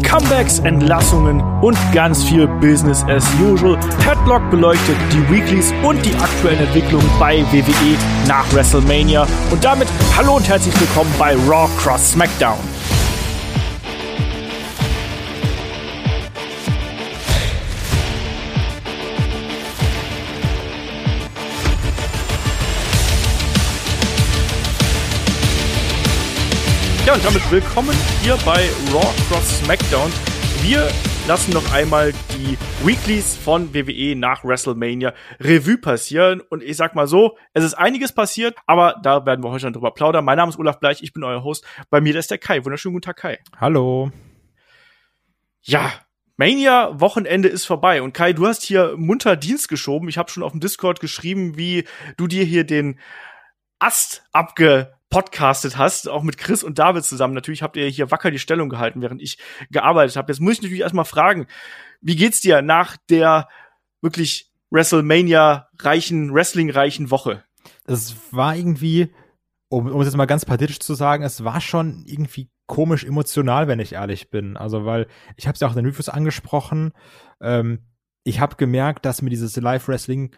Comebacks, Entlassungen und ganz viel Business as usual. Padlock beleuchtet die Weeklies und die aktuellen Entwicklungen bei WWE nach WrestleMania. Und damit hallo und herzlich willkommen bei Raw Cross SmackDown. Ja, und damit willkommen hier bei Raw Cross SmackDown. Wir lassen noch einmal die Weeklies von WWE nach WrestleMania Revue passieren. Und ich sag mal so, es ist einiges passiert, aber da werden wir heute dann drüber plaudern. Mein Name ist Olaf Bleich, ich bin euer Host. Bei mir ist der Kai. Wunderschönen guten Tag, Kai. Hallo. Ja, Mania-Wochenende ist vorbei. Und Kai, du hast hier munter Dienst geschoben. Ich habe schon auf dem Discord geschrieben, wie du dir hier den Ast podcastet hast, auch mit Chris und David zusammen. Natürlich habt ihr hier wacker die Stellung gehalten, während ich gearbeitet habe. Jetzt muss ich natürlich erstmal fragen, wie geht's dir nach der wirklich WrestleMania-reichen, Wrestling-reichen Woche? Es war irgendwie, um es jetzt mal ganz pathetisch zu sagen, es war schon irgendwie komisch emotional, wenn ich ehrlich bin. Also, weil, ich habe es ja auch in den Reviews angesprochen, ich habe gemerkt, dass mir dieses Live-Wrestling,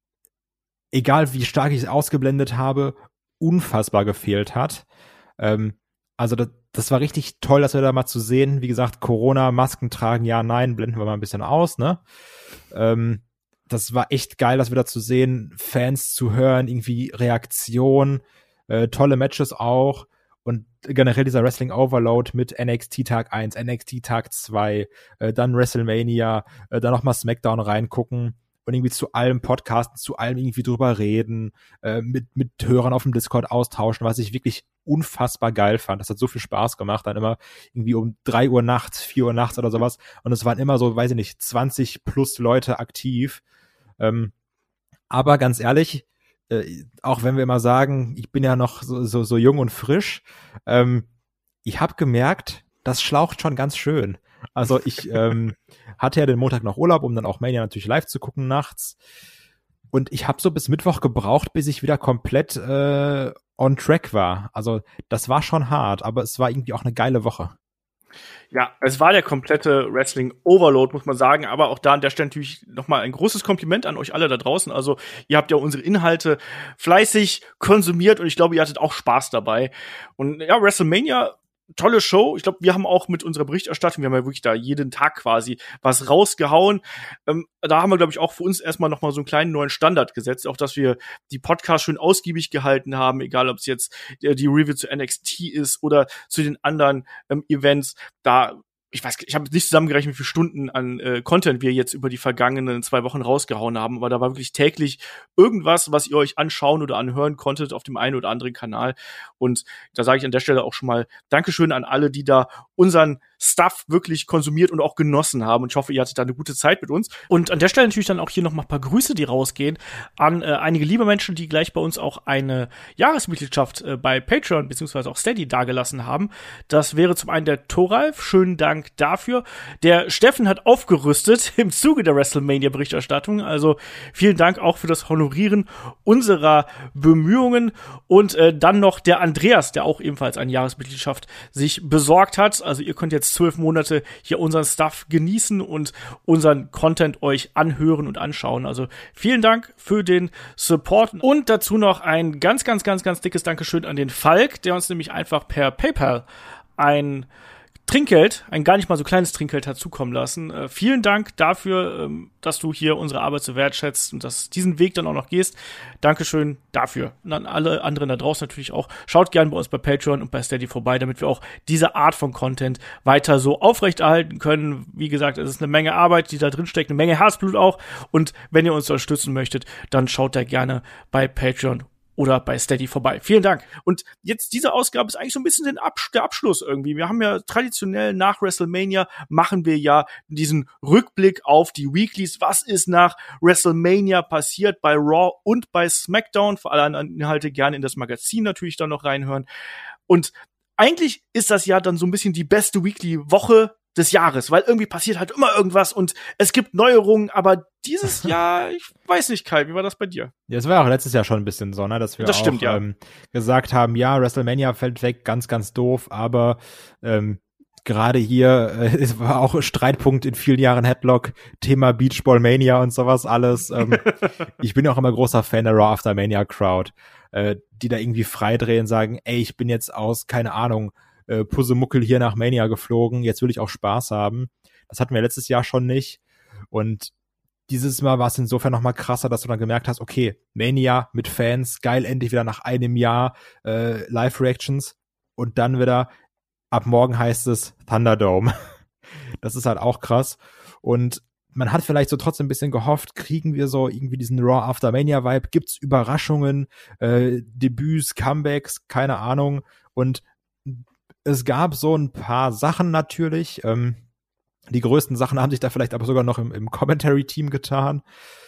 egal wie stark ich es ausgeblendet habe, unfassbar gefehlt hat. Also das war richtig toll, das wieder mal zu sehen. Wie gesagt, Corona, Masken tragen, ja, nein, blenden wir mal ein bisschen aus, ne? Das war echt geil, das wieder zu sehen, Fans zu hören, irgendwie Reaktion, tolle Matches auch und generell dieser Wrestling Overload mit NXT Tag 1, NXT Tag 2, dann WrestleMania, dann nochmal SmackDown reingucken. Und irgendwie zu allem Podcasten, zu allem irgendwie drüber reden, mit Hörern auf dem Discord austauschen, was ich wirklich unfassbar geil fand. Das hat so viel Spaß gemacht, dann immer irgendwie um 3 Uhr nachts, 4 Uhr nachts oder sowas. Und es waren immer so, weiß ich nicht, 20 plus Leute aktiv. Aber ganz ehrlich, auch wenn wir immer sagen, ich bin ja noch so jung und frisch, ich habe gemerkt, das schlaucht schon ganz schön. Also ich hatte ja den Montag noch Urlaub, um dann auch Mania natürlich live zu gucken nachts. Und ich habe so bis Mittwoch gebraucht, bis ich wieder komplett on track war. Also das war schon hart, aber es war irgendwie auch eine geile Woche. Ja, es war der komplette Wrestling-Overload, muss man sagen. Aber auch da an der Stelle natürlich nochmal ein großes Kompliment an euch alle da draußen. Also ihr habt ja unsere Inhalte fleißig konsumiert und ich glaube, ihr hattet auch Spaß dabei. Und ja, WrestleMania, tolle Show. Ich glaube, wir haben auch mit unserer Berichterstattung, wir haben ja wirklich da jeden Tag quasi was rausgehauen. Da haben wir, glaube ich, auch für uns erstmal noch mal so einen kleinen neuen Standard gesetzt. Auch, dass wir die Podcasts schön ausgiebig gehalten haben, egal ob es jetzt die Review zu NXT ist oder zu den anderen Events. Da, ich habe nicht zusammengerechnet, wie viele Stunden an Content wir jetzt über die vergangenen 2 Wochen rausgehauen haben, aber da war wirklich täglich irgendwas, was ihr euch anschauen oder anhören konntet auf dem einen oder anderen Kanal. Und da sage ich an der Stelle auch schon mal Dankeschön an alle, die da unseren Stuff wirklich konsumiert und auch genossen haben. Und ich hoffe, ihr hattet da eine gute Zeit mit uns. Und an der Stelle natürlich dann auch hier noch mal ein paar Grüße, die rausgehen an einige liebe Menschen, die gleich bei uns auch eine Jahresmitgliedschaft bei Patreon bzw. auch Steady dagelassen haben. Das wäre zum einen der Thoralf. Schönen Dank dafür. Der Steffen hat aufgerüstet im Zuge der WrestleMania-Berichterstattung. Also vielen Dank auch für das Honorieren unserer Bemühungen. Und dann noch der Andreas, der auch ebenfalls eine Jahresmitgliedschaft sich besorgt hat. Also ihr könnt jetzt 12 Monate hier unseren Stuff genießen und unseren Content euch anhören und anschauen. Also vielen Dank für den Support und dazu noch ein ganz, ganz, ganz, ganz dickes Dankeschön an den Falk, der uns nämlich einfach per PayPal ein Trinkgeld, ein gar nicht mal so kleines Trinkgeld hat zukommen lassen. Vielen Dank dafür, dass du hier unsere Arbeit so wertschätzt und dass diesen Weg dann auch noch gehst. Dankeschön dafür. Und an alle anderen da draußen natürlich auch. Schaut gerne bei uns bei Patreon und bei Steady vorbei, damit wir auch diese Art von Content weiter so aufrechterhalten können. Wie gesagt, es ist eine Menge Arbeit, die da drin steckt, eine Menge Herzblut auch. Und wenn ihr uns unterstützen möchtet, dann schaut da gerne bei Patreon oder bei Steady vorbei. Vielen Dank. Und jetzt diese Ausgabe ist eigentlich so ein bisschen der Abschluss irgendwie. Wir haben ja traditionell nach WrestleMania machen wir ja diesen Rückblick auf die Weeklies. Was ist nach WrestleMania passiert bei Raw und bei SmackDown? Für alle anderen Inhalte gerne in das Magazin natürlich dann noch reinhören. Und eigentlich ist das ja dann so ein bisschen die beste Weekly-Woche des Jahres, weil irgendwie passiert halt immer irgendwas und es gibt Neuerungen, aber dieses Jahr, ich weiß nicht, Kai, wie war das bei dir? Ja, es war auch letztes Jahr schon ein bisschen so, ne, dass wir das auch stimmt, ja. Gesagt haben, ja, WrestleMania fällt weg, ganz, ganz doof, aber gerade hier, es war auch Streitpunkt in vielen Jahren Headlock, Thema Beachball Mania und sowas alles. Ich bin ja auch immer großer Fan der Raw After Mania Crowd, die da irgendwie freidrehen, sagen, ey, ich bin jetzt aus, keine Ahnung, Pussemuckel hier nach Mania geflogen, jetzt will ich auch Spaß haben. Das hatten wir letztes Jahr schon nicht. Und dieses Mal war es insofern noch mal krasser, dass du dann gemerkt hast, okay, Mania mit Fans, geil, endlich wieder nach einem Jahr Live-Reactions. Und dann wieder, ab morgen heißt es Thunderdome. Das ist halt auch krass. Und man hat vielleicht so trotzdem ein bisschen gehofft, kriegen wir so irgendwie diesen Raw After Mania Vibe, gibt's Überraschungen, Debüts, Comebacks, keine Ahnung. Und es gab so ein paar Sachen natürlich. Die größten Sachen haben sich da vielleicht aber sogar noch im Commentary-Team getan.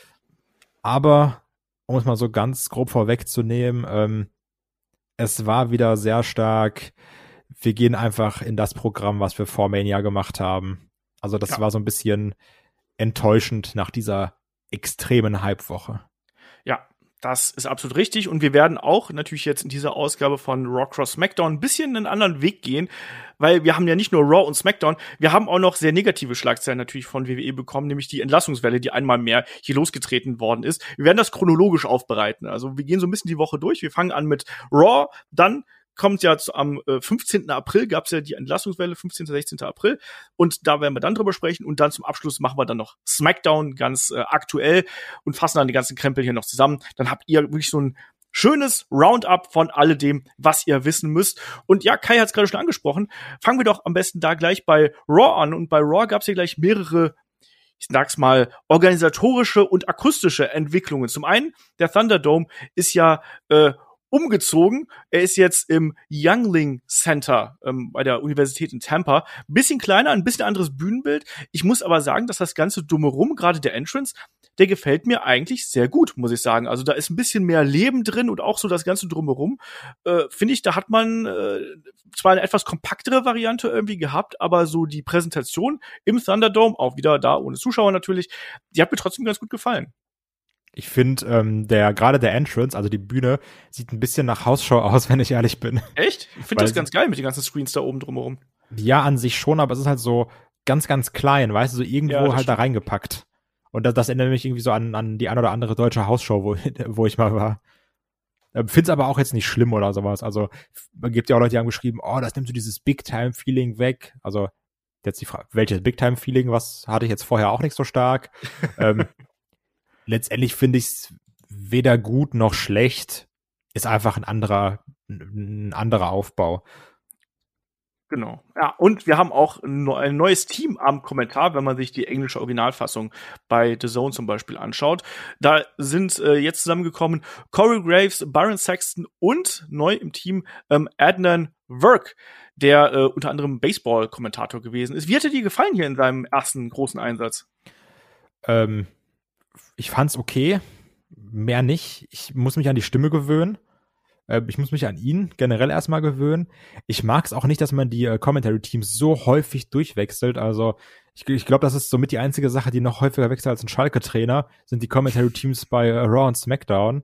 Aber, um es mal so ganz grob vorwegzunehmen, es war wieder sehr stark, wir gehen einfach in das Programm, was wir vor Mania gemacht haben. Also das war so ein bisschen enttäuschend nach dieser extremen Hype-Woche. Ja, das ist absolut richtig. Und wir werden auch natürlich jetzt in dieser Ausgabe von Raw Cross SmackDown ein bisschen einen anderen Weg gehen, weil wir haben ja nicht nur Raw und SmackDown, wir haben auch noch sehr negative Schlagzeilen natürlich von WWE bekommen, nämlich die Entlassungswelle, die einmal mehr hier losgetreten worden ist. Wir werden das chronologisch aufbereiten. Also wir gehen so ein bisschen die Woche durch. Wir fangen an mit Raw, dann kommt ja am 15. April, gab es ja die Entlassungswelle, 15. 16. April. Und da werden wir dann drüber sprechen. Und dann zum Abschluss machen wir dann noch SmackDown ganz aktuell und fassen dann die ganzen Krempel hier noch zusammen. Dann habt ihr wirklich so ein schönes Roundup von alledem, was ihr wissen müsst. Und ja, Kai hat es gerade schon angesprochen. Fangen wir doch am besten da gleich bei Raw an. Und bei Raw gab es ja gleich mehrere, ich sag's mal, organisatorische und akustische Entwicklungen. Zum einen, der Thunderdome ist ja umgezogen. Er ist jetzt im Youngling Center bei der Universität in Tampa. Ein bisschen kleiner, ein bisschen anderes Bühnenbild. Ich muss aber sagen, dass das Ganze drumherum, gerade der Entrance, der gefällt mir eigentlich sehr gut, muss ich sagen. Also da ist ein bisschen mehr Leben drin und auch so das Ganze drumherum. Finde ich, da hat man zwar eine etwas kompaktere Variante irgendwie gehabt, aber so die Präsentation im Thunderdome, auch wieder da ohne Zuschauer natürlich, die hat mir trotzdem ganz gut gefallen. Ich finde, gerade der Entrance, also die Bühne, sieht ein bisschen nach Hausshow aus, wenn ich ehrlich bin. Echt? Ich finde das ganz geil mit den ganzen Screens da oben drumherum. Ja, an sich schon, aber es ist halt so ganz, ganz klein, weißt du, so irgendwo halt da reingepackt. Und das erinnert mich irgendwie so an die ein oder andere deutsche Hausshow, wo ich mal war. Find's aber auch jetzt nicht schlimm oder sowas. Also, man gibt ja auch Leute, die haben geschrieben, oh, das nimmt so dieses Big-Time-Feeling weg. Also, jetzt die Frage, welches Big-Time-Feeling, was hatte ich jetzt vorher auch nicht so stark. Letztendlich finde ich es weder gut noch schlecht. Ist einfach ein anderer Aufbau. Genau. Ja, und wir haben auch ein neues Team am Kommentar, wenn man sich die englische Originalfassung bei The Zone zum Beispiel anschaut. Da sind jetzt zusammengekommen Corey Graves, Byron Saxton und neu im Team Adnan Virk, der unter anderem Baseball-Kommentator gewesen ist. Wie hat dir die gefallen hier in seinem ersten großen Einsatz? Ich fand's okay, mehr nicht. Ich muss mich an die Stimme gewöhnen. Ich muss mich an ihn generell erstmal gewöhnen. Ich mag es auch nicht, dass man die Commentary-Teams so häufig durchwechselt. Also ich glaube, das ist somit die einzige Sache, die noch häufiger wechselt als ein Schalke-Trainer, sind die Commentary-Teams bei Raw und SmackDown.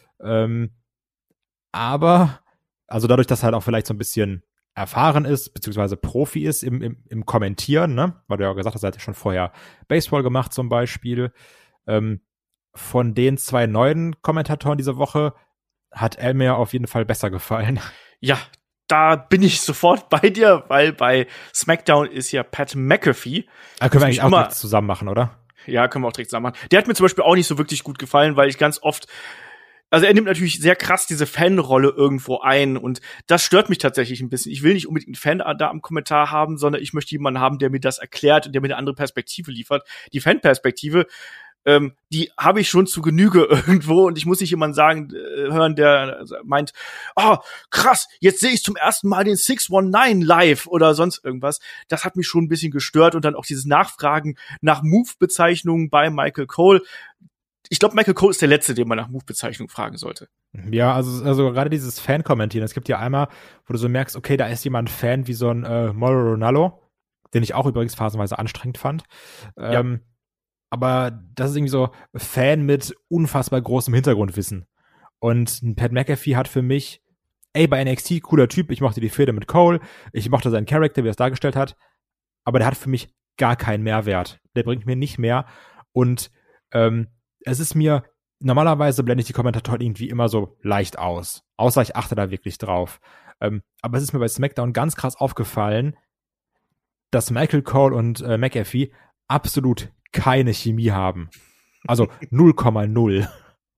Aber, also dadurch, dass er halt auch vielleicht so ein bisschen erfahren ist, beziehungsweise Profi ist im Kommentieren, ne? Weil du ja gesagt hast, er hat ja schon vorher Baseball gemacht zum Beispiel. Von den 2 neuen Kommentatoren diese Woche hat er mir auf jeden Fall besser gefallen. Ja, da bin ich sofort bei dir, weil bei SmackDown ist ja Pat McAfee. Da können wir eigentlich auch direkt zusammen machen, oder? Ja, können wir auch direkt zusammen machen. Der hat mir zum Beispiel auch nicht so wirklich gut gefallen, weil ich ganz oft, also er nimmt natürlich sehr krass diese Fanrolle irgendwo ein und das stört mich tatsächlich ein bisschen. Ich will nicht unbedingt einen Fan da am Kommentar haben, sondern ich möchte jemanden haben, der mir das erklärt und der mir eine andere Perspektive liefert. Die Fanperspektive, die habe ich schon zu Genüge irgendwo und ich muss nicht jemanden sagen, hören, der meint, oh, krass, jetzt sehe ich zum ersten Mal den 619 live oder sonst irgendwas. Das hat mich schon ein bisschen gestört und dann auch dieses Nachfragen nach Move-Bezeichnungen bei Michael Cole. Ich glaube, Michael Cole ist der Letzte, den man nach Move-Bezeichnung fragen sollte. Ja, also gerade dieses Fan-Kommentieren, es gibt ja einmal, wo du so merkst, okay, da ist jemand Fan wie so ein Mauro Ronaldo, den ich auch übrigens phasenweise anstrengend fand. Ja. Aber das ist irgendwie so Fan mit unfassbar großem Hintergrundwissen. Und Pat McAfee hat für mich bei NXT, cooler Typ, ich mochte die Fehde mit Cole, ich mochte seinen Charakter, wie er es dargestellt hat, aber der hat für mich gar keinen Mehrwert. Der bringt mir nicht mehr und es ist mir, normalerweise blende ich die Kommentatoren irgendwie immer so leicht aus, außer ich achte da wirklich drauf. Aber es ist mir bei SmackDown ganz krass aufgefallen, dass Michael Cole und McAfee absolut keine Chemie haben. Also 0,0.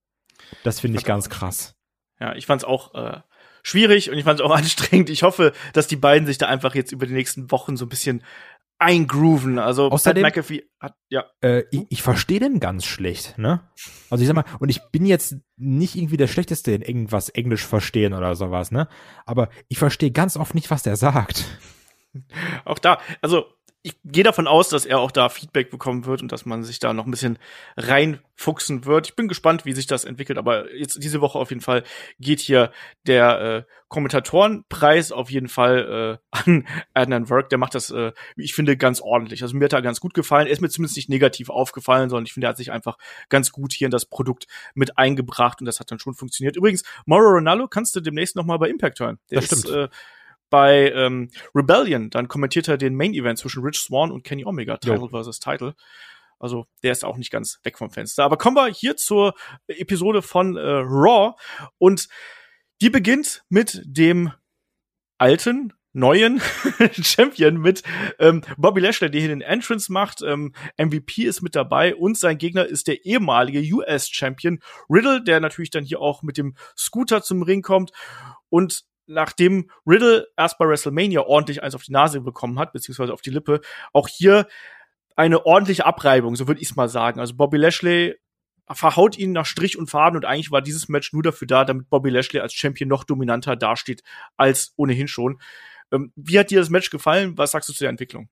Das finde ich ganz krass. Ja, ich fand's auch schwierig und ich fand's auch anstrengend. Ich hoffe, dass die beiden sich da einfach jetzt über die nächsten Wochen so ein bisschen eingrooven. Also außerdem, Pat McAfee hat, ich verstehe den ganz schlecht, ne? Also ich sag mal, und ich bin jetzt nicht irgendwie der Schlechteste in irgendwas Englisch verstehen oder sowas, ne? Aber ich verstehe ganz oft nicht, was der sagt. Auch da, also ich gehe davon aus, dass er auch da Feedback bekommen wird und dass man sich da noch ein bisschen reinfuchsen wird. Ich bin gespannt, wie sich das entwickelt, aber jetzt diese Woche auf jeden Fall geht hier der Kommentatorenpreis auf jeden Fall an Adnan Virk. Der macht das, wie ich finde, ganz ordentlich. Also mir hat er ganz gut gefallen. Er ist mir zumindest nicht negativ aufgefallen, sondern ich finde, er hat sich einfach ganz gut hier in das Produkt mit eingebracht und das hat dann schon funktioniert. Übrigens, Mauro Ranallo kannst du demnächst noch mal bei Impact hören. Der das stimmt. Ist, bei Rebellion, dann kommentiert er den Main-Event zwischen Rich Swann und Kenny Omega, Title versus Title. Also der ist auch nicht ganz weg vom Fenster. Aber kommen wir hier zur Episode von Raw. Und die beginnt mit dem alten, neuen Champion, mit Bobby Lashley, der hier den Entrance macht. MVP ist mit dabei und sein Gegner ist der ehemalige US-Champion Riddle, der natürlich dann hier auch mit dem Scooter zum Ring kommt. Und nachdem Riddle erst bei WrestleMania ordentlich eins auf die Nase bekommen hat, beziehungsweise auf die Lippe, auch hier eine ordentliche Abreibung, so würde ich es mal sagen. Also Bobby Lashley verhaut ihn nach Strich und Faden und eigentlich war dieses Match nur dafür da, damit Bobby Lashley als Champion noch dominanter dasteht als ohnehin schon. Wie hat dir das Match gefallen? Was sagst du zu der Entwicklung?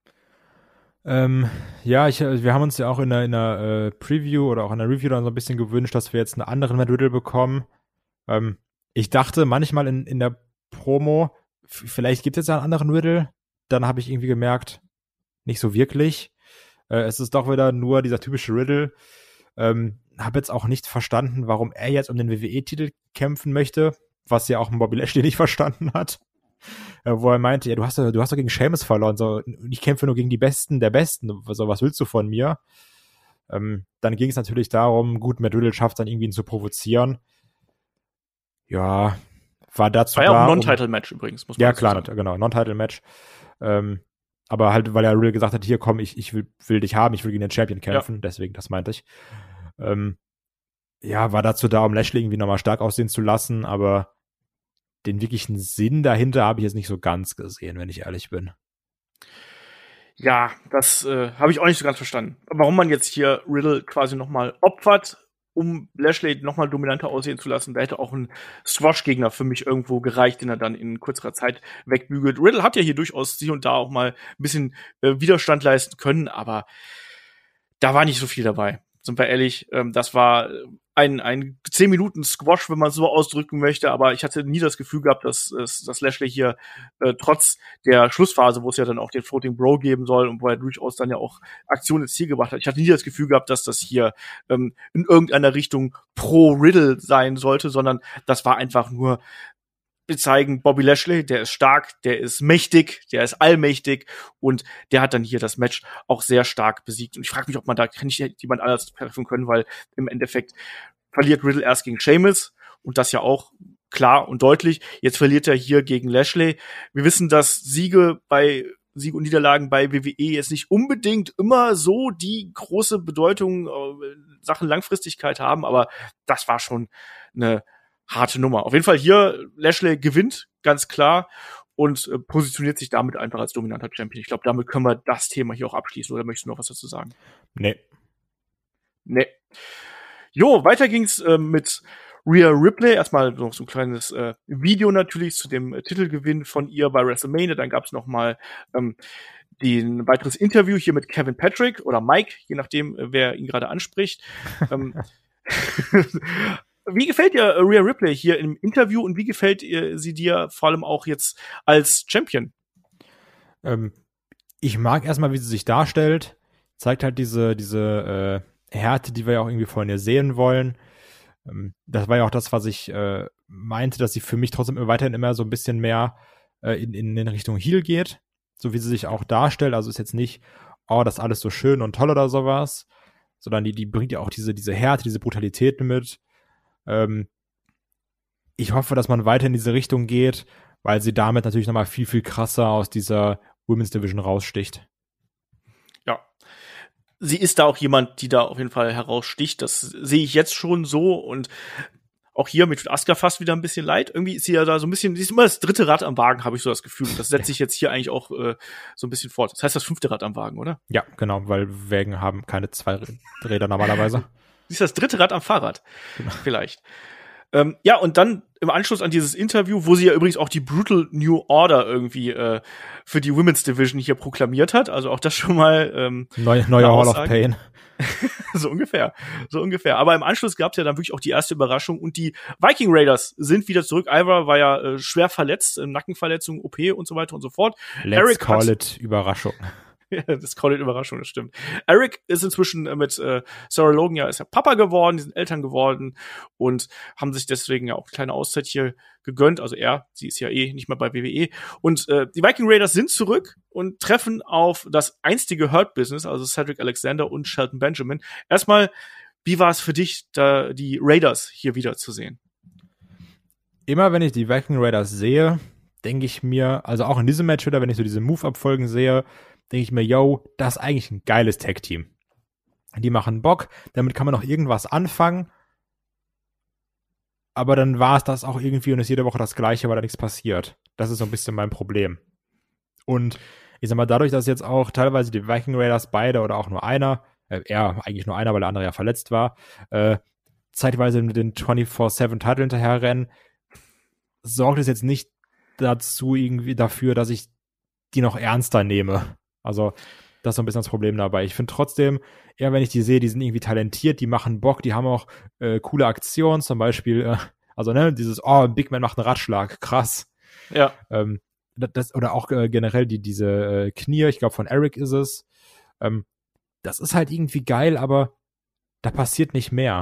Ja, wir haben uns ja auch in einer Preview oder auch in der Review dann so ein bisschen gewünscht, dass wir jetzt einen anderen Matt Riddle bekommen. Ich dachte manchmal in der Promo, vielleicht gibt es jetzt einen anderen Riddle. Dann habe ich irgendwie gemerkt, nicht so wirklich. Es ist doch wieder nur dieser typische Riddle. Habe jetzt auch nicht verstanden, warum er jetzt um den WWE-Titel kämpfen möchte, was ja auch Bobby Lashley nicht verstanden hat. Wo er meinte, ja, du hast doch gegen Sheamus verloren, so, ich kämpfe nur gegen die Besten der Besten, so, was willst du von mir? Dann ging es natürlich darum, gut, Matt Riddle schafft dann irgendwie ihn zu provozieren. Ja, war dazu war ja auch ein Non-Title-Match übrigens, muss man ja, klar, sagen. Genau, Non-Title-Match. Aber halt, weil er Riddle gesagt hat, hier komm, ich will dich haben, ich will gegen den Champion kämpfen, deswegen, das meinte ich. Ja, war dazu da, um Lashley irgendwie nochmal stark aussehen zu lassen, aber den wirklichen Sinn dahinter habe ich jetzt nicht so ganz gesehen, wenn ich ehrlich bin. Ja, das habe ich auch nicht so ganz verstanden. Warum man jetzt hier Riddle quasi nochmal opfert, um Lashley nochmal dominanter aussehen zu lassen. Da hätte auch ein Squash-Gegner für mich irgendwo gereicht, den er dann in kürzerer Zeit wegbügelt. Riddle hat ja hier durchaus hier und da auch mal ein bisschen Widerstand leisten können, aber da war nicht so viel dabei. Sind wir ehrlich, das war ein 10-Minuten-Squash, wenn man es so ausdrücken möchte, aber ich hatte nie das Gefühl gehabt, dass Lashley hier trotz der Schlussphase, wo es ja dann auch den Floating Bro geben soll und wo er durchaus dann ja auch Aktionen ins Ziel gebracht hat, ich hatte nie das Gefühl gehabt, dass das hier in irgendeiner Richtung pro Riddle sein sollte, sondern das war einfach nur wir zeigen Bobby Lashley, der ist stark, der ist mächtig, der ist allmächtig und der hat dann hier das Match auch sehr stark besiegt. Und ich frage mich, ob man da nicht jemand anders treffen können, weil im Endeffekt verliert Riddle erst gegen Sheamus und das ja auch klar und deutlich. Jetzt verliert er hier gegen Lashley. Wir wissen, dass Siege und Niederlagen bei WWE jetzt nicht unbedingt immer so die große Bedeutung Sachen Langfristigkeit haben, aber das war schon eine harte Nummer. Auf jeden Fall hier, Lashley gewinnt, ganz klar, und positioniert sich damit einfach als dominanter Champion. Ich glaube, damit können wir das Thema hier auch abschließen. Oder möchtest du noch was dazu sagen? Nee. Jo, weiter ging's mit Rhea Ripley. Erstmal noch so ein kleines Video natürlich zu dem Titelgewinn von ihr bei WrestleMania. Dann gab's noch mal ein weiteres Interview hier mit Kevin Patrick oder Mike, je nachdem, wer ihn gerade anspricht. Wie gefällt dir Rhea Ripley hier im Interview und wie gefällt sie dir vor allem auch jetzt als Champion? Ich mag erstmal, wie sie sich darstellt. Zeigt halt diese Härte, die wir ja auch irgendwie von ihr sehen wollen. Das war ja auch das, was ich meinte, dass sie für mich trotzdem weiterhin immer so ein bisschen mehr in Richtung Heel geht, so wie sie sich auch darstellt. Also ist jetzt nicht, oh, das ist alles so schön und toll oder sowas, sondern die bringt ja auch diese Härte, diese Brutalität mit. Ich hoffe, dass man weiter in diese Richtung geht, weil sie damit natürlich nochmal viel, viel krasser aus dieser Women's Division raussticht. Ja. Sie ist da auch jemand, die da auf jeden Fall heraussticht. Das sehe ich jetzt schon so. Und auch hier mit Asuka fast wieder ein bisschen leid. Irgendwie ist sie ja da so ein bisschen, sie ist immer das dritte Rad am Wagen, habe ich so das Gefühl. Das setzt sich jetzt hier eigentlich auch so ein bisschen fort. Das heißt das 5. Rad am Wagen, oder? Ja, genau, weil Wägen haben keine 2 Räder normalerweise. Sie ist das 3. Rad am Fahrrad. Genau. Vielleicht. Ja, und dann im Anschluss an dieses Interview, wo sie ja übrigens auch die Brutal New Order irgendwie für die Women's Division hier proklamiert hat. Also auch das schon mal neuer Hall of Pain. So ungefähr. Aber im Anschluss gab es ja dann wirklich auch die erste Überraschung und die Viking Raiders sind wieder zurück. Ivar war ja schwer verletzt, Nackenverletzung, OP und so weiter und so fort. Let's call it Überraschung. Ja, das call it Überraschung, das stimmt. Eric ist inzwischen mit Sarah Logan ja ist ja Papa geworden, die sind Eltern geworden und haben sich deswegen ja auch eine kleine Auszeit hier gegönnt. Also sie ist ja nicht mehr bei WWE. Und die Viking Raiders sind zurück und treffen auf das einstige Hurt Business, also Cedric Alexander und Shelton Benjamin. Erstmal, wie war es für dich, da die Raiders hier wieder zu sehen? Immer wenn ich die Viking Raiders sehe, denke ich mir, also auch in diesem Match wieder, wenn ich so diese Move-Abfolgen sehe, denke ich mir, yo, das ist eigentlich ein geiles Tag-Team. Die machen Bock, damit kann man noch irgendwas anfangen, aber dann war es das auch irgendwie und ist jede Woche das Gleiche, weil da nichts passiert. Das ist so ein bisschen mein Problem. Und ich sag mal, dadurch, dass jetzt auch teilweise die Viking Raiders beide oder auch nur einer, eigentlich nur einer, weil der andere ja verletzt war, zeitweise mit den 24/7-Titel hinterherrennen, sorgt es jetzt nicht dafür, dass ich die noch ernster nehme. Also, das ist so ein bisschen das Problem dabei. Ich finde trotzdem, eher wenn ich die sehe, die sind irgendwie talentiert, die machen Bock, die haben auch coole Aktionen, zum Beispiel, dieses, Big Man macht einen Ratschlag, krass. Ja. Oder auch generell diese Knie, ich glaube von Eric ist es. Das ist halt irgendwie geil, aber da passiert nicht mehr.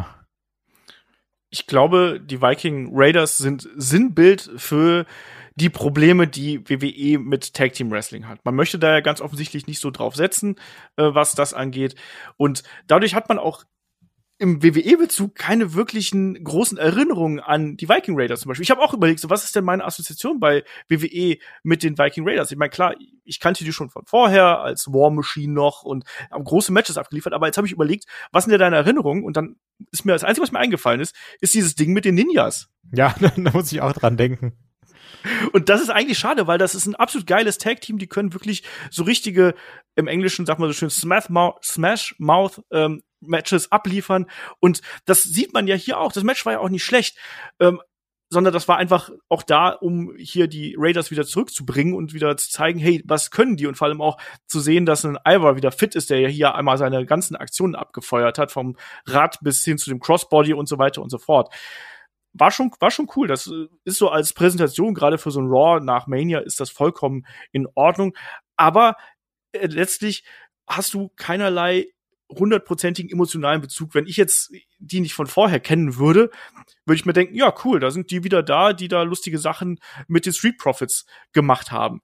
Ich glaube, die Viking Raiders sind Sinnbild für die Probleme, die WWE mit Tag Team Wrestling hat. Man möchte da ja ganz offensichtlich nicht so drauf setzen, was das angeht. Und dadurch hat man auch im WWE-Bezug keine wirklichen großen Erinnerungen an die Viking Raiders zum Beispiel. Ich habe auch überlegt, so was ist denn meine Assoziation bei WWE mit den Viking Raiders? Ich meine, klar, ich kannte die schon von vorher als War Machine noch und haben große Matches abgeliefert, aber jetzt habe ich überlegt, was sind denn deine Erinnerungen? Und dann ist mir das Einzige, was mir eingefallen ist dieses Ding mit den Ninjas. Ja, da muss ich auch dran denken. Und das ist eigentlich schade, weil das ist ein absolut geiles Tag-Team, die können wirklich so richtige, im Englischen sagt man so schön, Smash-Mouth Matches abliefern. Und das sieht man ja hier auch. Das Match war ja auch nicht schlecht, sondern das war einfach auch da, um hier die Raiders wieder zurückzubringen und wieder zu zeigen, hey, was können die? Und vor allem auch zu sehen, dass ein Ivar wieder fit ist, der ja hier einmal seine ganzen Aktionen abgefeuert hat, vom Rad bis hin zu dem Crossbody und so weiter und so fort. War schon cool. Das ist so als Präsentation, gerade für so ein Raw nach Mania ist das vollkommen in Ordnung. Aber letztlich hast du keinerlei 100%igen emotionalen Bezug. Wenn ich jetzt die nicht von vorher kennen würde ich mir denken, ja, cool, da sind die wieder da, die da lustige Sachen mit den Street Profits gemacht haben.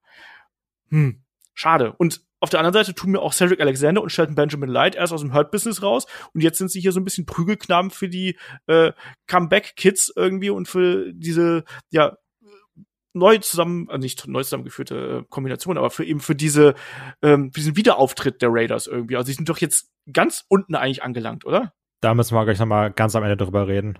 Schade. Und auf der anderen Seite tun mir auch Cedric Alexander und Shelton Benjamin leid, erst aus dem Hurt-Business raus und jetzt sind sie hier so ein bisschen Prügelknaben für die Comeback-Kids irgendwie und für diese, ja, nicht neu zusammengeführte Kombination, aber für diesen Wiederauftritt der Raiders irgendwie. Also die sind doch jetzt ganz unten eigentlich angelangt, oder? Da müssen wir gleich nochmal ganz am Ende drüber reden.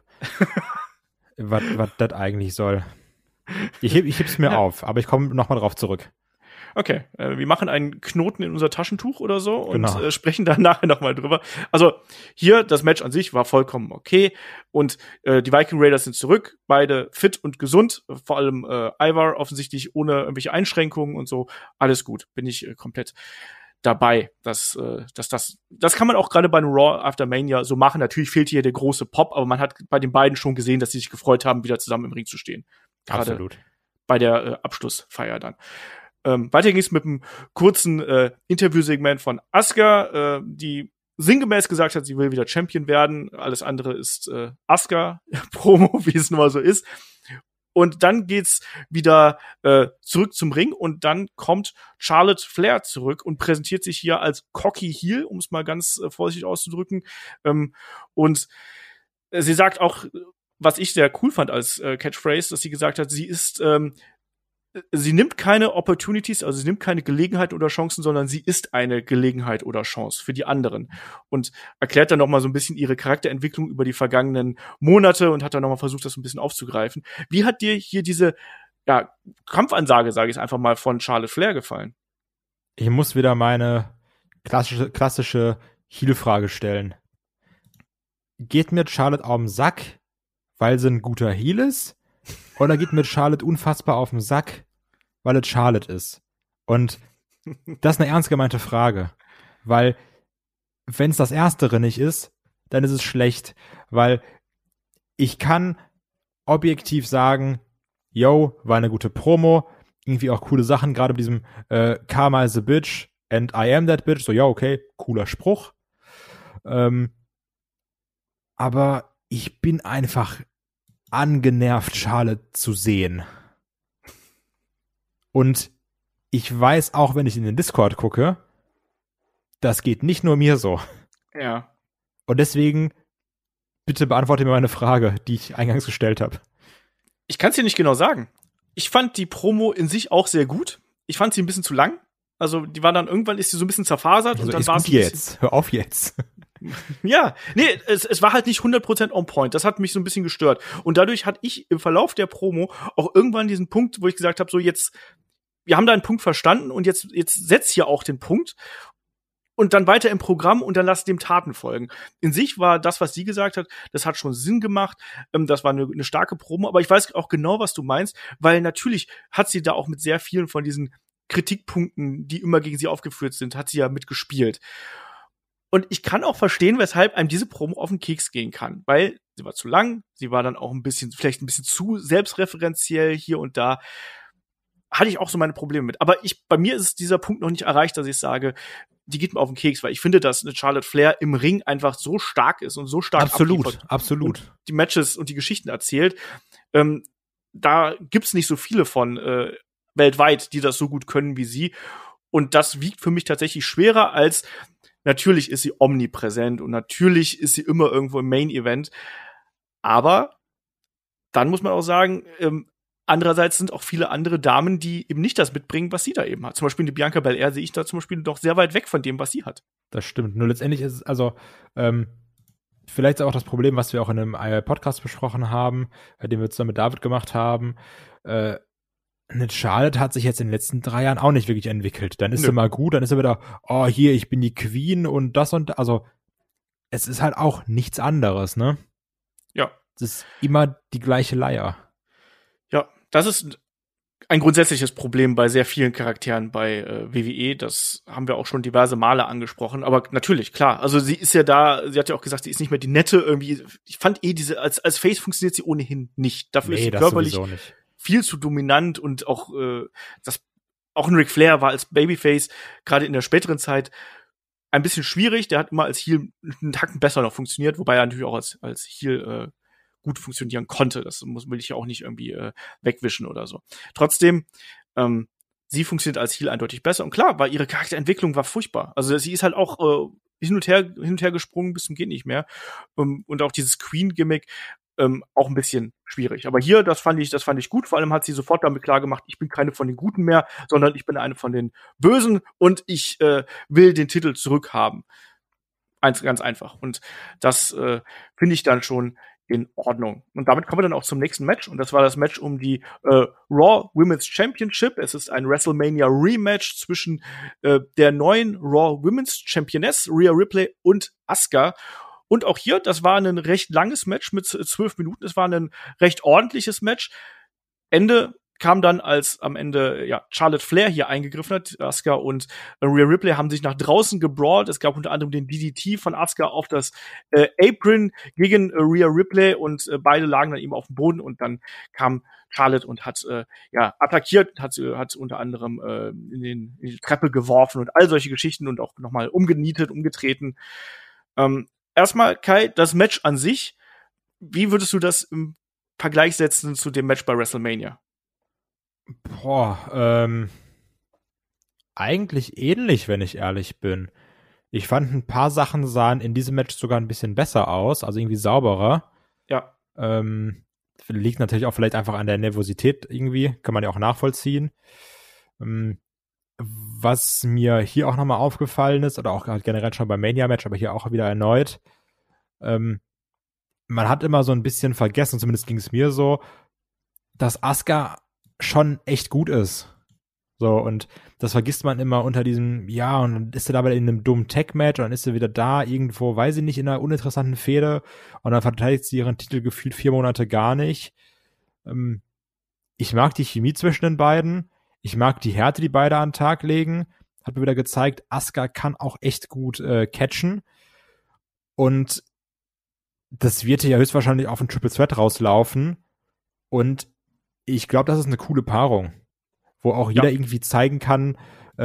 was das eigentlich soll. Ich heb's mir auf, aber ich komme nochmal drauf zurück. Okay, wir machen einen Knoten in unser Taschentuch oder so und genau. Sprechen dann nachher nochmal drüber. Also hier, das Match an sich war vollkommen okay und die Viking Raiders sind zurück, beide fit und gesund, vor allem Ivar offensichtlich ohne irgendwelche Einschränkungen und so, alles gut, bin ich komplett dabei. Das kann man auch gerade bei einem Raw After Mania so machen. Natürlich fehlt hier der große Pop, aber man hat bei den beiden schon gesehen, dass sie sich gefreut haben, wieder zusammen im Ring zu stehen. Gerade absolut. Bei der Abschlussfeier dann. Weiter ging es mit einem kurzen Interviewsegment von Asuka, die sinngemäß gesagt hat, sie will wieder Champion werden. Alles andere ist Asuka-Promo, wie es nun mal so ist. Und dann geht's wieder zurück zum Ring und dann kommt Charlotte Flair zurück und präsentiert sich hier als cocky Heel, um es mal ganz vorsichtig auszudrücken. Und sie sagt auch, was ich sehr cool fand als Catchphrase, dass sie gesagt hat, sie nimmt keine Opportunities, also sie nimmt keine Gelegenheit oder Chancen, sondern sie ist eine Gelegenheit oder Chance für die anderen. Und erklärt dann noch mal so ein bisschen ihre Charakterentwicklung über die vergangenen Monate und hat dann noch mal versucht, das ein bisschen aufzugreifen. Wie hat dir hier diese Kampfansage, sage ich einfach mal, von Charlotte Flair gefallen? Ich muss wieder meine klassische Heel-Frage stellen. Geht mir Charlotte auf den Sack, weil sie ein guter Heel ist? Oder geht mir Charlotte unfassbar auf den Sack, weil es Charlotte ist? Und das ist eine ernst gemeinte Frage. Weil, wenn es das Erstere nicht ist, dann ist es schlecht. Weil ich kann objektiv sagen, yo, war eine gute Promo, irgendwie auch coole Sachen, gerade bei diesem Karma is a bitch and I am that bitch. So, ja, okay, cooler Spruch. Aber ich bin einfach angenervt, Charlotte zu sehen. Und ich weiß auch, wenn ich in den Discord gucke, das geht nicht nur mir so. Ja. Und deswegen, bitte beantworte mir meine Frage, die ich eingangs gestellt habe. Ich kann es dir nicht genau sagen. Ich fand die Promo in sich auch sehr gut. Ich fand sie ein bisschen zu lang. Also, die war dann irgendwann, ist sie so ein bisschen zerfasert. Also, und dann war es jetzt. Hör auf jetzt. Ja, nee, es war halt nicht 100% on point. Das hat mich so ein bisschen gestört. Und dadurch hatte ich im Verlauf der Promo auch irgendwann diesen Punkt, wo ich gesagt habe, so jetzt, wir haben da einen Punkt verstanden und jetzt setz hier auch den Punkt. Und dann weiter im Programm und dann lass dem Taten folgen. In sich war das, was sie gesagt hat, das hat schon Sinn gemacht. Das war eine starke Promo. Aber ich weiß auch genau, was du meinst, weil natürlich hat sie da auch mit sehr vielen von diesen Kritikpunkten, die immer gegen sie aufgeführt sind, hat sie ja mitgespielt. Und ich kann auch verstehen, weshalb einem diese Promo auf den Keks gehen kann, weil sie war zu lang, sie war dann auch vielleicht ein bisschen zu selbstreferenziell hier und da. Hatte ich auch so meine Probleme mit. Aber bei mir ist dieser Punkt noch nicht erreicht, dass ich sage, die geht mir auf den Keks, weil ich finde, dass eine Charlotte Flair im Ring einfach so stark ist und so stark absolut und die Matches und die Geschichten erzählt. Da gibt's nicht so viele von weltweit, die das so gut können wie sie. Und das wiegt für mich tatsächlich schwerer als natürlich ist sie omnipräsent und natürlich ist sie immer irgendwo im Main Event. Aber dann muss man auch sagen, andererseits sind auch viele andere Damen, die eben nicht das mitbringen, was sie da eben hat. Zum Beispiel die Bianca Belair sehe ich da zum Beispiel doch sehr weit weg von dem, was sie hat. Das stimmt. Nur letztendlich ist es also vielleicht auch das Problem, was wir auch in einem Podcast besprochen haben, den wir zusammen mit David gemacht haben. Eine Charlotte hat sich jetzt in den letzten 3 Jahren auch nicht wirklich entwickelt. Dann ist sie mal gut, dann ist sie wieder, oh, hier, ich bin die Queen und das und das. Also, es ist halt auch nichts anderes, ne? Ja. Es ist immer die gleiche Leier. Ja, das ist ein grundsätzliches Problem bei sehr vielen Charakteren bei WWE. Das haben wir auch schon diverse Male angesprochen. Aber natürlich, klar. Also sie ist ja da, sie hat ja auch gesagt, sie ist nicht mehr die Nette irgendwie. Ich fand als Face funktioniert sie ohnehin nicht. Dafür ist sie körperlich viel zu dominant und auch auch ein Ric Flair war als Babyface gerade in der späteren Zeit ein bisschen schwierig. Der hat immer als Heel einen Tacken besser noch funktioniert, wobei er natürlich auch als Heel gut funktionieren konnte. Das will ich ja auch nicht irgendwie wegwischen oder so. Trotzdem, sie funktioniert als Heel eindeutig besser. Und klar, weil ihre Charakterentwicklung war furchtbar. Also sie ist halt auch hin und her gesprungen bis zum geht nicht mehr. Und auch dieses Queen-Gimmick auch ein bisschen schwierig. Aber hier, das fand ich gut. Vor allem hat sie sofort damit klar gemacht, ich bin keine von den Guten mehr, sondern ich bin eine von den Bösen und ich will den Titel zurückhaben. Ganz einfach. Und das finde ich dann schon in Ordnung. Und damit kommen wir dann auch zum nächsten Match. Und das war das Match um die Raw Women's Championship. Es ist ein WrestleMania Rematch zwischen der neuen Raw Women's Championess Rhea Ripley und Asuka. Und auch hier, das war ein recht langes Match mit 12 Minuten. Es war ein recht ordentliches Match. Ende kam dann, als am Ende Charlotte Flair hier eingegriffen hat. Asuka und Rhea Ripley haben sich nach draußen gebrawlt. Es gab unter anderem den DDT von Asuka auf das Apron gegen Rhea Ripley und beide lagen dann eben auf dem Boden und dann kam Charlotte und hat attackiert, hat unter anderem in die Treppe geworfen und all solche Geschichten und auch nochmal umgenietet, umgetreten. Erstmal, Kai, das Match an sich, wie würdest du das im Vergleich setzen zu dem Match bei WrestleMania? Eigentlich ähnlich, wenn ich ehrlich bin. Ich fand, ein paar Sachen sahen in diesem Match sogar ein bisschen besser aus, also irgendwie sauberer. Ja. Liegt natürlich auch vielleicht einfach an der Nervosität irgendwie, kann man ja auch nachvollziehen. Was mir hier auch nochmal aufgefallen ist, oder auch generell schon beim Mania-Match, aber hier auch wieder erneut, man hat immer so ein bisschen vergessen, zumindest ging es mir so, dass Asuka schon echt gut ist. So, und das vergisst man immer unter diesem, ja, und dann ist er dabei in einem dummen Tag-Match und dann ist er wieder da, irgendwo, weiß ich nicht, in einer uninteressanten Fehde und dann verteidigt sie ihren Titel gefühlt 4 Monate gar nicht. Ich mag die Chemie zwischen den beiden. Ich mag die Härte, die beide an den Tag legen. Hat mir wieder gezeigt, Asuka kann auch echt gut catchen. Und das wird ja höchstwahrscheinlich auf ein Triple Threat rauslaufen. Und ich glaube, das ist eine coole Paarung, wo auch jeder irgendwie zeigen kann,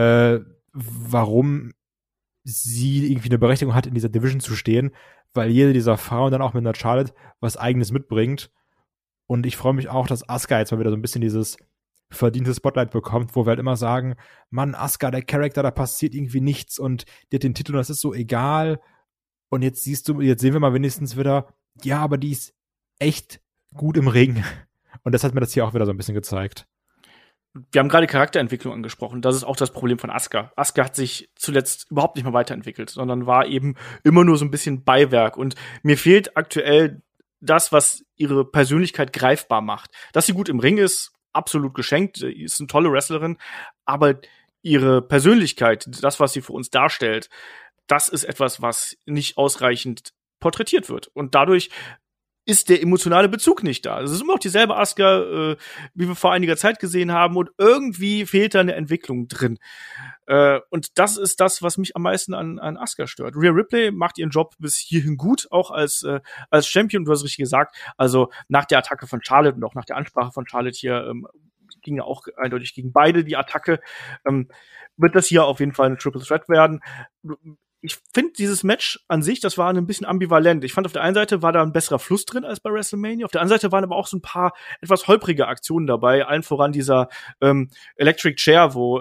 warum sie irgendwie eine Berechtigung hat, in dieser Division zu stehen, weil jede dieser Frauen dann auch mit einer Charlotte was Eigenes mitbringt. Und ich freue mich auch, dass Asuka jetzt mal wieder so ein bisschen dieses verdiente Spotlight bekommt, wo wir halt immer sagen, Mann, Asuka, der Charakter, da passiert irgendwie nichts und die hat den Titel und das ist so egal. Und jetzt sehen wir mal wenigstens wieder, ja, aber die ist echt gut im Ring. Und das hat mir das hier auch wieder so ein bisschen gezeigt. Wir haben gerade Charakterentwicklung angesprochen. Das ist auch das Problem von Asuka. Asuka hat sich zuletzt überhaupt nicht mehr weiterentwickelt, sondern war eben immer nur so ein bisschen Beiwerk. Und mir fehlt aktuell das, was ihre Persönlichkeit greifbar macht. Dass sie gut im Ring ist, absolut geschenkt. Sie ist eine tolle Wrestlerin. Aber ihre Persönlichkeit, das, was sie für uns darstellt, das ist etwas, was nicht ausreichend porträtiert wird. Und dadurch ist der emotionale Bezug nicht da. Es ist immer noch dieselbe Asuka, wie wir vor einiger Zeit gesehen haben, und irgendwie fehlt da eine Entwicklung drin. Und das ist das, was mich am meisten an Asuka stört. Rhea Ripley macht ihren Job bis hierhin gut, auch als Champion, du hast richtig gesagt. Also nach der Attacke von Charlotte und auch nach der Ansprache von Charlotte hier ging ja auch eindeutig gegen beide die Attacke. Wird das hier auf jeden Fall eine Triple Threat werden. Ich finde dieses Match an sich, das war ein bisschen ambivalent. Ich fand, auf der einen Seite war da ein besserer Fluss drin als bei WrestleMania. Auf der anderen Seite waren aber auch so ein paar etwas holprige Aktionen dabei. Allen voran dieser Electric Chair, wo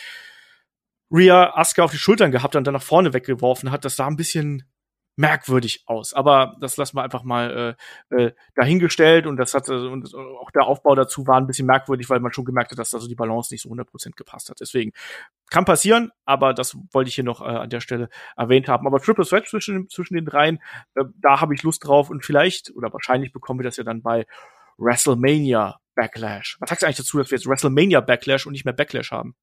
Rhea Asuka auf die Schultern gehabt hat und dann nach vorne weggeworfen hat. Das sah ein bisschen merkwürdig aus. Aber das lassen wir einfach mal dahingestellt. Und das hat und auch der Aufbau dazu war ein bisschen merkwürdig, weil man schon gemerkt hat, dass also die Balance nicht so 100% gepasst hat. Deswegen kann passieren, aber das wollte ich hier noch an der Stelle erwähnt haben. Aber Triple Threat zwischen den dreien, da habe ich Lust drauf. Und vielleicht oder wahrscheinlich bekommen wir das ja dann bei WrestleMania Backlash. Was sagst du eigentlich dazu, dass wir jetzt WrestleMania Backlash und nicht mehr Backlash haben?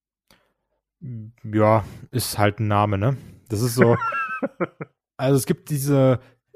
Ja, ist halt ein Name, ne? Das ist so. Also es gibt diese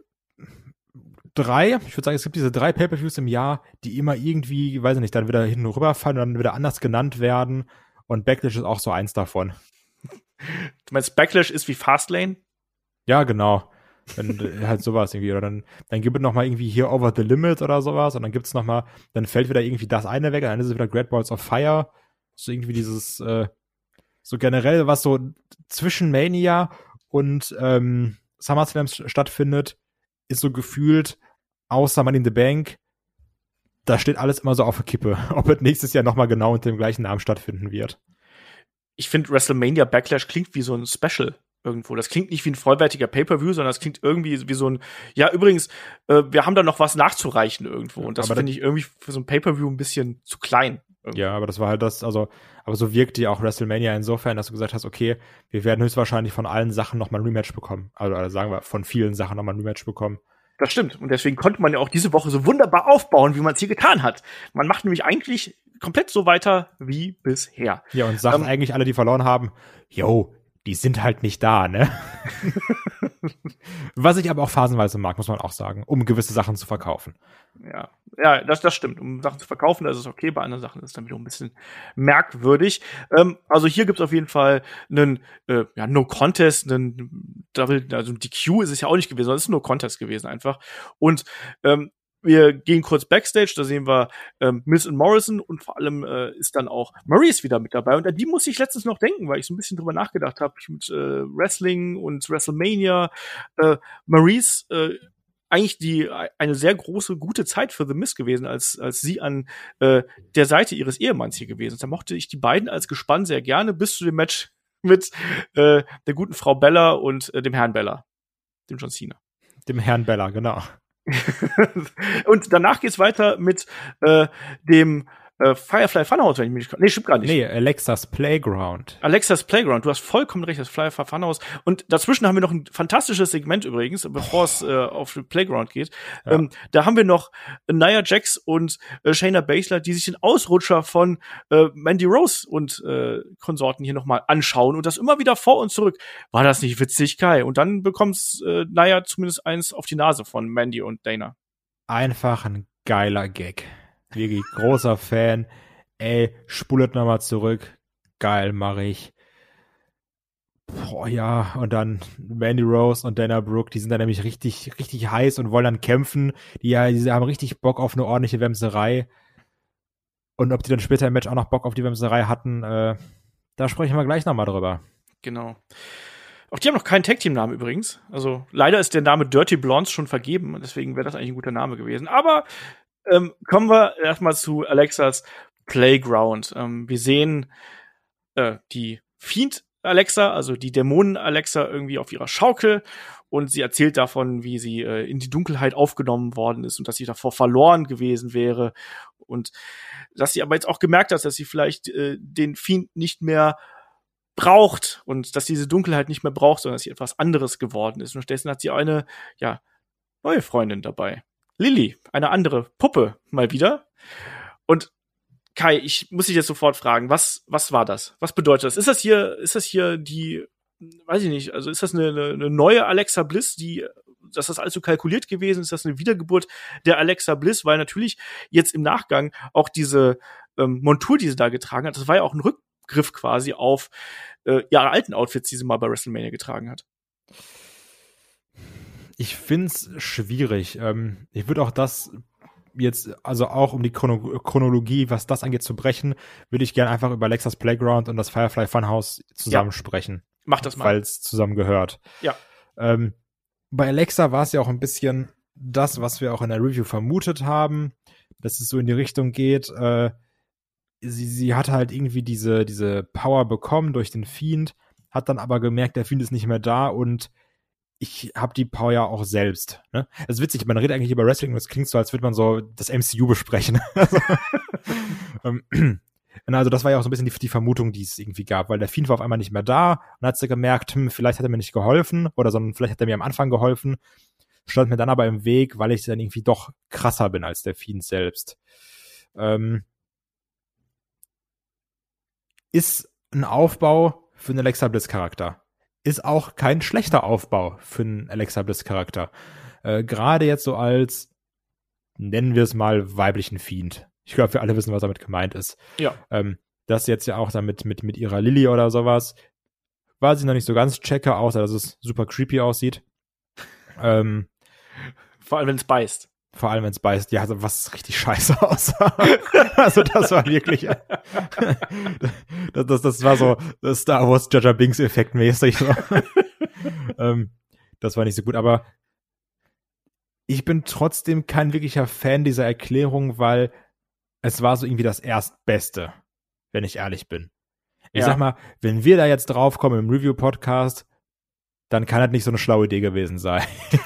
drei Pay-Per-Views im Jahr, die immer irgendwie, weiß ich nicht, dann wieder hinten rüberfallen und dann wieder anders genannt werden. Und Backlash ist auch so eins davon. Du meinst, Backlash ist wie Fastlane? Ja, genau. Wenn halt sowas irgendwie. Oder dann gibt es noch mal irgendwie hier Over the Limit oder sowas. Und dann gibt's noch mal, dann fällt wieder irgendwie das eine weg. Und dann ist es wieder Great Balls of Fire. So irgendwie dieses, so generell, was so zwischen Mania und SummerSlam stattfindet, ist so gefühlt, außer Money in the Bank, da steht alles immer so auf der Kippe, ob es nächstes Jahr nochmal genau unter dem gleichen Namen stattfinden wird. Ich finde, WrestleMania Backlash klingt wie so ein Special irgendwo. Das klingt nicht wie ein vollwertiger Pay-Per-View, sondern das klingt irgendwie wie so ein, ja, übrigens, wir haben da noch was nachzureichen irgendwo. Und das finde ich irgendwie für so ein Pay-Per-View ein bisschen zu klein. Irgendwie. Ja, aber das war halt das, also, aber so wirkte ja auch WrestleMania insofern, dass du gesagt hast, okay, wir werden höchstwahrscheinlich von allen Sachen nochmal ein Rematch bekommen. Also sagen wir, von vielen Sachen nochmal ein Rematch bekommen. Das stimmt. Und deswegen konnte man ja auch diese Woche so wunderbar aufbauen, wie man es hier getan hat. Man macht nämlich eigentlich komplett so weiter wie bisher. Ja, und sagen eigentlich alle, die verloren haben, yo, die sind halt nicht da, ne? Was ich aber auch phasenweise mag, muss man auch sagen, um gewisse Sachen zu verkaufen. Ja, das stimmt. Um Sachen zu verkaufen, da ist es okay. Bei anderen Sachen ist es dann wieder ein bisschen merkwürdig. Also hier gibt es auf jeden Fall einen No Contest, einen Double, also ein DQ ist es ja auch nicht gewesen, sondern es ist ein No Contest gewesen einfach. Und wir gehen kurz Backstage, da sehen wir Miz und Morrison und vor allem ist dann auch Maurice wieder mit dabei. Und an die muss ich letztens noch denken, weil ich so ein bisschen drüber nachgedacht habe mit Wrestling und WrestleMania. Maurice eigentlich eine sehr große, gute Zeit für The Miz gewesen, als sie an der Seite ihres Ehemanns hier gewesen ist. Da mochte ich die beiden als Gespann sehr gerne, bis zu dem Match mit der guten Frau Bella und dem Herrn Bella, dem John Cena. Dem Herrn Bella, genau. Und danach geht's weiter mit dem Firefly Funhouse, wenn ich mich. Nee, stimmt gar nicht. Nee, Alexas Playground. Alexas Playground, du hast vollkommen recht, das Firefly Funhouse. Und dazwischen haben wir noch ein fantastisches Segment übrigens, bevor es auf den Playground geht. Ja. Da haben wir noch Nia Jax und Shayna Baszler, die sich den Ausrutscher von Mandy Rose und Konsorten hier nochmal anschauen und das immer wieder vor und zurück. War das nicht witzig, Kai? Und dann bekommt's Nia zumindest eins auf die Nase von Mandy und Dana. Einfach ein geiler Gag. Wirklich großer Fan. Ey, spulet nochmal zurück. Geil, mach ich. Boah, ja. Und dann Mandy Rose und Dana Brooke, die sind dann nämlich richtig, richtig heiß und wollen dann kämpfen. Die haben richtig Bock auf eine ordentliche Wemserei. Und ob die dann später im Match auch noch Bock auf die Wemserei hatten, da sprechen wir gleich nochmal drüber. Genau. Auch die haben noch keinen Tag-Team-Namen übrigens. Also leider ist der Name Dirty Blondes schon vergeben. Deswegen wäre das eigentlich ein guter Name gewesen. Aber kommen wir erstmal zu Alexas Playground. Wir sehen die Fiend Alexa, also die Dämonen Alexa irgendwie auf ihrer Schaukel und sie erzählt davon, wie sie in die Dunkelheit aufgenommen worden ist und dass sie davor verloren gewesen wäre und dass sie aber jetzt auch gemerkt hat, dass sie vielleicht den Fiend nicht mehr braucht und dass diese Dunkelheit nicht mehr braucht, sondern dass sie etwas anderes geworden ist. Und stattdessen hat sie eine, neue Freundin dabei. Lilly, eine andere Puppe, mal wieder. Und Kai, ich muss dich jetzt sofort fragen, was war das? Was bedeutet das? Ist das hier die, weiß ich nicht, also ist das eine neue Alexa Bliss, dass das alles so kalkuliert gewesen ist? Ist das eine Wiedergeburt der Alexa Bliss? Weil natürlich jetzt im Nachgang auch diese Montur, die sie da getragen hat, das war ja auch ein Rückgriff quasi auf ihre alten Outfits, die sie mal bei WrestleMania getragen hat. Ich find's schwierig. Ich würde auch das jetzt, also auch um die Chronologie, was das angeht, zu brechen, würde ich gerne einfach über Alexas Playground und das Firefly Funhouse zusammensprechen. Mach das mal. Weil es zusammen gehört. Ja. Bei Alexa war es ja auch ein bisschen das, was wir auch in der Review vermutet haben, dass es so in die Richtung geht. Sie hat halt irgendwie diese Power bekommen durch den Fiend, hat dann aber gemerkt, der Fiend ist nicht mehr da und ich habe die Power ja auch selbst. Ne? Das ist witzig, man redet eigentlich über Wrestling und es klingt so, als würde man so das MCU besprechen. Also das war ja auch so ein bisschen die Vermutung, die es irgendwie gab, weil der Fiend war auf einmal nicht mehr da und dann hat sie gemerkt, vielleicht hat er mir nicht geholfen sondern vielleicht hat er mir am Anfang geholfen, stand mir dann aber im Weg, weil ich dann irgendwie doch krasser bin als der Fiend selbst. Ist ein Aufbau für einen Alexa Bliss Charakter. Ist auch kein schlechter Aufbau für einen Alexa Bliss Charakter. Gerade jetzt so als, nennen wir es mal, weiblichen Fiend. Ich glaube, wir alle wissen, was damit gemeint ist. Ja. Das jetzt ja auch damit mit ihrer Lilly oder sowas, war sie noch nicht so ganz checke, außer dass es super creepy aussieht. Vor allem, wenn es beißt. Vor allem, wenn es beißt. Ja, also was richtig scheiße aussah. Also das war wirklich das war so Star Wars Jar Jar Binks Effekt mäßig. So. Das war nicht so gut, aber ich bin trotzdem kein wirklicher Fan dieser Erklärung, weil es war so irgendwie das Erstbeste, wenn ich ehrlich bin. Ich sag mal, wenn wir da jetzt draufkommen im Review-Podcast, dann kann das nicht so eine schlaue Idee gewesen sein.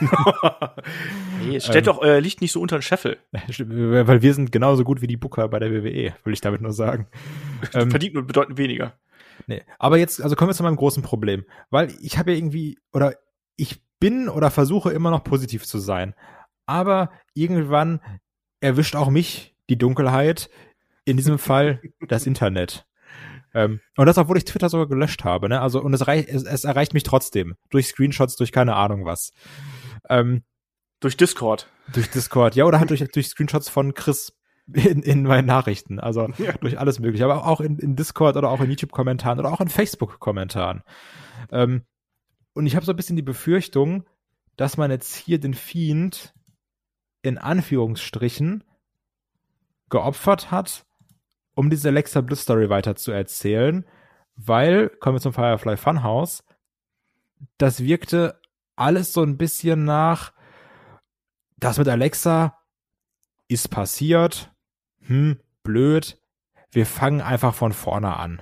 Nee, stellt doch euer Licht nicht so unter den Scheffel. Weil wir sind genauso gut wie die Booker bei der WWE, will ich damit nur sagen. Verdient nur bedeutend weniger. Nee, aber jetzt, also kommen wir zu meinem großen Problem. Weil ich habe ja irgendwie, oder ich bin oder versuche immer noch positiv zu sein. Aber irgendwann erwischt auch mich die Dunkelheit, in diesem Fall das Internet. Und das, obwohl ich Twitter sogar gelöscht habe, ne? Also, und es erreicht mich trotzdem. Durch Screenshots, durch keine Ahnung was. Durch Discord. Durch Discord, ja, oder halt durch Screenshots von Chris in meinen Nachrichten. Also durch alles mögliche. Aber auch in Discord oder auch in YouTube-Kommentaren oder auch in Facebook-Kommentaren. Und ich habe so ein bisschen die Befürchtung, dass man jetzt hier den Fiend in Anführungsstrichen geopfert hat, um diese Alexa Bliss Story weiter zu erzählen, weil, kommen wir zum Firefly Funhouse, das wirkte alles so ein bisschen nach, das mit Alexa ist passiert. Blöd. Wir fangen einfach von vorne an.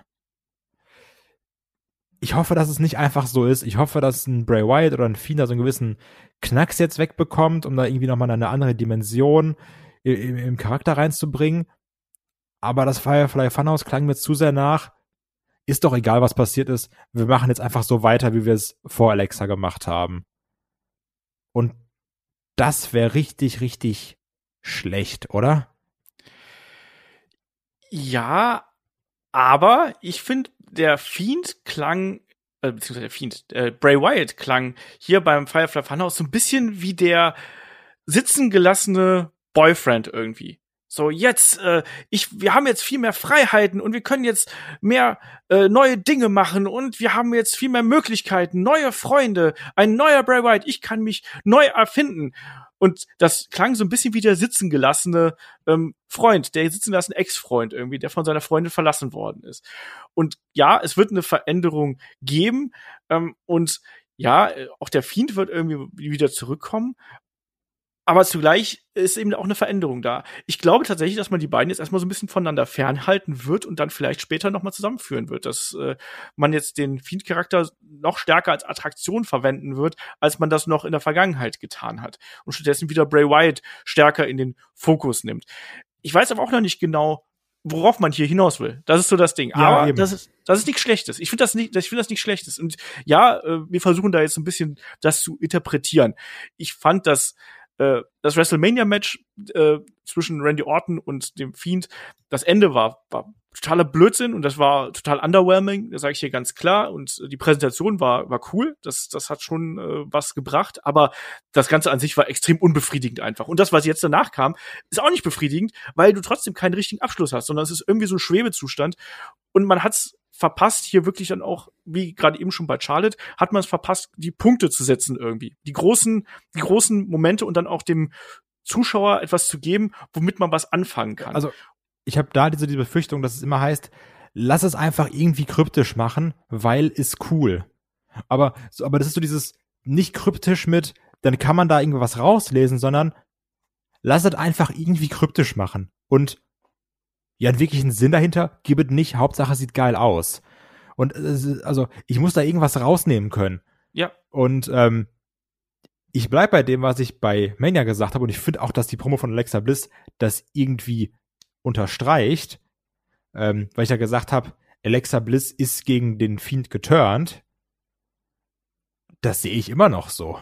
Ich hoffe, dass es nicht einfach so ist. Ich hoffe, dass ein Bray Wyatt oder ein Fiend da so einen gewissen Knacks jetzt wegbekommt, um da irgendwie nochmal eine andere Dimension im Charakter reinzubringen. Aber das Firefly Funhouse klang mir zu sehr nach. Ist doch egal, was passiert ist. Wir machen jetzt einfach so weiter, wie wir es vor Alexa gemacht haben. Und das wäre richtig, richtig schlecht, oder? Ja, aber ich finde, der Fiend klang, beziehungsweise der Fiend, Bray Wyatt klang hier beim Firefly Funhouse so ein bisschen wie der sitzen gelassene Boyfriend irgendwie. So, jetzt, wir haben jetzt viel mehr Freiheiten und wir können jetzt mehr neue Dinge machen und wir haben jetzt viel mehr Möglichkeiten, neue Freunde, ein neuer Bray Wyatt, ich kann mich neu erfinden. Und das klang so ein bisschen wie der sitzen gelassene Freund, der sitzen gelassene Ex-Freund irgendwie, der von seiner Freundin verlassen worden ist. Und ja, es wird eine Veränderung geben und ja, auch der Fiend wird irgendwie wieder zurückkommen. Aber zugleich ist eben auch eine Veränderung da. Ich glaube tatsächlich, dass man die beiden jetzt erstmal so ein bisschen voneinander fernhalten wird und dann vielleicht später noch mal zusammenführen wird, dass man jetzt den Fiend-Charakter noch stärker als Attraktion verwenden wird, als man das noch in der Vergangenheit getan hat. Und stattdessen wieder Bray Wyatt stärker in den Fokus nimmt. Ich weiß aber auch noch nicht genau, worauf man hier hinaus will. Das ist so das Ding. Ja, aber eben. das ist nichts Schlechtes. Ich finde das nicht Schlechtes. Und ja, wir versuchen da jetzt so ein bisschen das zu interpretieren. Ich fand das WrestleMania-Match zwischen Randy Orton und dem Fiend, das Ende war totaler Blödsinn und das war total underwhelming, das sage ich hier ganz klar. Und die Präsentation war cool, das hat schon was gebracht, aber das Ganze an sich war extrem unbefriedigend einfach. Und das, was jetzt danach kam, ist auch nicht befriedigend, weil du trotzdem keinen richtigen Abschluss hast, sondern es ist irgendwie so ein Schwebezustand und man hat's verpasst, hier wirklich dann auch, wie gerade eben schon bei Charlotte, hat man es verpasst, die Punkte zu setzen irgendwie. Die großen Momente und dann auch dem Zuschauer etwas zu geben, womit man was anfangen kann. Also, ich habe da diese Befürchtung, dass es immer heißt, lass es einfach irgendwie kryptisch machen, weil ist cool. Aber das ist so dieses nicht kryptisch mit, dann kann man da irgendwas rauslesen, sondern lass es einfach irgendwie kryptisch machen. Und ja, einen wirklichen Sinn dahinter gibt es nicht. Hauptsache sieht geil aus. Und also ich muss da irgendwas rausnehmen können. Ja. Und ich bleib bei dem, was ich bei Mania gesagt habe. Und ich finde auch, dass die Promo von Alexa Bliss das irgendwie unterstreicht. Weil ich ja gesagt habe, Alexa Bliss ist gegen den Fiend geturnt. Das sehe ich immer noch so.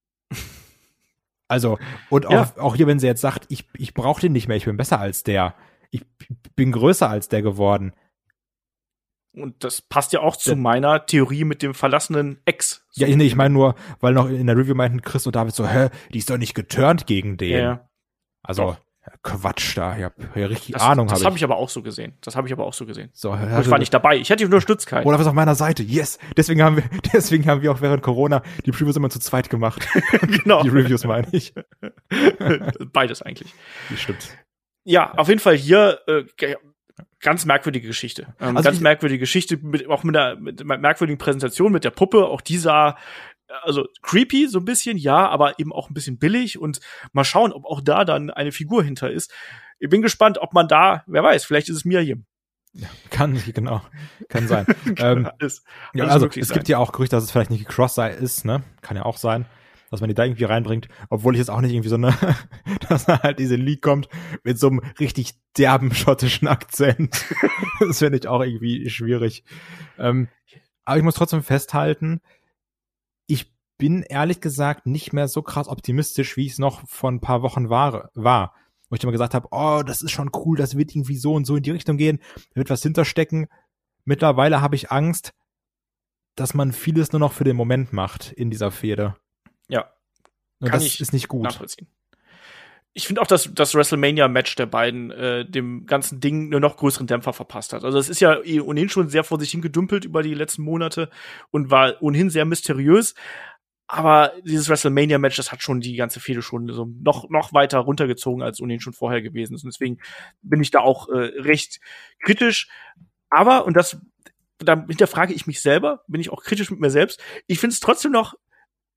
Also, und auch hier, wenn sie jetzt sagt, ich brauche den nicht mehr, ich bin besser als der. Ich bin größer als der geworden. Und das passt ja auch zu meiner Theorie mit dem verlassenen Ex. Ja, ich meine nur, weil noch in der Review meinten Chris und David so, die ist doch nicht geturnt gegen den. Ja. Also, doch. Quatsch da, ich hab ja richtig Ahnung. Das habe ich aber auch so gesehen. So, ich war nicht dabei. Ich hatte unterstützt keinen. Oder was auf meiner Seite. Yes. Deswegen haben wir auch während Corona die Previews immer zu zweit gemacht. Genau. Die Reviews meine ich. Beides eigentlich. Das stimmt. Ja, auf jeden Fall hier ganz merkwürdige Geschichte. Merkwürdige Geschichte, auch mit einer merkwürdigen Präsentation mit der Puppe. Auch die sah also creepy so ein bisschen, ja, aber eben auch ein bisschen billig. Und mal schauen, ob auch da dann eine Figur hinter ist. Ich bin gespannt, ob man da, wer weiß, vielleicht ist es Miriam. Ja, kann sein. Ja, also es gibt ja auch Gerüchte, dass es vielleicht nicht Cross-Eye ist, ne? Kann ja auch sein, dass man die da irgendwie reinbringt, obwohl ich jetzt auch nicht irgendwie so dass da halt diese League kommt mit so einem richtig derben schottischen Akzent. Das finde ich auch irgendwie schwierig. Aber ich muss trotzdem festhalten, ich bin ehrlich gesagt nicht mehr so krass optimistisch, wie ich es noch vor ein paar Wochen war. Wo ich immer gesagt habe, oh, das ist schon cool, das wird irgendwie so und so in die Richtung gehen, da wird was hinterstecken. Mittlerweile habe ich Angst, dass man vieles nur noch für den Moment macht in dieser Fehde. Ja. Und das ist nicht gut. Nachvollziehen. Ich finde auch, dass das WrestleMania-Match der beiden dem ganzen Ding nur noch größeren Dämpfer verpasst hat. Also es ist ja ohnehin schon sehr vor sich hingedümpelt über die letzten Monate und war ohnehin sehr mysteriös. Aber dieses WrestleMania-Match, das hat schon die ganze Fehde schon so noch weiter runtergezogen, als ohnehin schon vorher gewesen ist. Und deswegen bin ich da auch recht kritisch. Aber, da hinterfrage ich mich selber, bin ich auch kritisch mit mir selbst, ich finde es trotzdem noch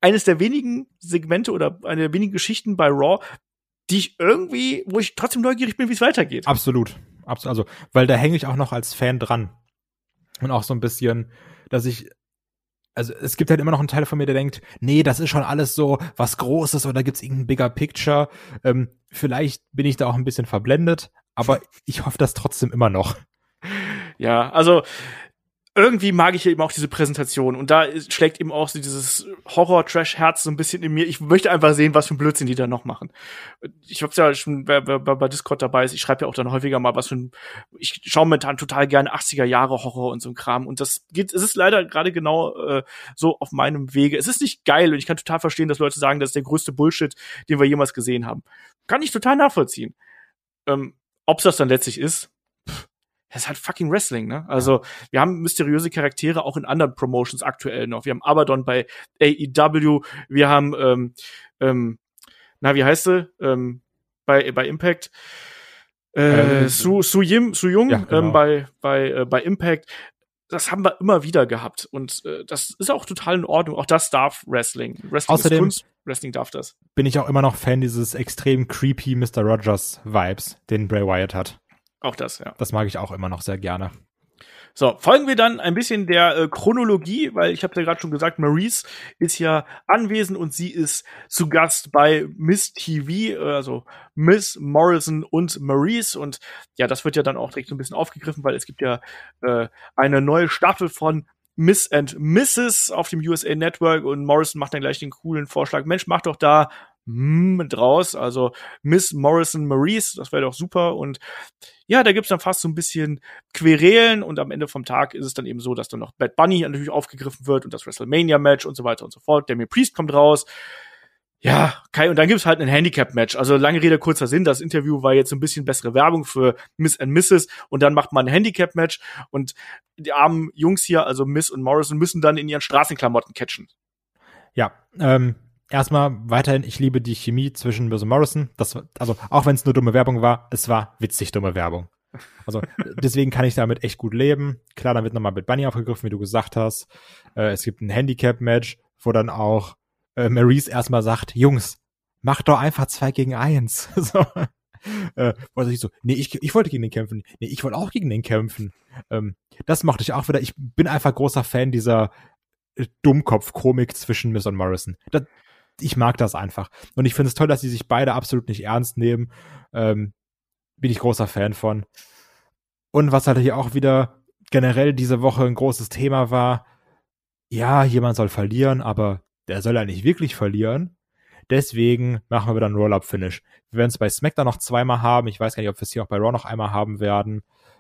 eines der wenigen Segmente oder eine der wenigen Geschichten bei Raw, wo ich trotzdem neugierig bin, wie es weitergeht. Absolut. Also, weil da hänge ich auch noch als Fan dran. Und auch so ein bisschen, also es gibt halt immer noch einen Teil von mir, der denkt, nee, das ist schon alles so was Großes oder gibt's irgendein bigger Picture. Vielleicht bin ich da auch ein bisschen verblendet, aber ich hoffe das trotzdem immer noch. Ja, also irgendwie mag ich ja eben auch diese Präsentation und da schlägt eben auch so dieses Horror-Trash-Herz so ein bisschen in mir. Ich möchte einfach sehen, was für ein Blödsinn die da noch machen. Ich hab's ja schon, wer bei Discord dabei ist, ich schreibe ja auch dann häufiger mal ich schaue momentan total gerne 80er-Jahre-Horror und so ein Kram und es ist leider gerade genau so auf meinem Wege. Es ist nicht geil und ich kann total verstehen, dass Leute sagen, das ist der größte Bullshit, den wir jemals gesehen haben. Kann ich total nachvollziehen. Ob's das dann letztlich ist, das ist halt fucking Wrestling, ne? Also, wir haben mysteriöse Charaktere auch in anderen Promotions aktuell noch. Wir haben Abaddon bei AEW, wir haben, wie heißt sie? Bei Impact. Su Jung, ja, genau. bei Impact. Das haben wir immer wieder gehabt. Und das ist auch total in Ordnung. Auch das darf Wrestling. Wrestling Außerdem ist Kunst, Wrestling darf das. Bin ich auch immer noch Fan dieses extrem creepy Mr. Rogers-Vibes, den Bray Wyatt hat. Auch das, ja. Das mag ich auch immer noch sehr gerne. So, folgen wir dann ein bisschen der Chronologie, weil ich habe ja gerade schon gesagt, Maryse ist ja anwesend und sie ist zu Gast bei Miss TV, also Miss Morrison und Maryse. Und ja, das wird ja dann auch direkt so ein bisschen aufgegriffen, weil es gibt ja eine neue Staffel von Miss and Mrs. auf dem USA Network und Morrison macht dann gleich den coolen Vorschlag, Mensch, mach doch da draus, also Miss Morrison Maryse, das wäre doch super. Und ja, da gibt's dann fast so ein bisschen Querelen und am Ende vom Tag ist es dann eben so, dass dann noch Bad Bunny natürlich aufgegriffen wird und das WrestleMania-Match und so weiter und so fort. Damien Priest kommt raus. Ja, Kai, und dann gibt's halt ein Handicap-Match. Also lange Rede, kurzer Sinn, das Interview war jetzt ein bisschen bessere Werbung für Miss and Mrs. Und dann macht man ein Handicap-Match und die armen Jungs hier, also Miss und Morrison, müssen dann in ihren Straßenklamotten catchen. Ja, erstmal weiterhin, ich liebe die Chemie zwischen Miz und Morrison. Also auch wenn es nur dumme Werbung war, es war witzig dumme Werbung. Also deswegen kann ich damit echt gut leben. Klar, dann wird nochmal mit Bunny aufgegriffen, wie du gesagt hast. Es gibt ein Handicap-Match, wo dann auch Maryse erstmal sagt, Jungs, mach doch einfach 2 gegen 1. So. Wo ich so, nee, ich wollte gegen den kämpfen. Nee, ich wollte auch gegen den kämpfen. Das mochte ich auch wieder. Ich bin einfach großer Fan dieser Dummkopf-Komik zwischen Miz und Morrison. Ich mag das einfach. Und ich finde es toll, dass sie sich beide absolut nicht ernst nehmen. Bin ich großer Fan von. Und was halt hier auch wieder generell diese Woche ein großes Thema war, ja, jemand soll verlieren, aber der soll ja nicht wirklich verlieren. Deswegen machen wir wieder einen Roll-Up-Finish. Wir werden es bei SmackDown noch 2-mal haben. Ich weiß gar nicht, ob wir es hier auch bei Raw noch einmal haben werden.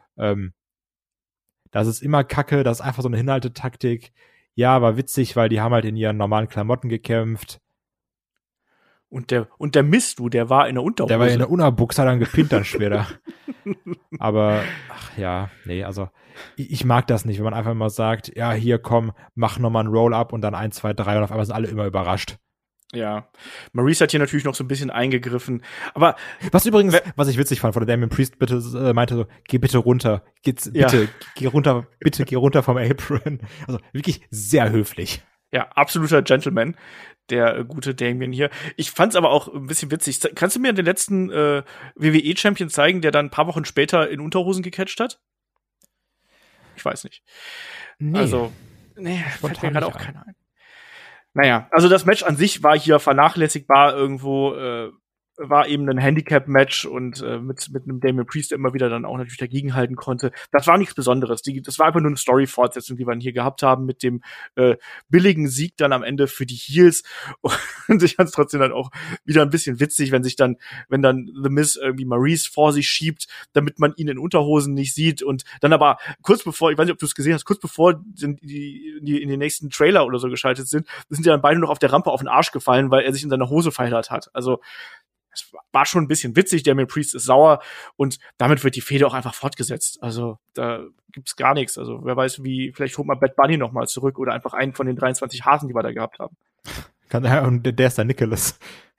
Das ist immer Kacke. Das ist einfach so eine Hinhaltetaktik. Ja, war witzig, weil die haben halt in ihren normalen Klamotten gekämpft. Und der Mist, der war in der Unterhose. Der war in der Unterbuchse, hat dann gepinnt dann später. Aber, ach ja, nee, also ich mag das nicht, wenn man einfach mal sagt, ja, hier komm, mach nochmal einen Roll-Up und dann 1, 2, 3 und auf einmal sind alle immer überrascht. Ja, Maryse hat hier natürlich noch so ein bisschen eingegriffen, aber was übrigens, was ich witzig fand, von der Damien Priest bitte meinte so, geh bitte runter, geh runter vom Apron. Also wirklich sehr höflich. Ja, absoluter Gentleman, der gute Damien hier. Ich fand's aber auch ein bisschen witzig. Kannst du mir den letzten WWE-Champion zeigen, der dann ein paar Wochen später in Unterhosen gecatcht hat? Ich weiß nicht. Nee. Also, fällt mir gerade auch keiner ein. Naja, also das Match an sich war hier vernachlässigbar irgendwo, war eben ein Handicap-Match und mit einem Damien Priest, der immer wieder dann auch natürlich dagegenhalten konnte. Das war nichts Besonderes. Das war einfach nur eine Story-Fortsetzung, die wir hier gehabt haben mit dem billigen Sieg dann am Ende für die Heels. Und ich fand es trotzdem dann auch wieder ein bisschen witzig, wenn dann The Miz irgendwie Maryse vor sich schiebt, damit man ihn in Unterhosen nicht sieht und dann aber kurz bevor, ich weiß nicht, ob du es gesehen hast, kurz bevor die in den nächsten Trailer oder so geschaltet sind die dann beide noch auf der Rampe auf den Arsch gefallen, weil er sich in seiner Hose verheddert hat. Also es war schon ein bisschen witzig, Damien Priest ist sauer und damit wird die Fehde auch einfach fortgesetzt. Also da gibt's gar nichts. Also wer weiß, vielleicht holt man Bad Bunny noch mal zurück oder einfach einen von den 23 Hasen, die wir da gehabt haben. Und der ist der Nicholas.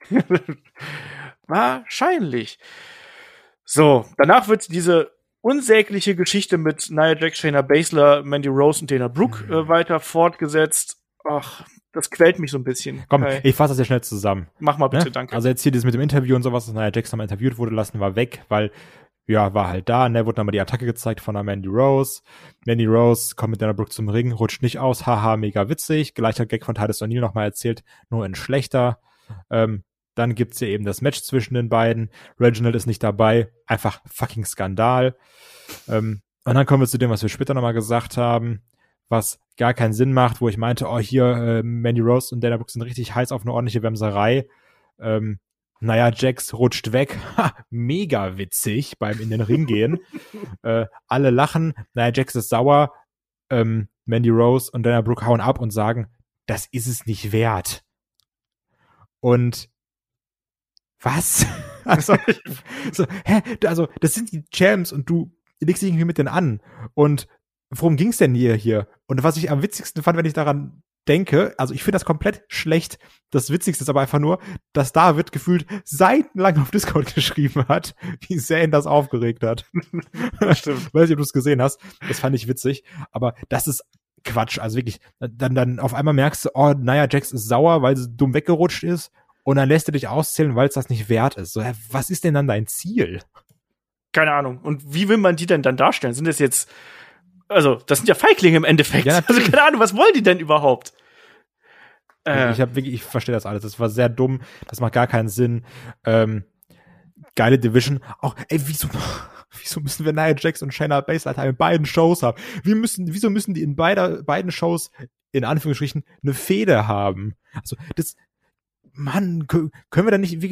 Wahrscheinlich. So, danach wird diese unsägliche Geschichte mit Nia Jax, Shayna Baszler, Mandy Rose und Dana Brooke weiter fortgesetzt. Ach, das quält mich so ein bisschen. Komm, Kai. ich fasse das ja schnell zusammen. Mach mal bitte, Ne? danke. Also jetzt hier das mit dem Interview und sowas, dass Nia Jax nochmal interviewt wurde lassen, war weg, weil, ja, war halt da, ne, wurde nochmal die Attacke gezeigt von der Mandy Rose. Mandy Rose kommt mit Dana Brooke zum Ring, rutscht nicht aus, haha, mega witzig. Gleicher Gag von Titus O'Neil nochmal erzählt, nur in schlechter. Dann gibt's ja eben das Match zwischen den beiden. Reginald ist nicht dabei, einfach fucking Skandal. Und dann kommen wir zu dem, was wir später nochmal gesagt haben, was gar keinen Sinn macht, wo ich meinte, oh, hier, Mandy Rose und Dana Brooke sind richtig heiß auf eine ordentliche Wemserei. Naja, Jax rutscht weg. Ha, mega witzig beim in den Ring gehen. Alle lachen. Naja, Jax ist sauer. Mandy Rose und Dana Brooke hauen ab und sagen, das ist es nicht wert. Und was? Also, also, das sind die Champs und du legst dich irgendwie mit denen an. Und worum ging's denn hier? Und was ich am witzigsten fand, wenn ich daran denke, also ich finde das komplett schlecht. Das Witzigste ist aber einfach nur, dass David gefühlt seitenlang auf Discord geschrieben hat, wie sehr ihn das aufgeregt hat. Stimmt. Weiß nicht, ob du es gesehen hast. Das fand ich witzig. Aber das ist Quatsch. Also wirklich, dann auf einmal merkst du, oh, Nia Jax ist sauer, weil sie dumm weggerutscht ist. Und dann lässt du dich auszählen, weil es das nicht wert ist. So, was ist denn dann dein Ziel? Keine Ahnung. Und wie will man die denn dann darstellen? Sind das jetzt, also, das sind ja Feiglinge im Endeffekt. Ja, also, keine Ahnung, was wollen die denn überhaupt? Ich verstehe das alles. Das war sehr dumm. Das macht gar keinen Sinn. Geile Division. Auch, wieso müssen wir Nia Jax und Shayna Baszler in beiden Shows haben? Wieso müssen die in beiden Shows, in Anführungsstrichen, eine Fehde haben? Also, Mann, können wir da nicht,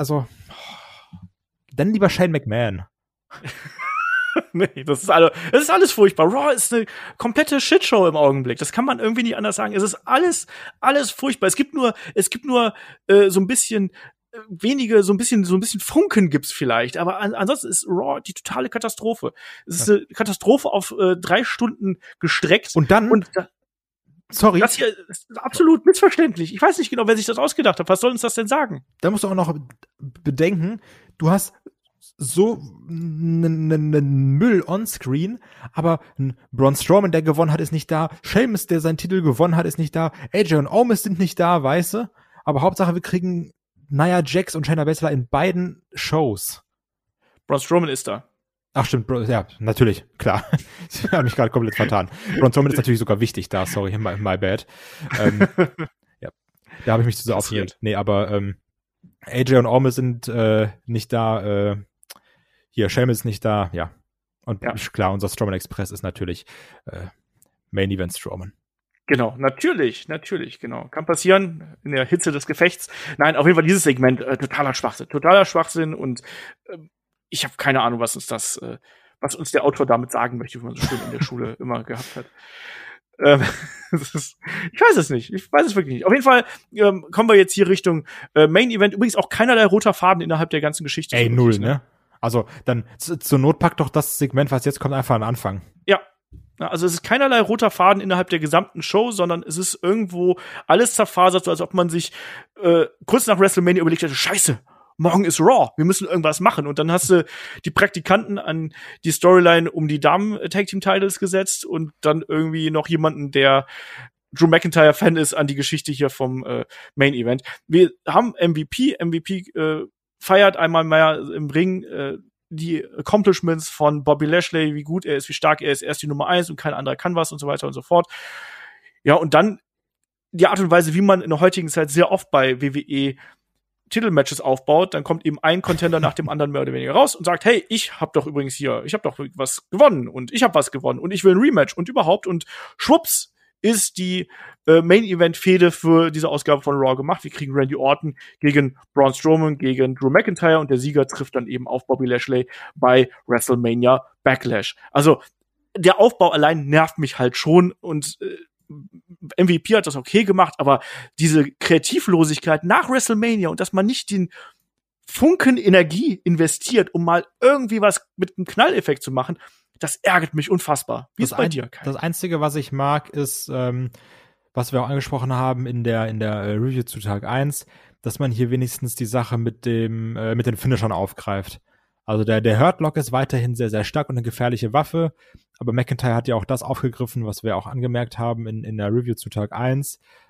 dann lieber Shane McMahon. Nee, das ist alles furchtbar. Raw ist eine komplette Shitshow im Augenblick. Das kann man irgendwie nicht anders sagen. Es ist alles furchtbar. Es gibt nur so ein bisschen wenige, so ein bisschen Funken gibt's vielleicht. Aber ansonsten ist Raw die totale Katastrophe. Es ist eine Katastrophe auf 3 Stunden gestreckt. Sorry. Das hier ist absolut missverständlich. Ich weiß nicht genau, wer sich das ausgedacht hat. Was soll uns das denn sagen? Da musst du auch noch bedenken, du hast so einen Müll onscreen, aber ein Braun Strowman, der gewonnen hat, ist nicht da. Sheamus, der seinen Titel gewonnen hat, ist nicht da. AJ und Omos sind nicht da, weißt du? Aber Hauptsache, wir kriegen Nia Jax und Shayna Baszler in beiden Shows. Braun Strowman ist da. Ach stimmt, ja, natürlich, klar. Ich habe mich gerade komplett vertan. Braun Strowman ist natürlich sogar wichtig da, sorry, my bad. Ja, da habe ich mich zu so aufgeregt. Nee, aber AJ und Omos sind nicht da, hier, Sheamus ist nicht da, ja. Und ja, klar, unser Strowman Express ist natürlich Main Event Strowman. Genau, natürlich, genau. Kann passieren in der Hitze des Gefechts. Nein, auf jeden Fall dieses Segment, totaler Schwachsinn und ich habe keine Ahnung, was uns der Autor damit sagen möchte, wie man so schön in der Schule immer gehabt hat. Ich weiß es nicht. Ich weiß es wirklich nicht. Auf jeden Fall kommen wir jetzt hier Richtung Main Event. Übrigens auch keinerlei roter Faden innerhalb der ganzen Geschichte. Ey, null, ne? Also dann zur Not packt doch das Segment, was jetzt kommt, einfach an den Anfang. Ja. Also es ist keinerlei roter Faden innerhalb der gesamten Show, sondern es ist irgendwo alles zerfasert, so als ob man sich kurz nach WrestleMania überlegt hätte, Scheiße, morgen ist Raw, wir müssen irgendwas machen. Und dann hast du die Praktikanten an die Storyline um die Damen-Tag-Team-Titles gesetzt und dann irgendwie noch jemanden, der Drew McIntyre-Fan ist, an die Geschichte hier vom Main-Event. Wir haben MVP feiert einmal mehr im Ring die Accomplishments von Bobby Lashley, wie gut er ist, wie stark er ist die Nummer 1 und kein anderer kann was und so weiter und so fort. Ja, und dann die Art und Weise, wie man in der heutigen Zeit sehr oft bei WWE Titelmatches aufbaut, dann kommt eben ein Contender nach dem anderen mehr oder weniger raus und sagt, hey, ich habe doch was gewonnen und ich habe was gewonnen und ich will ein Rematch und überhaupt und schwupps ist die Main-Event-Fehde für diese Ausgabe von Raw gemacht. Wir kriegen Randy Orton gegen Braun Strowman, gegen Drew McIntyre und der Sieger trifft dann eben auf Bobby Lashley bei WrestleMania Backlash. Also der Aufbau allein nervt mich halt schon und MVP hat das okay gemacht, aber diese Kreativlosigkeit nach WrestleMania und dass man nicht den Funken Energie investiert, um mal irgendwie was mit einem Knalleffekt zu machen, das ärgert mich unfassbar. Wie ist es bei dir, Kai? Das Einzige, was ich mag, ist, was wir auch angesprochen haben in der Review zu Tag 1, dass man hier wenigstens die Sache mit den Finishern aufgreift. Also der Hurtlock ist weiterhin sehr, sehr stark und eine gefährliche Waffe, aber McIntyre hat ja auch das aufgegriffen, was wir auch angemerkt haben in der Review zu Tag 1.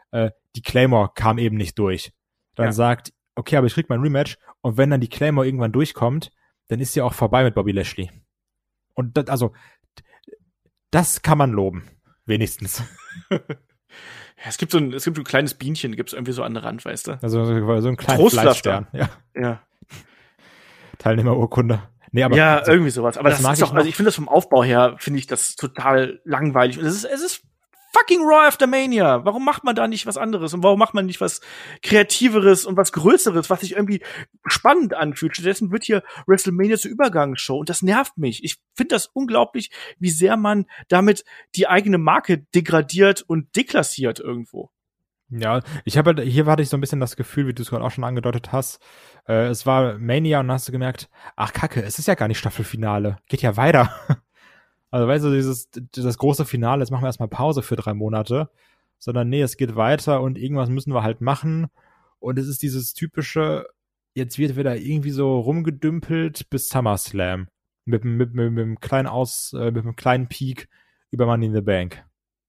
die Claymore kam eben nicht durch. Dann sagt, okay, aber ich krieg mein Rematch und wenn dann die Claymore irgendwann durchkommt, dann ist ja auch vorbei mit Bobby Lashley. Und das kann man loben. Wenigstens. Ja, es gibt so ein kleines Bienchen, gibt's irgendwie so an der Rand, weißt du? Also so ein kleiner Fleißstern. Ja. Teilnehmerurkunde. Nee, aber ja, irgendwie sowas. Aber das ist doch, also ich finde das vom Aufbau her, finde ich das total langweilig. Und es ist fucking Raw After Mania. Warum macht man da nicht was anderes? Und warum macht man nicht was Kreativeres und was Größeres, was sich irgendwie spannend anfühlt? Stattdessen wird hier WrestleMania zur Übergangsshow und das nervt mich. Ich finde das unglaublich, wie sehr man damit die eigene Marke degradiert und deklassiert irgendwo. Ja, hier hatte ich so ein bisschen das Gefühl, wie du es gerade auch schon angedeutet hast. Es war Mania und dann hast du gemerkt, ach Kacke, es ist ja gar nicht Staffelfinale. Geht ja weiter. Also weißt du, das große Finale, jetzt machen wir erstmal Pause für 3 Monate, sondern nee, es geht weiter und irgendwas müssen wir halt machen und es ist dieses typische, jetzt wird wieder irgendwie so rumgedümpelt bis SummerSlam mit einem kleinen Peak über Money in the Bank.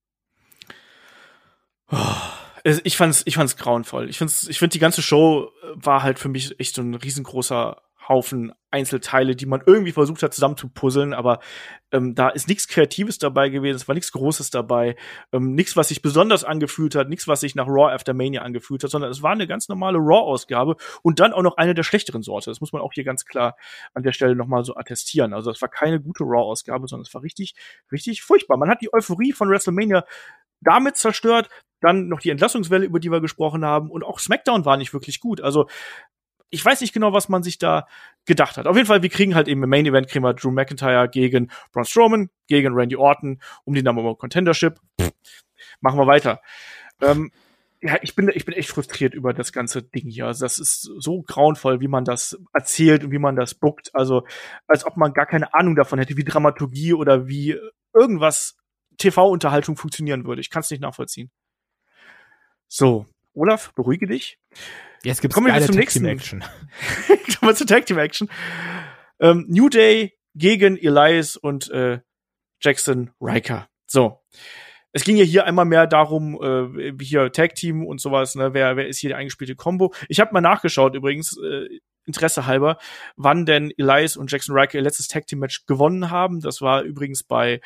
Ich fand's grauenvoll. Ich find die ganze Show war halt für mich echt so ein riesengroßer Haufen Einzelteile, die man irgendwie versucht hat zusammenzupuzzeln, aber da ist nichts Kreatives dabei gewesen, es war nichts Großes dabei, nichts, was sich besonders angefühlt hat, nichts, was sich nach Raw After Mania angefühlt hat, sondern es war eine ganz normale Raw-Ausgabe und dann auch noch eine der schlechteren Sorte. Das muss man auch hier ganz klar an der Stelle nochmal so attestieren. Also es war keine gute Raw-Ausgabe, sondern es war richtig, richtig furchtbar. Man hat die Euphorie von WrestleMania damit zerstört, dann noch die Entlassungswelle, über die wir gesprochen haben, und auch SmackDown war nicht wirklich gut. Also ich weiß nicht genau, was man sich da gedacht hat. Auf jeden Fall, wir kriegen halt eben im Main Event kriegen wir Drew McIntyre gegen Braun Strowman, gegen Randy Orton um die Number One Contendership. Machen wir weiter. Ja, ich bin echt frustriert über das ganze Ding hier. Also das ist so grauenvoll, wie man das erzählt und wie man das bookt. Also als ob man gar keine Ahnung davon hätte, wie Dramaturgie oder wie irgendwas TV-Unterhaltung funktionieren würde. Ich kann es nicht nachvollziehen. So, Olaf, beruhige dich. Jetzt gibt's geile Tag-Team-Action. Kommen wir zur Tag-Team-Action. New Day gegen Elias und Jackson Riker. So. Es ging ja hier einmal mehr darum, hier Tag-Team und sowas, ne, wer ist hier die eingespielte Combo. Ich habe mal nachgeschaut übrigens, Interesse halber, wann denn Elias und Jackson Riker ihr letztes Tag-Team-Match gewonnen haben. Das war übrigens bei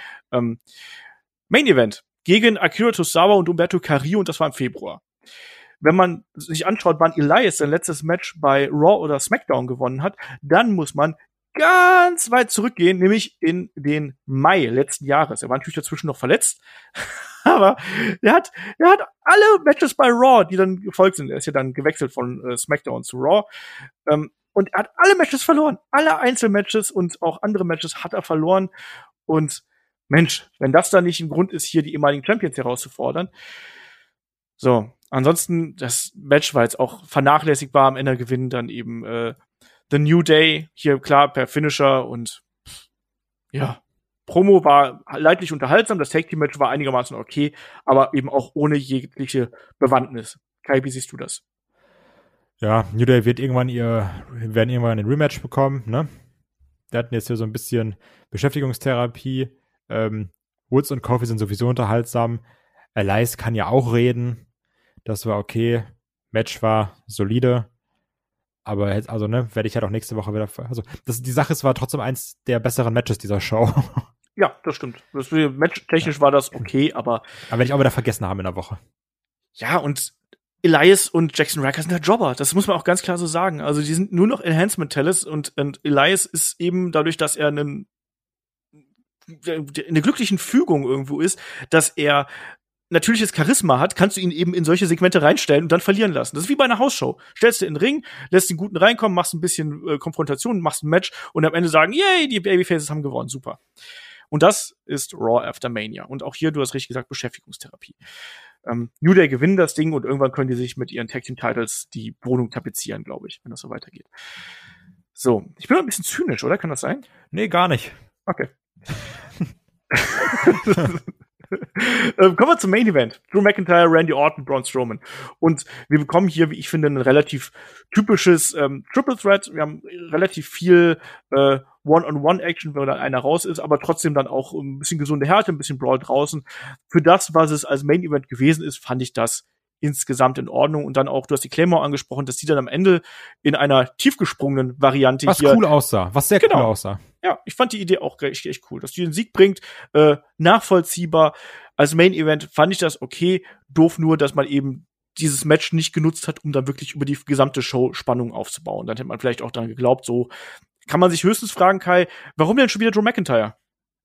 Main Event gegen Akira Tozawa und Umberto Carrillo und das war im Februar. Wenn man sich anschaut, wann Elias sein letztes Match bei Raw oder SmackDown gewonnen hat, dann muss man ganz weit zurückgehen, nämlich in den Mai letzten Jahres. Er war natürlich dazwischen noch verletzt, aber er hat alle Matches bei Raw, die dann gefolgt sind. Er ist ja dann gewechselt von SmackDown zu Raw. Und er hat alle Matches verloren. Alle Einzelmatches und auch andere Matches hat er verloren. Und Mensch, wenn das dann nicht ein Grund ist, hier die ehemaligen Champions herauszufordern. So, ansonsten, das Match war jetzt auch vernachlässigbar. Am Ende gewinnen dann eben The New Day, hier klar per Finisher und ja, Promo war leidlich unterhaltsam. Das Tag-Team-Match war einigermaßen okay, aber eben auch ohne jegliche Bewandtnis. Kai, wie siehst du das? Ja, New Day werden irgendwann ein Rematch bekommen, ne? Wir hatten jetzt hier so ein bisschen Beschäftigungstherapie. Woods und Kofi sind sowieso unterhaltsam. Elias kann ja auch reden. Das war okay. Match war solide. Aber jetzt, also, ne, werde ich halt auch nächste Woche wieder. Also, die Sache ist, war trotzdem eins der besseren Matches dieser Show. Ja, das stimmt. Match-technisch war das okay, aber. Aber werde ich auch wieder vergessen haben in der Woche. Ja, und Elias und Jackson Riker sind der Jobber. Das muss man auch ganz klar so sagen. Also, die sind nur noch Enhancement-Talents und Elias ist eben dadurch, dass er in einer glücklichen Fügung irgendwo ist, dass er natürliches Charisma hat, kannst du ihn eben in solche Segmente reinstellen und dann verlieren lassen. Das ist wie bei einer Hausshow. Stellst du in den Ring, lässt den Guten reinkommen, machst ein bisschen Konfrontation, machst ein Match und am Ende sagen, yay, die Babyfaces haben gewonnen, super. Und das ist Raw After Mania. Und auch hier, du hast richtig gesagt, Beschäftigungstherapie. New Day gewinnen das Ding und irgendwann können die sich mit ihren Tag-Team-Titles die Wohnung tapezieren, glaube ich, wenn das so weitergeht. So, ich bin noch ein bisschen zynisch, oder? Kann das sein? Nee, gar nicht. Okay. Kommen wir zum Main Event. Drew McIntyre, Randy Orton, Braun Strowman. Und wir bekommen hier, wie ich finde, ein relativ typisches Triple Threat. Wir haben relativ viel One-on-One-Action, wenn dann einer raus ist, aber trotzdem dann auch ein bisschen gesunde Härte, ein bisschen Brawl draußen. Für das, was es als Main Event gewesen ist, fand ich das insgesamt in Ordnung. Und dann auch, du hast die Claymore angesprochen, dass die dann am Ende in einer tiefgesprungenen Variante was cool aussah, was sehr cool aussah. Ja, ich fand die Idee auch echt cool, dass die den Sieg bringt, nachvollziehbar. Als Main Event fand ich das okay, doof nur, dass man eben dieses Match nicht genutzt hat, um dann wirklich über die gesamte Show Spannung aufzubauen. Dann hätte man vielleicht auch daran geglaubt, so kann man sich höchstens fragen, Kai, warum denn schon wieder Drew McIntyre?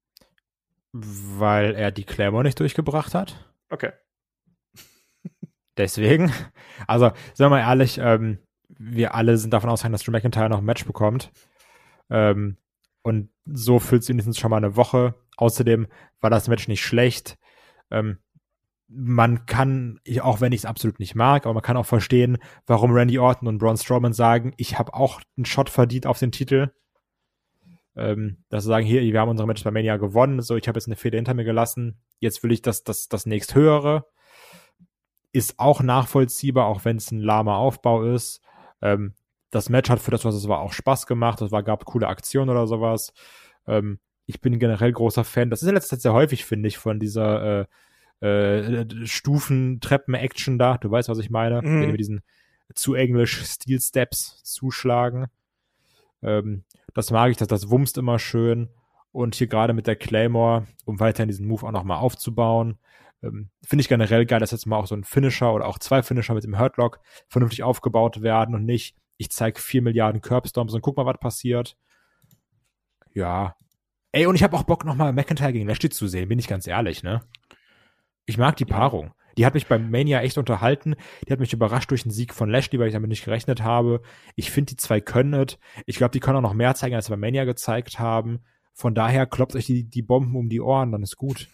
Weil er die Claymore nicht durchgebracht hat. Okay. Deswegen. Also, sagen wir mal ehrlich, wir alle sind davon ausgegangen, dass Drew McIntyre noch ein Match bekommt. Und so füllt es wenigstens schon mal eine Woche. Außerdem war das Match nicht schlecht. Man kann, auch wenn ich es absolut nicht mag, aber man kann auch verstehen, warum Randy Orton und Braun Strowman sagen, ich habe auch einen Shot verdient auf den Titel. Dass sie sagen, hier, wir haben unsere Match bei Mania gewonnen, so, ich habe jetzt eine Fehde hinter mir gelassen, jetzt will ich das nächsthöhere. Ist auch nachvollziehbar, auch wenn es ein lahmer Aufbau ist. Das Match hat für das, was es war, auch Spaß gemacht. Es gab coole Aktionen oder sowas. Ich bin generell großer Fan. Das ist in letzter Zeit sehr häufig, finde ich, von dieser Stufen-Treppen-Action da. Du weißt, was ich meine. Wenn die mit diesen zu englisch Steel-Steps zuschlagen. Das mag ich, das wumst immer schön. Und hier gerade mit der Claymore, um weiterhin diesen Move auch nochmal aufzubauen. Finde ich generell geil, dass jetzt mal auch so ein Finisher oder auch 2 Finisher mit dem Hurtlock vernünftig aufgebaut werden und nicht, ich zeige 4 Milliarden Curbstomps und guck mal, was passiert. Ja. Ey, und ich habe auch Bock, nochmal McIntyre gegen Lashley zu sehen, bin ich ganz ehrlich, ne? Ich mag die Paarung. Die hat mich beim Mania echt unterhalten. Die hat mich überrascht durch den Sieg von Lashley, weil ich damit nicht gerechnet habe. Ich finde, die 2 können es. Ich glaube, die können auch noch mehr zeigen, als sie beim Mania gezeigt haben. Von daher kloppt euch die Bomben um die Ohren, dann ist gut.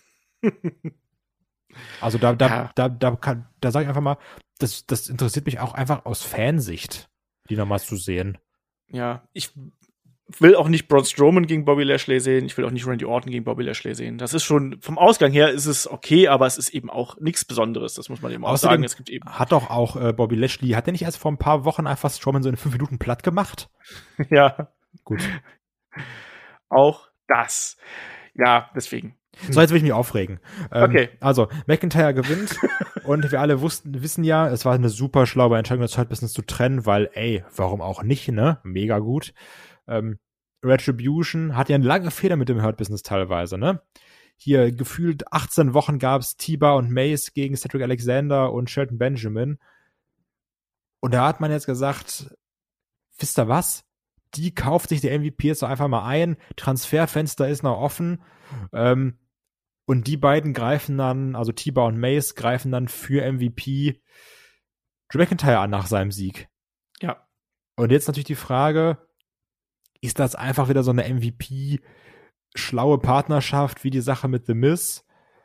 Also da sage ich einfach mal, das interessiert mich auch einfach aus Fansicht, die nochmal zu sehen. Ja, ich will auch nicht Braun Strowman gegen Bobby Lashley sehen. Ich will auch nicht Randy Orton gegen Bobby Lashley sehen. Das ist schon, vom Ausgang her ist es okay, aber es ist eben auch nichts Besonderes. Das muss man eben auch sagen. Es gibt eben hat doch auch Bobby Lashley, hat der nicht erst vor ein paar Wochen einfach Strowman so in 5 Minuten platt gemacht? Ja. Gut. Auch das. Ja, deswegen. So, jetzt will ich mich aufregen. Okay. Also, McIntyre gewinnt und wir alle wissen ja, es war eine super schlaue Entscheidung, das Hurt Business zu trennen, weil, warum auch nicht, ne? Mega gut. Retribution hat ja eine lange Feder mit dem Hurt Business teilweise, ne? Hier gefühlt 18 Wochen gab's T-Bar und Mace gegen Cedric Alexander und Shelton Benjamin. Und da hat man jetzt gesagt, wisst ihr was? Die kauft sich der MVP jetzt doch einfach mal ein. Transferfenster ist noch offen. Und die beiden greifen dann, also T-Bar und Mace greifen dann für MVP Drew McIntyre an nach seinem Sieg. Ja. Und jetzt natürlich die Frage, ist das einfach wieder so eine MVP-schlaue Partnerschaft wie die Sache mit The Miz?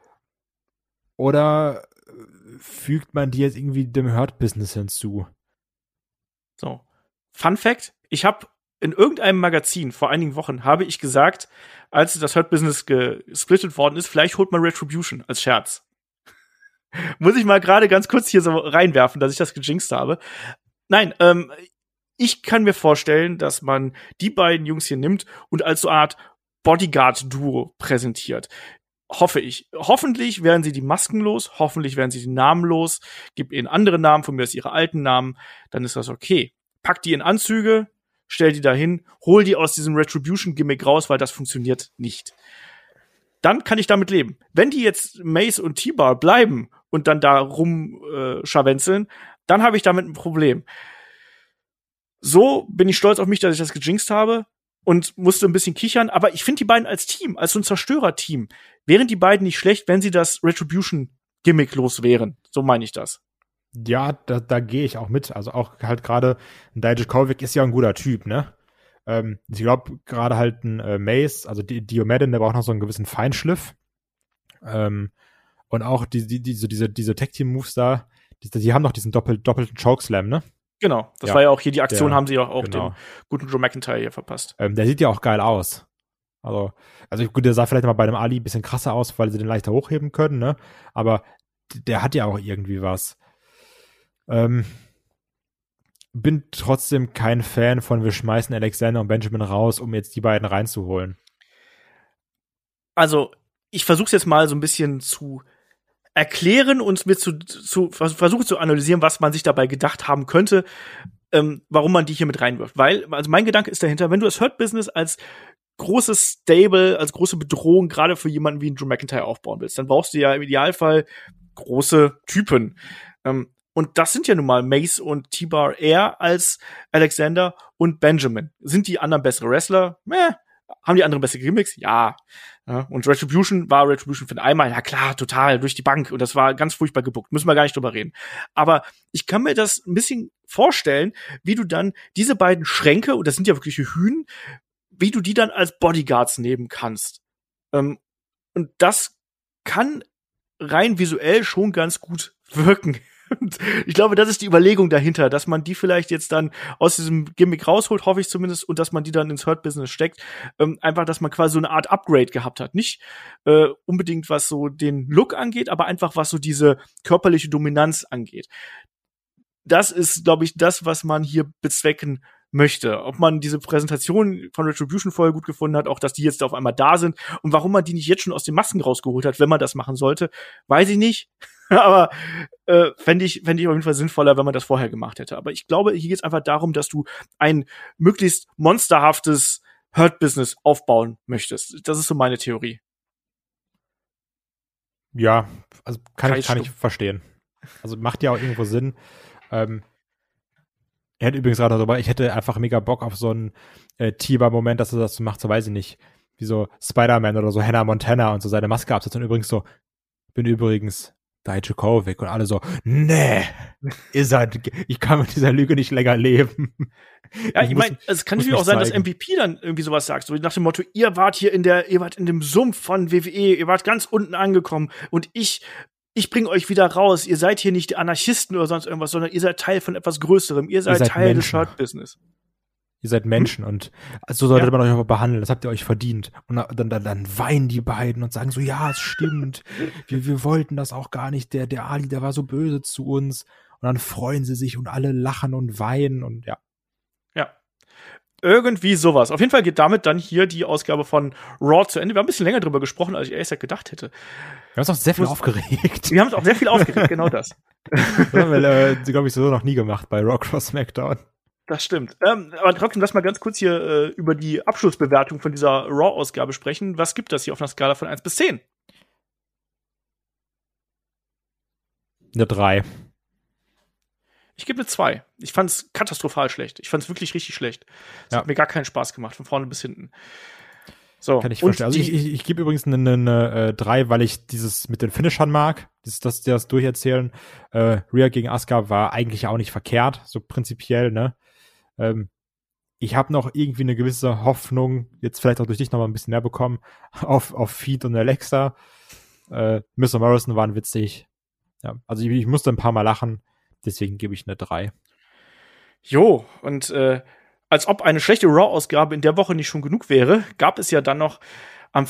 Oder fügt man die jetzt irgendwie dem Hurt-Business hinzu? So. Fun Fact, ich habe in irgendeinem Magazin vor einigen Wochen habe ich gesagt, als das Hurt Business gesplittet worden ist, vielleicht holt man Retribution als Scherz. Muss ich mal gerade ganz kurz hier so reinwerfen, dass ich das gejinxt habe. Nein, ich kann mir vorstellen, dass man die beiden Jungs hier nimmt und als so eine Art Bodyguard-Duo präsentiert. Hoffe ich. Hoffentlich werden sie die Masken los, hoffentlich werden sie die Namen los, gibt ihnen andere Namen, von mir aus ihre alten Namen, dann ist das okay. Pack die in Anzüge, stell die dahin, hol die aus diesem Retribution-Gimmick raus, weil das funktioniert nicht. Dann kann ich damit leben. Wenn die jetzt Mace und T-Bar bleiben und dann da rumscharwenzeln, dann habe ich damit ein Problem. So bin ich stolz auf mich, dass ich das gejinxt habe und musste ein bisschen kichern, aber ich finde die beiden als Team, als so ein Zerstörer-Team, wären die beiden nicht schlecht, wenn sie das Retribution-Gimmick los wären. So meine ich das. Ja, da gehe ich auch mit. Also auch halt gerade ein Dijakovic ist ja ein guter Typ, ne? Ich glaube, gerade halt ein Mace, also Diomadin, der braucht noch so einen gewissen Feinschliff. Und auch diese Tag-Team-Moves da, die haben noch diesen doppelten Chokeslam, ne? Genau, das war ja auch hier die Aktion, haben sie auch dem guten Drew McIntyre hier verpasst. Der sieht ja auch geil aus. Also gut, der sah vielleicht mal bei dem Ali ein bisschen krasser aus, weil sie den leichter hochheben können, ne? Aber der hat ja auch irgendwie was. Bin trotzdem kein Fan von, wir schmeißen Alexander und Benjamin raus, um jetzt die beiden reinzuholen. Also, ich versuch's jetzt mal so ein bisschen zu erklären und mir versuchen zu analysieren, was man sich dabei gedacht haben könnte, warum man die hier mit reinwirft. Weil, also mein Gedanke ist dahinter, wenn du das Hurt-Business als großes Stable, als große Bedrohung gerade für jemanden wie einen Drew McIntyre aufbauen willst, dann brauchst du ja im Idealfall große Typen. Und das sind ja nun mal Mace und T-Bar eher als Alexander und Benjamin. Sind die anderen bessere Wrestler? Haben die anderen bessere Gimmicks? Ja. Und Retribution für den einmal, ja klar, total, durch die Bank. Und das war ganz furchtbar gebuckt. Müssen wir gar nicht drüber reden. Aber ich kann mir das ein bisschen vorstellen, wie du dann diese beiden Schränke, und das sind ja wirkliche Hünen, wie du die dann als Bodyguards nehmen kannst. Und das kann rein visuell schon ganz gut wirken. Und ich glaube, das ist die Überlegung dahinter, dass man die vielleicht jetzt dann aus diesem Gimmick rausholt, hoffe ich zumindest, und dass man die dann ins Hurt-Business steckt. Einfach, dass man quasi so eine Art Upgrade gehabt hat. Nicht unbedingt, was so den Look angeht, aber einfach, was so diese körperliche Dominanz angeht. Das ist, glaube ich, das, was man hier bezwecken möchte. Ob man diese Präsentation von Retribution vorher gut gefunden hat, auch dass die jetzt auf einmal da sind und warum man die nicht jetzt schon aus den Masken rausgeholt hat, wenn man das machen sollte, weiß ich nicht. Aber fände ich auf jeden Fall sinnvoller, wenn man das vorher gemacht hätte. Aber ich glaube, hier geht es einfach darum, dass du ein möglichst monsterhaftes Hurt-Business aufbauen möchtest. Das ist so meine Theorie. Ja, also kann ich verstehen. Also macht ja auch irgendwo Sinn. Er hätte übrigens gerade darüber, ich hätte einfach mega Bock auf so einen T-Bar-Moment, dass er das so macht, so weiß ich nicht, wie so Spider-Man oder so Hannah Montana und so seine Maske absetzt und übrigens so, bin übrigens Dijakovic und alle so, nee, ich kann mit dieser Lüge nicht länger leben. Ja, ich meine, es kann natürlich auch sein, dass MVP dann irgendwie sowas sagt, so nach dem Motto, ihr wart in dem Sumpf von WWE, ihr wart ganz unten angekommen und ich bringe euch wieder raus. Ihr seid hier nicht Anarchisten oder sonst irgendwas, sondern ihr seid Teil von etwas Größerem. Ihr seid Teil des Shirt-Business. Ihr seid Menschen und so sollte man euch auch behandeln. Das habt ihr euch verdient. Und dann weinen die beiden und sagen so, ja, es stimmt. wir wollten das auch gar nicht. Der Ali, der war so böse zu uns. Und dann freuen sie sich und alle lachen und weinen und ja. Ja. Irgendwie sowas. Auf jeden Fall geht damit dann hier die Ausgabe von Raw zu Ende. Wir haben ein bisschen länger drüber gesprochen, als ich ehrlich gesagt gedacht hätte. Wir haben uns auch sehr viel aufgeregt. Wir haben uns auch sehr viel aufgeregt, genau das. Das haben wir, glaube ich, so noch nie gemacht bei Raw Cross SmackDown. Das stimmt. Aber trotzdem, lass mal ganz kurz hier über die Abschlussbewertung von dieser Raw-Ausgabe sprechen. Was gibt das hier auf einer Skala von 1 bis 10? Eine 3. Ich gebe eine 2. Ich fand es katastrophal schlecht. Ich fand es wirklich richtig schlecht. Es hat mir gar keinen Spaß gemacht, von vorne bis hinten. So. Kann ich verstehen. Also ich gebe übrigens eine 3, weil ich dieses mit den Finishern mag. Das Durcherzählen. Rhea gegen Asuka war eigentlich auch nicht verkehrt, so prinzipiell, ne? Ich habe noch irgendwie eine gewisse Hoffnung, jetzt vielleicht auch durch dich noch mal ein bisschen mehr bekommen, auf Feed und Alexa. Miss und Morrison waren witzig. Ja, also ich musste ein paar Mal lachen, deswegen gebe ich eine 3. Jo, und als ob eine schlechte Raw-Ausgabe in der Woche nicht schon genug wäre, gab es ja dann noch am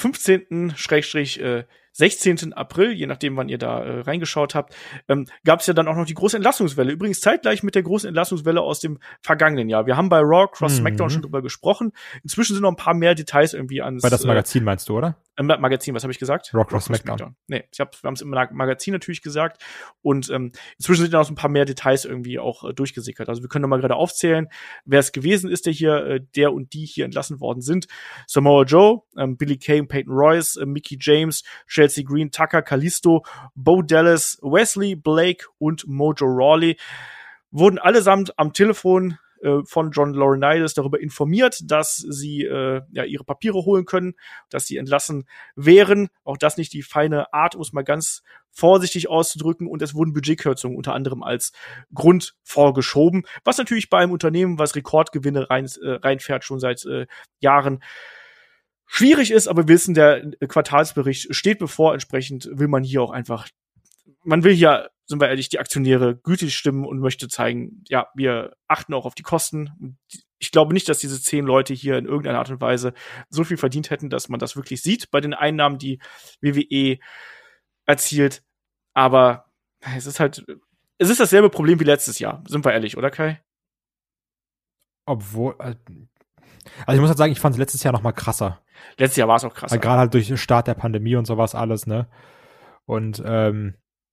15./16. April, je nachdem, wann ihr da reingeschaut habt, gab es ja dann auch noch die große Entlassungswelle. Übrigens zeitgleich mit der großen Entlassungswelle aus dem vergangenen Jahr. Wir haben bei Raw Cross SmackDown schon drüber gesprochen. Inzwischen sind noch ein paar mehr Details irgendwie ans... Bei das Magazin meinst du, oder? Magazin, was habe ich gesagt? Raw Cross SmackDown. Nee, wir haben es im Magazin natürlich gesagt. Und inzwischen sind noch so ein paar mehr Details irgendwie auch durchgesickert. Also wir können noch mal gerade aufzählen, wer es gewesen ist, der hier, der und die hier entlassen worden sind. Samoa Joe, Billie Kay, Peyton Royce, Mickie James, Chelsea Green, Tucker, Kalisto, Bo Dallas, Wesley, Blake und Mojo Rawley wurden allesamt am Telefon von John Laurinaitis darüber informiert, dass sie ihre Papiere holen können, dass sie entlassen wären. Auch das nicht die feine Art, um es mal ganz vorsichtig auszudrücken. Und es wurden Budgetkürzungen unter anderem als Grund vorgeschoben, was natürlich bei einem Unternehmen, was Rekordgewinne reinfährt, schon seit Jahren schwierig ist. Aber wir wissen, der Quartalsbericht steht bevor. Entsprechend will man hier auch einfach, man will hier, sind wir ehrlich, die Aktionäre gütig stimmen und möchte zeigen, ja, wir achten auch auf die Kosten. Ich glaube nicht, dass diese 10 Leute hier in irgendeiner Art und Weise so viel verdient hätten, dass man das wirklich sieht bei den Einnahmen, die WWE erzielt. Aber es ist dasselbe Problem wie letztes Jahr. Sind wir ehrlich, oder Kai? Obwohl, also ich muss halt sagen, ich fand es letztes Jahr noch mal krasser. Letztes Jahr war es auch krasser. Gerade halt durch den Start der Pandemie und sowas alles, ne? Und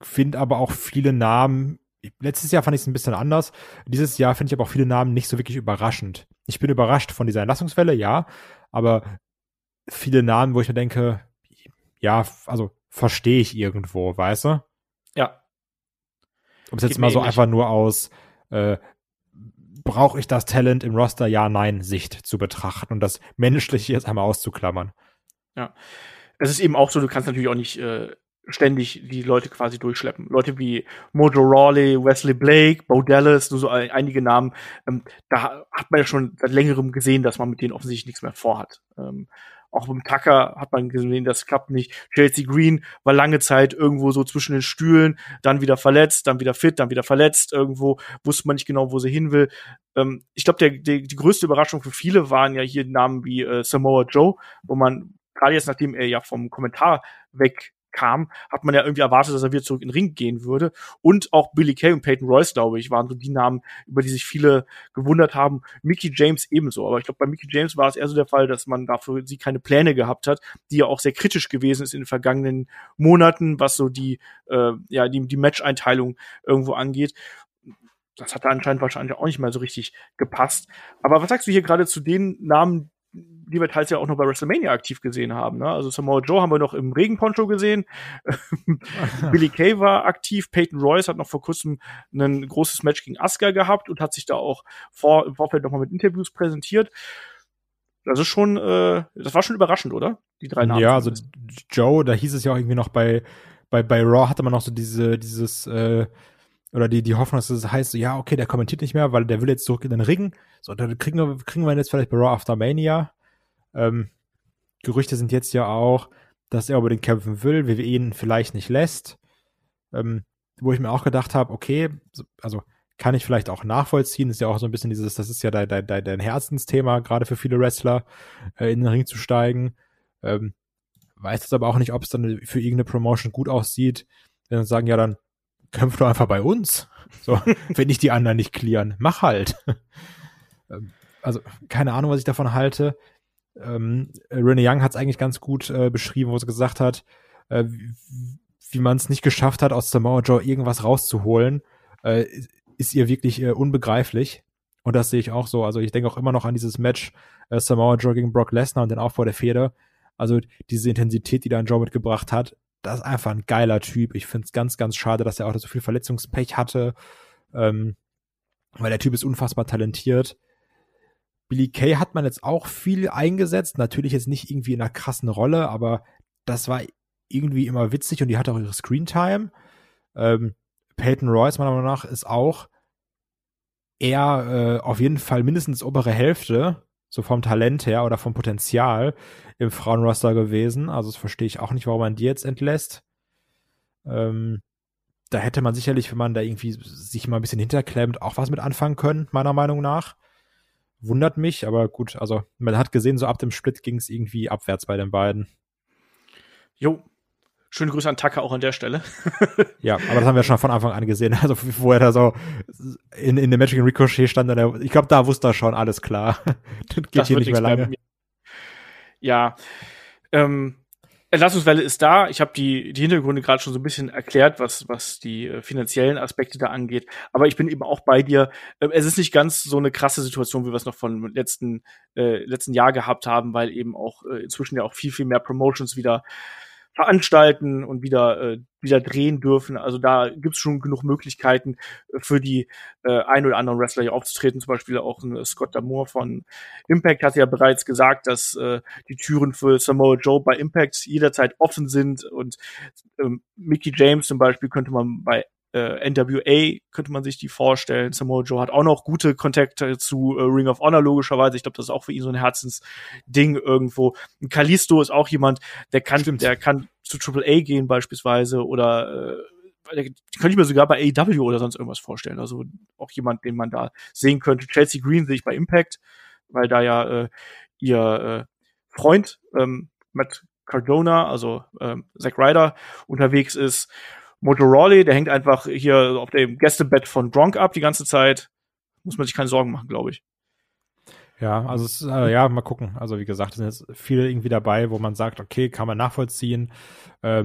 finde aber auch viele Namen, letztes Jahr fand ich es ein bisschen anders. Dieses Jahr finde ich aber auch viele Namen nicht so wirklich überraschend. Ich bin überrascht von dieser Entlassungswelle, ja, aber viele Namen, wo ich mir denke, ja, also verstehe ich irgendwo, weißt du? Ja. Ob es jetzt mal so einfach nur aus brauche ich das Talent im Roster, ja, nein, Sicht zu betrachten und das Menschliche jetzt einmal auszuklammern. Ja. Es ist eben auch so, du kannst natürlich auch nicht ständig die Leute quasi durchschleppen. Leute wie Mojo Rawley, Wesley Blake, Bo Dallas, nur so einige Namen. Da hat man ja schon seit längerem gesehen, dass man mit denen offensichtlich nichts mehr vorhat. Auch beim Tucker hat man gesehen, das klappt nicht. Chelsea Green war lange Zeit irgendwo so zwischen den Stühlen, dann wieder verletzt, dann wieder fit, dann wieder verletzt. Irgendwo wusste man nicht genau, wo sie hin will. Ich glaube, die größte Überraschung für viele waren ja hier Namen wie Samoa Joe, wo man gerade jetzt, nachdem er ja vom Kommentar wegkam, hat man ja irgendwie erwartet, dass er wieder zurück in den Ring gehen würde. Und auch Billy Kay und Peyton Royce, glaube ich, waren so die Namen, über die sich viele gewundert haben. Mickie James ebenso. Aber ich glaube, bei Mickie James war es eher so der Fall, dass man dafür sie keine Pläne gehabt hat, die ja auch sehr kritisch gewesen ist in den vergangenen Monaten, was so die Match-Einteilung irgendwo angeht. Das hat da anscheinend wahrscheinlich auch nicht mehr so richtig gepasst. Aber was sagst du hier gerade zu den Namen, die wir teils ja auch noch bei WrestleMania aktiv gesehen haben, ne? Also Samoa Joe haben wir noch im Regenponcho gesehen. Billy Kay war aktiv. Peyton Royce hat noch vor kurzem ein großes Match gegen Asuka gehabt und hat sich da auch im Vorfeld noch mal mit Interviews präsentiert. Das ist schon, das war schon überraschend, oder? Die drei Namen. Ja, also Joe, da hieß es ja auch irgendwie noch bei Raw hatte man noch so dieses oder die Hoffnung, dass es heißt, so, ja, okay, der kommentiert nicht mehr, weil der will jetzt zurück in den Ring. So, dann kriegen wir ihn jetzt vielleicht bei Raw After Mania. Gerüchte sind jetzt ja auch, dass er unbedingt kämpfen will, WWE ihn vielleicht nicht lässt. Wo ich mir auch gedacht habe, okay, also kann ich vielleicht auch nachvollziehen. Ist ja auch so ein bisschen das ist ja dein Herzensthema, gerade für viele Wrestler, in den Ring zu steigen. Weiß jetzt aber auch nicht, ob es dann für irgendeine Promotion gut aussieht, wenn sie sagen, ja, dann kämpf doch einfach bei uns. So, wenn ich die anderen nicht clearen, mach halt. Also, keine Ahnung, was ich davon halte. Renee Young hat es eigentlich ganz gut beschrieben, wo sie gesagt hat, wie man es nicht geschafft hat, aus Samoa Joe irgendwas rauszuholen, ist ihr wirklich unbegreiflich. Und das sehe ich auch so. Also ich denke auch immer noch an dieses Match Samoa Joe gegen Brock Lesnar und den Aufbau der Fehde. Also diese Intensität, die da Joe mitgebracht hat, das ist einfach ein geiler Typ. Ich finde es ganz, ganz schade, dass er auch so viel Verletzungspech hatte, weil der Typ ist unfassbar talentiert. Billy Kay hat man jetzt auch viel eingesetzt, natürlich jetzt nicht irgendwie in einer krassen Rolle, aber das war irgendwie immer witzig und die hatte auch ihre Screentime. Peyton Royce, meiner Meinung nach, ist auch eher auf jeden Fall mindestens obere Hälfte, so vom Talent her oder vom Potenzial im Frauenroster gewesen. Also das verstehe ich auch nicht, warum man die jetzt entlässt. Da hätte man sicherlich, wenn man da irgendwie sich mal ein bisschen hinterklemmt, auch was mit anfangen können, meiner Meinung nach. Wundert mich, aber gut, also man hat gesehen, so ab dem Split ging es irgendwie abwärts bei den beiden. Jo, schöne Grüße an Tucker auch an der Stelle. Ja, aber das haben wir schon von Anfang an gesehen, also wo er da so in dem Match gegen Ricochet stand, ich glaube, da wusste er schon, alles klar. Das geht das hier nicht mehr lange. Ja, Entlassungswelle ist da. Ich habe die Hintergründe gerade schon so ein bisschen erklärt, was die finanziellen Aspekte da angeht. Aber ich bin eben auch bei dir. Es ist nicht ganz so eine krasse Situation, wie wir es noch von letzten Jahr gehabt haben, weil eben auch inzwischen ja auch viel, viel mehr Promotions wieder veranstalten und wieder drehen dürfen. Also da gibt's schon genug Möglichkeiten für die ein oder anderen Wrestler hier aufzutreten. Zum Beispiel auch Scott D'Amore von Impact hat ja bereits gesagt, dass die Türen für Samoa Joe bei Impact jederzeit offen sind und Mickie James zum Beispiel könnte man bei NWA könnte man sich die vorstellen. Samoa Joe hat auch noch gute Kontakte zu Ring of Honor logischerweise. Ich glaube, das ist auch für ihn so ein Herzensding irgendwo. Und Kalisto ist auch jemand, der kann zu AAA gehen beispielsweise oder die könnte ich mir sogar bei AEW oder sonst irgendwas vorstellen. Also auch jemand, den man da sehen könnte. Chelsea Green sehe ich bei Impact, weil da ja ihr Freund Matt Cardona, also Zack Ryder, unterwegs ist. Mojo Rawley, der hängt einfach hier auf dem Gästebett von Gronk ab die ganze Zeit. Muss man sich keine Sorgen machen, glaube ich. Ja, also es, ja, mal gucken. Also wie gesagt, es sind jetzt viele irgendwie dabei, wo man sagt, okay, kann man nachvollziehen.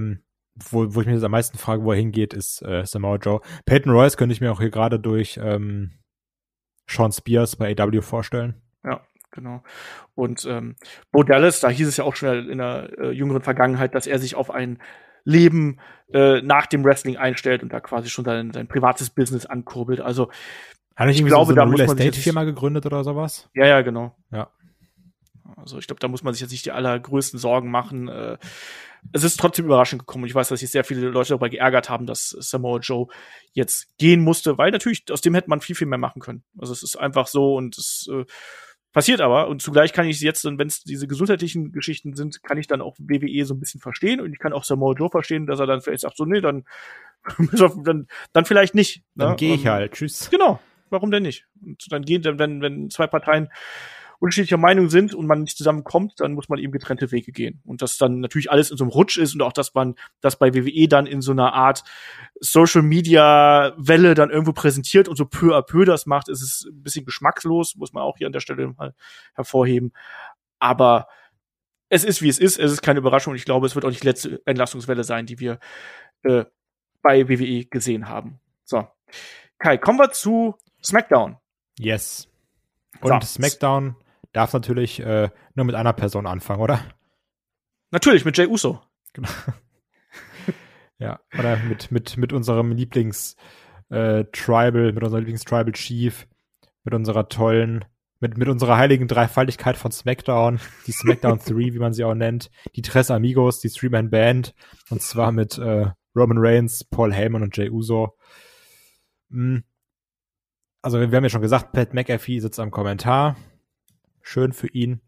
wo ich mich jetzt am meisten frage, wo er hingeht, ist Samoa Joe. Peyton Royce könnte ich mir auch hier gerade durch Sean Spears bei AEW vorstellen. Ja, genau. Und Bo Dallas, da hieß es ja auch schon in der jüngeren Vergangenheit, dass er sich auf ein Leben nach dem Wrestling einstellt und da quasi schon sein privates Business ankurbelt. Also hat er irgendwie so eine Real Estate-Firma gegründet oder sowas? Ja, genau. Ja. Also ich glaube, da muss man sich jetzt nicht die allergrößten Sorgen machen. Es ist trotzdem überraschend gekommen. Ich weiß, dass sich sehr viele Leute darüber geärgert haben, dass Samoa Joe jetzt gehen musste, weil natürlich aus dem hätte man viel, viel mehr machen können. Also es ist einfach so und es passiert aber. Und zugleich kann ich jetzt, wenn es diese gesundheitlichen Geschichten sind, kann ich dann auch WWE so ein bisschen verstehen und ich kann auch Samoa Joe verstehen, dass er dann vielleicht sagt, so nee, dann vielleicht nicht. Ne? Dann gehe ich halt. Tschüss. Genau. Warum denn nicht? Und dann wenn zwei Parteien unterschiedlicher Meinung sind und man nicht zusammenkommt, dann muss man eben getrennte Wege gehen. Und dass dann natürlich alles in so einem Rutsch ist und auch, dass man das bei WWE dann in so einer Art Social-Media-Welle dann irgendwo präsentiert und so peu à peu das macht, ist es ein bisschen geschmackslos, muss man auch hier an der Stelle mal hervorheben. Aber es ist, wie es ist. Es ist keine Überraschung und ich glaube, es wird auch nicht die letzte Entlastungswelle sein, die wir bei WWE gesehen haben. So. Kai, kommen wir zu SmackDown. Yes. Und so. SmackDown darf natürlich nur mit einer Person anfangen, oder? Natürlich, mit Jey Uso. Genau. Ja, oder mit unserem Lieblings-Tribal, mit unserem Lieblings-Tribal Chief, mit unserer tollen, mit unserer heiligen Dreifaltigkeit von SmackDown, die SmackDown 3, wie man sie auch nennt, die Tres Amigos, die Three-Man-Band, und zwar mit Roman Reigns, Paul Heyman und Jey Uso. Also wir haben ja schon gesagt, Pat McAfee sitzt am Kommentar. Schön für ihn.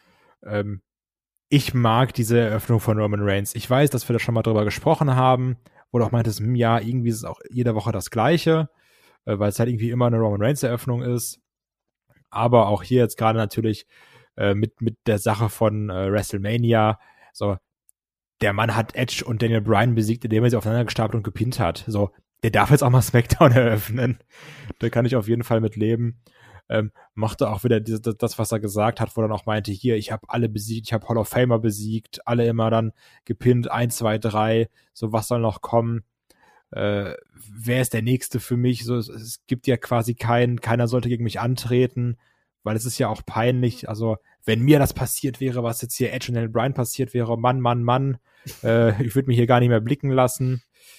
Ich mag diese Eröffnung von Roman Reigns. Ich weiß, dass wir da schon mal drüber gesprochen haben, wo du auch meintest, ja, irgendwie ist es auch jede Woche das Gleiche, weil es halt irgendwie immer eine Roman Reigns Eröffnung ist. Aber auch hier jetzt gerade natürlich mit der Sache von WrestleMania, so, der Mann hat Edge und Daniel Bryan besiegt, indem er sie aufeinander gestapelt und gepinnt hat. So, der darf jetzt auch mal SmackDown eröffnen. Da kann ich auf jeden Fall mit leben. Machte auch wieder das, was er gesagt hat, wo er dann auch meinte, hier, ich habe alle besiegt, ich habe Hall of Famer besiegt, alle immer dann gepinnt, 1, 2, 3, so was soll noch kommen? Wer ist der Nächste für mich? So, es gibt ja quasi keiner sollte gegen mich antreten, weil es ist ja auch peinlich, also wenn mir das passiert wäre, was jetzt hier Edge und Daniel Bryan passiert wäre, Mann, ich würde mich hier gar nicht mehr blicken lassen.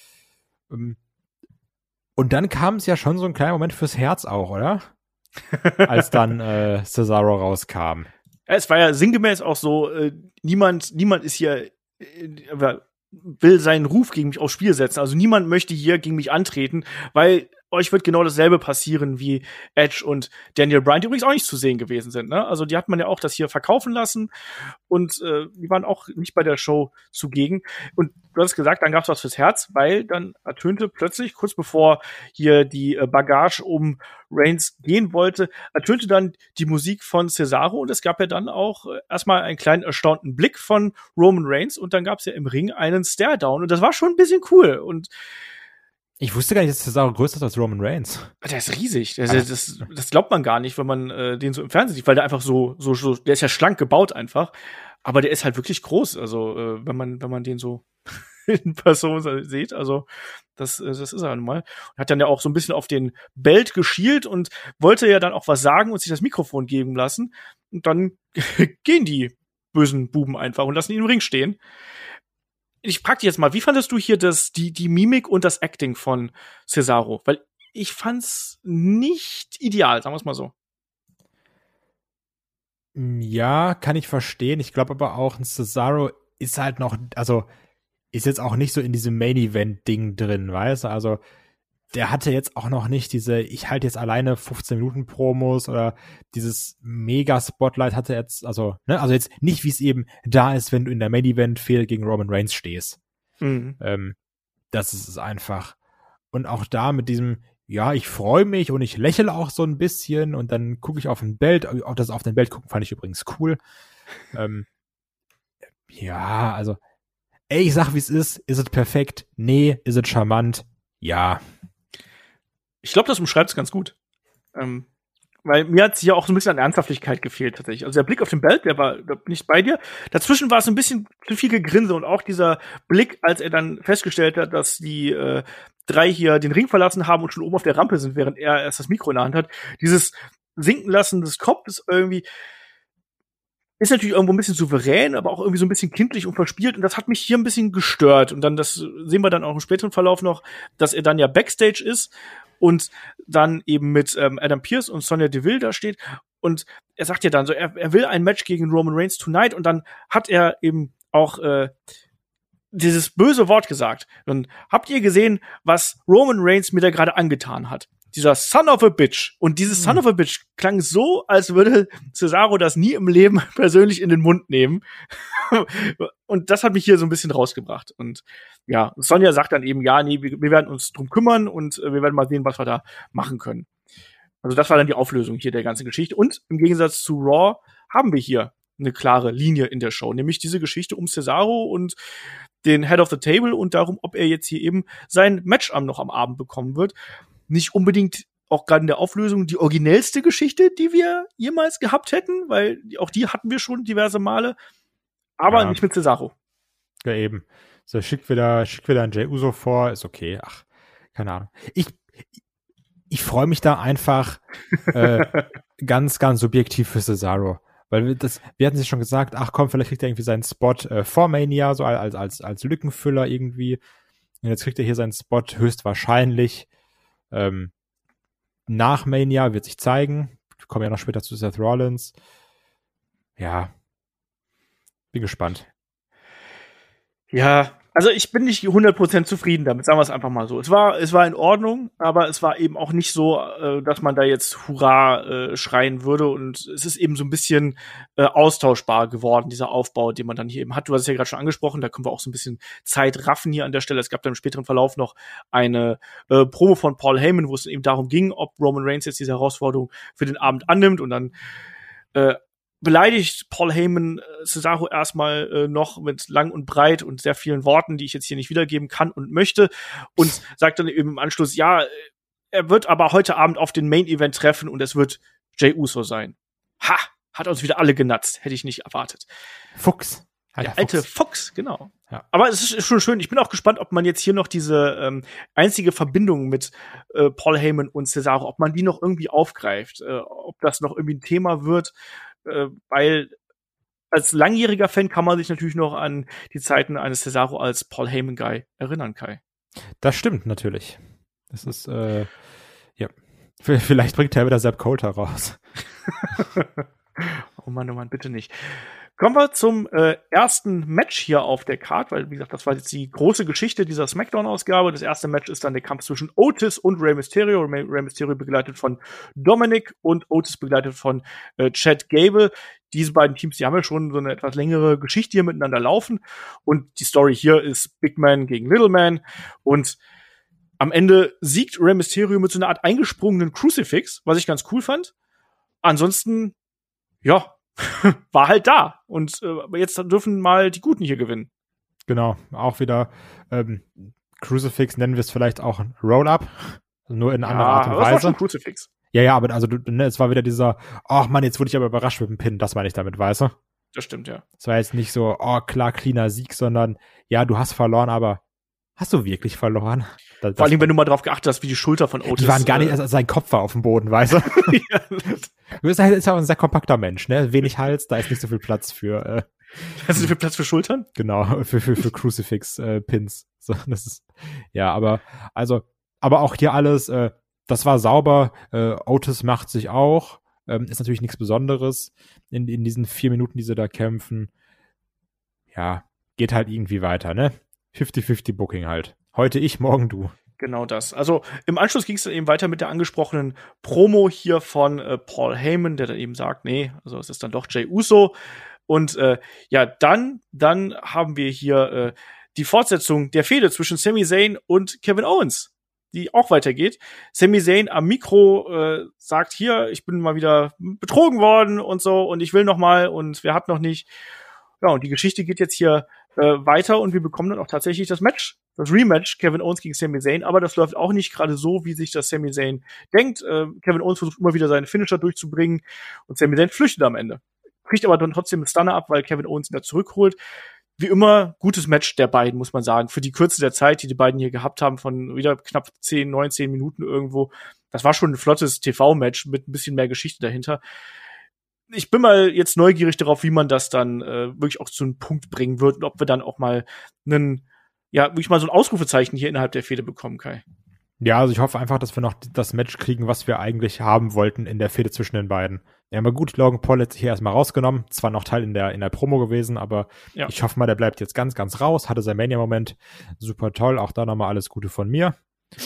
Und dann kam es ja schon so ein kleiner Moment fürs Herz auch, oder? Als dann Cesaro rauskam. Ja, es war ja sinngemäß auch so, niemand ist hier will seinen Ruf gegen mich aufs Spiel setzen. Also niemand möchte hier gegen mich antreten, weil euch wird genau dasselbe passieren wie Edge und Daniel Bryan, die übrigens auch nicht zu sehen gewesen sind. Ne? Also die hat man ja auch das hier verkaufen lassen und die waren auch nicht bei der Show zugegen. Und du hast gesagt, dann gab's was fürs Herz, weil dann ertönte plötzlich, kurz bevor hier die Bagage um Reigns gehen wollte, ertönte dann die Musik von Cesaro und es gab ja dann auch erstmal einen kleinen erstaunten Blick von Roman Reigns und dann gab's ja im Ring einen Stare-Down und das war schon ein bisschen cool und ich wusste gar nicht, dass Cesaro größer ist als Roman Reigns. Der ist riesig. Das glaubt man gar nicht, wenn man den so im Fernsehen sieht, weil der einfach so, der ist ja schlank gebaut einfach. Aber der ist halt wirklich groß. Also, wenn man den so in Person sieht, also, das ist er nun mal. Hat dann ja auch so ein bisschen auf den Belt geschielt und wollte ja dann auch was sagen und sich das Mikrofon geben lassen. Und dann gehen die bösen Buben einfach und lassen ihn im Ring stehen. Ich frag dich jetzt mal, wie fandest du hier die Mimik und das Acting von Cesaro? Weil ich fand's nicht ideal, sagen wir es mal so. Ja, kann ich verstehen. Ich glaube aber auch, ein Cesaro ist halt noch, also ist jetzt auch nicht so in diesem Main-Event-Ding drin, weißt du? Also der hatte jetzt auch noch nicht diese, ich halte jetzt alleine 15 Minuten Promos oder dieses Mega-Spotlight hatte jetzt, also jetzt nicht, wie es eben da ist, wenn du in der Main-Event-Fehde gegen Roman Reigns stehst. Mhm. Das ist es einfach. Und auch da mit diesem, ja, ich freue mich und ich lächle auch so ein bisschen und dann gucke ich auf ein Bild, auch das auf den Bild gucken fand ich übrigens cool. Ja, also, ich sag, wie es ist es perfekt? Nee. Ist es charmant? Ja. Ich glaube, das umschreibt es ganz gut. Weil mir hat hier auch so ein bisschen an Ernsthaftigkeit gefehlt, tatsächlich. Also der Blick auf den Belt, der war nicht bei dir. Dazwischen war es so ein bisschen zu viel Gegrinse und auch dieser Blick, als er dann festgestellt hat, dass die drei hier den Ring verlassen haben und schon oben auf der Rampe sind, während er erst das Mikro in der Hand hat. Dieses Sinken lassen des Kopfes irgendwie ist natürlich irgendwo ein bisschen souverän, aber auch irgendwie so ein bisschen kindlich und verspielt. Und das hat mich hier ein bisschen gestört. Und dann, das sehen wir dann auch im späteren Verlauf noch, dass er dann ja Backstage ist und dann eben mit Adam Pearce und Sonya Deville da steht. Und er sagt ja dann so, er will ein Match gegen Roman Reigns tonight. Und dann hat er eben auch dieses böse Wort gesagt. Und habt ihr gesehen, was Roman Reigns mir da gerade angetan hat? Dieser Son of a Bitch. Und dieses Son of a Bitch klang so, als würde Cesaro das nie im Leben persönlich in den Mund nehmen. Und das hat mich hier so ein bisschen rausgebracht. Und ja, Sonja sagt dann eben, ja, nee, wir werden uns drum kümmern und wir werden mal sehen, was wir da machen können. Also das war dann die Auflösung hier der ganzen Geschichte. Und im Gegensatz zu Raw haben wir hier eine klare Linie in der Show, nämlich diese Geschichte um Cesaro und den Head of the Table und darum, ob er jetzt hier eben sein Match noch am Abend bekommen wird. Nicht unbedingt auch gerade in der Auflösung die originellste Geschichte, die wir jemals gehabt hätten, weil auch die hatten wir schon diverse Male, aber nicht mit Cesaro. Ja, eben. So, schickt wieder ein Jey Uso vor, ist okay. Ach, keine Ahnung. Ich freue mich da einfach ganz, ganz subjektiv für Cesaro. Weil wir hatten sich schon gesagt, ach komm, vielleicht kriegt er irgendwie seinen Spot vor Mania, so als Lückenfüller irgendwie. Und jetzt kriegt er hier seinen Spot höchstwahrscheinlich nach Mania, wird sich zeigen. Wir kommen ja noch später zu Seth Rollins. Ja, bin gespannt. Ja, also ich bin nicht 100% zufrieden damit, sagen wir es einfach mal so. Es war in Ordnung, aber es war eben auch nicht so, dass man da jetzt Hurra schreien würde und es ist eben so ein bisschen austauschbar geworden, dieser Aufbau, den man dann hier eben hat. Du hast es ja gerade schon angesprochen, da können wir auch so ein bisschen Zeit raffen hier an der Stelle. Es gab dann im späteren Verlauf noch eine Promo von Paul Heyman, wo es eben darum ging, ob Roman Reigns jetzt diese Herausforderung für den Abend annimmt und dann beleidigt Paul Heyman Cesaro erstmal noch mit lang und breit und sehr vielen Worten, die ich jetzt hier nicht wiedergeben kann und möchte und sagt dann eben im Anschluss, ja, er wird aber heute Abend auf den Main Event treffen und es wird Jey Uso sein. Ha! Hat uns wieder alle genatzt. Hätte ich nicht erwartet. Fuchs. Der alte Fuchs, genau. Ja. Aber es ist schon schön. Ich bin auch gespannt, ob man jetzt hier noch diese einzige Verbindung mit Paul Heyman und Cesaro, ob man die noch irgendwie aufgreift, ob das noch irgendwie ein Thema wird, weil als langjähriger Fan kann man sich natürlich noch an die Zeiten eines Cesaro als Paul Heyman-Guy erinnern, Kai. Das stimmt natürlich. Das ist, ja. Vielleicht bringt er wieder Sepp Coulter raus. Oh Mann, bitte nicht. Kommen wir zum ersten Match hier auf der Card, weil, wie gesagt, das war jetzt die große Geschichte dieser Smackdown-Ausgabe. Das erste Match ist dann der Kampf zwischen Otis und Rey Mysterio. Rey Mysterio begleitet von Dominic und Otis begleitet von Chad Gable. Diese beiden Teams, die haben ja schon so eine etwas längere Geschichte hier miteinander laufen. Und die Story hier ist Big Man gegen Little Man. Und am Ende siegt Rey Mysterio mit so einer Art eingesprungenen Crucifix, was ich ganz cool fand. Ansonsten, ja, war halt da. Und jetzt dürfen mal die Guten hier gewinnen. Genau, auch wieder Crucifix, nennen wir es vielleicht auch ein Roll-Up. Nur in anderer Art und Weise. Das war schon Crucifix. Ja, aber also es war wieder dieser, ach Mann, jetzt wurde ich aber überrascht mit dem Pin, das meine ich damit, weißt du? Das stimmt, ja. Es war jetzt nicht so, oh klar, cleaner Sieg, sondern ja, du hast verloren, aber hast du wirklich verloren? Vor allem, wenn du mal drauf geachtet hast, wie die Schulter von Otis. Die waren gar nicht, also sein Kopf war auf dem Boden, weißt du? Ja. Du bist halt auch ein sehr kompakter Mensch, ne? Wenig Hals, da ist nicht so viel Platz für. Hast du so viel Platz für Schultern? Genau, für Crucifix-Pins. So, das ist, ja, aber auch hier alles, das war sauber. Otis macht sich auch. Ist natürlich nichts Besonderes in diesen 4 Minuten, die sie da kämpfen. Ja, geht halt irgendwie weiter, ne? 50-50 Booking halt. Heute ich, morgen du. Genau das. Also im Anschluss ging es dann eben weiter mit der angesprochenen Promo hier von Paul Heyman, der dann eben sagt, nee, also es ist dann doch Jey Uso. Und ja, dann haben wir hier die Fortsetzung der Fehde zwischen Sami Zayn und Kevin Owens, die auch weitergeht. Sami Zayn am Mikro sagt, hier, ich bin mal wieder betrogen worden und so und ich will noch mal und wer hat noch nicht. Ja, und die Geschichte geht jetzt hier weiter und wir bekommen dann auch tatsächlich das Match das Rematch Kevin Owens gegen Sami Zayn, aber das läuft auch nicht gerade so, wie sich das Sami Zayn denkt. Kevin Owens versucht immer wieder seine Finisher durchzubringen und Sami Zayn flüchtet am Ende. Kriegt aber dann trotzdem einen Stunner ab, weil Kevin Owens ihn da zurückholt. Wie immer, gutes Match der beiden, muss man sagen. Für die Kürze der Zeit, die beiden hier gehabt haben, von wieder knapp 10, 19 Minuten irgendwo. Das war schon ein flottes TV-Match mit ein bisschen mehr Geschichte dahinter. Ich bin mal jetzt neugierig darauf, wie man das dann wirklich auch zu einem Punkt bringen wird und ob wir dann auch mal wirklich mal so ein Ausrufezeichen hier innerhalb der Fehde bekommen, Kai. Ja, also ich hoffe einfach, dass wir noch das Match kriegen, was wir eigentlich haben wollten in der Fehde zwischen den beiden. Ja, aber gut, Logan Paul hat sich hier erstmal rausgenommen. Zwar noch Teil in der Promo gewesen, aber ich hoffe mal, der bleibt jetzt ganz, ganz raus. Hatte sein Mania-Moment. Super toll. Auch da nochmal alles Gute von mir.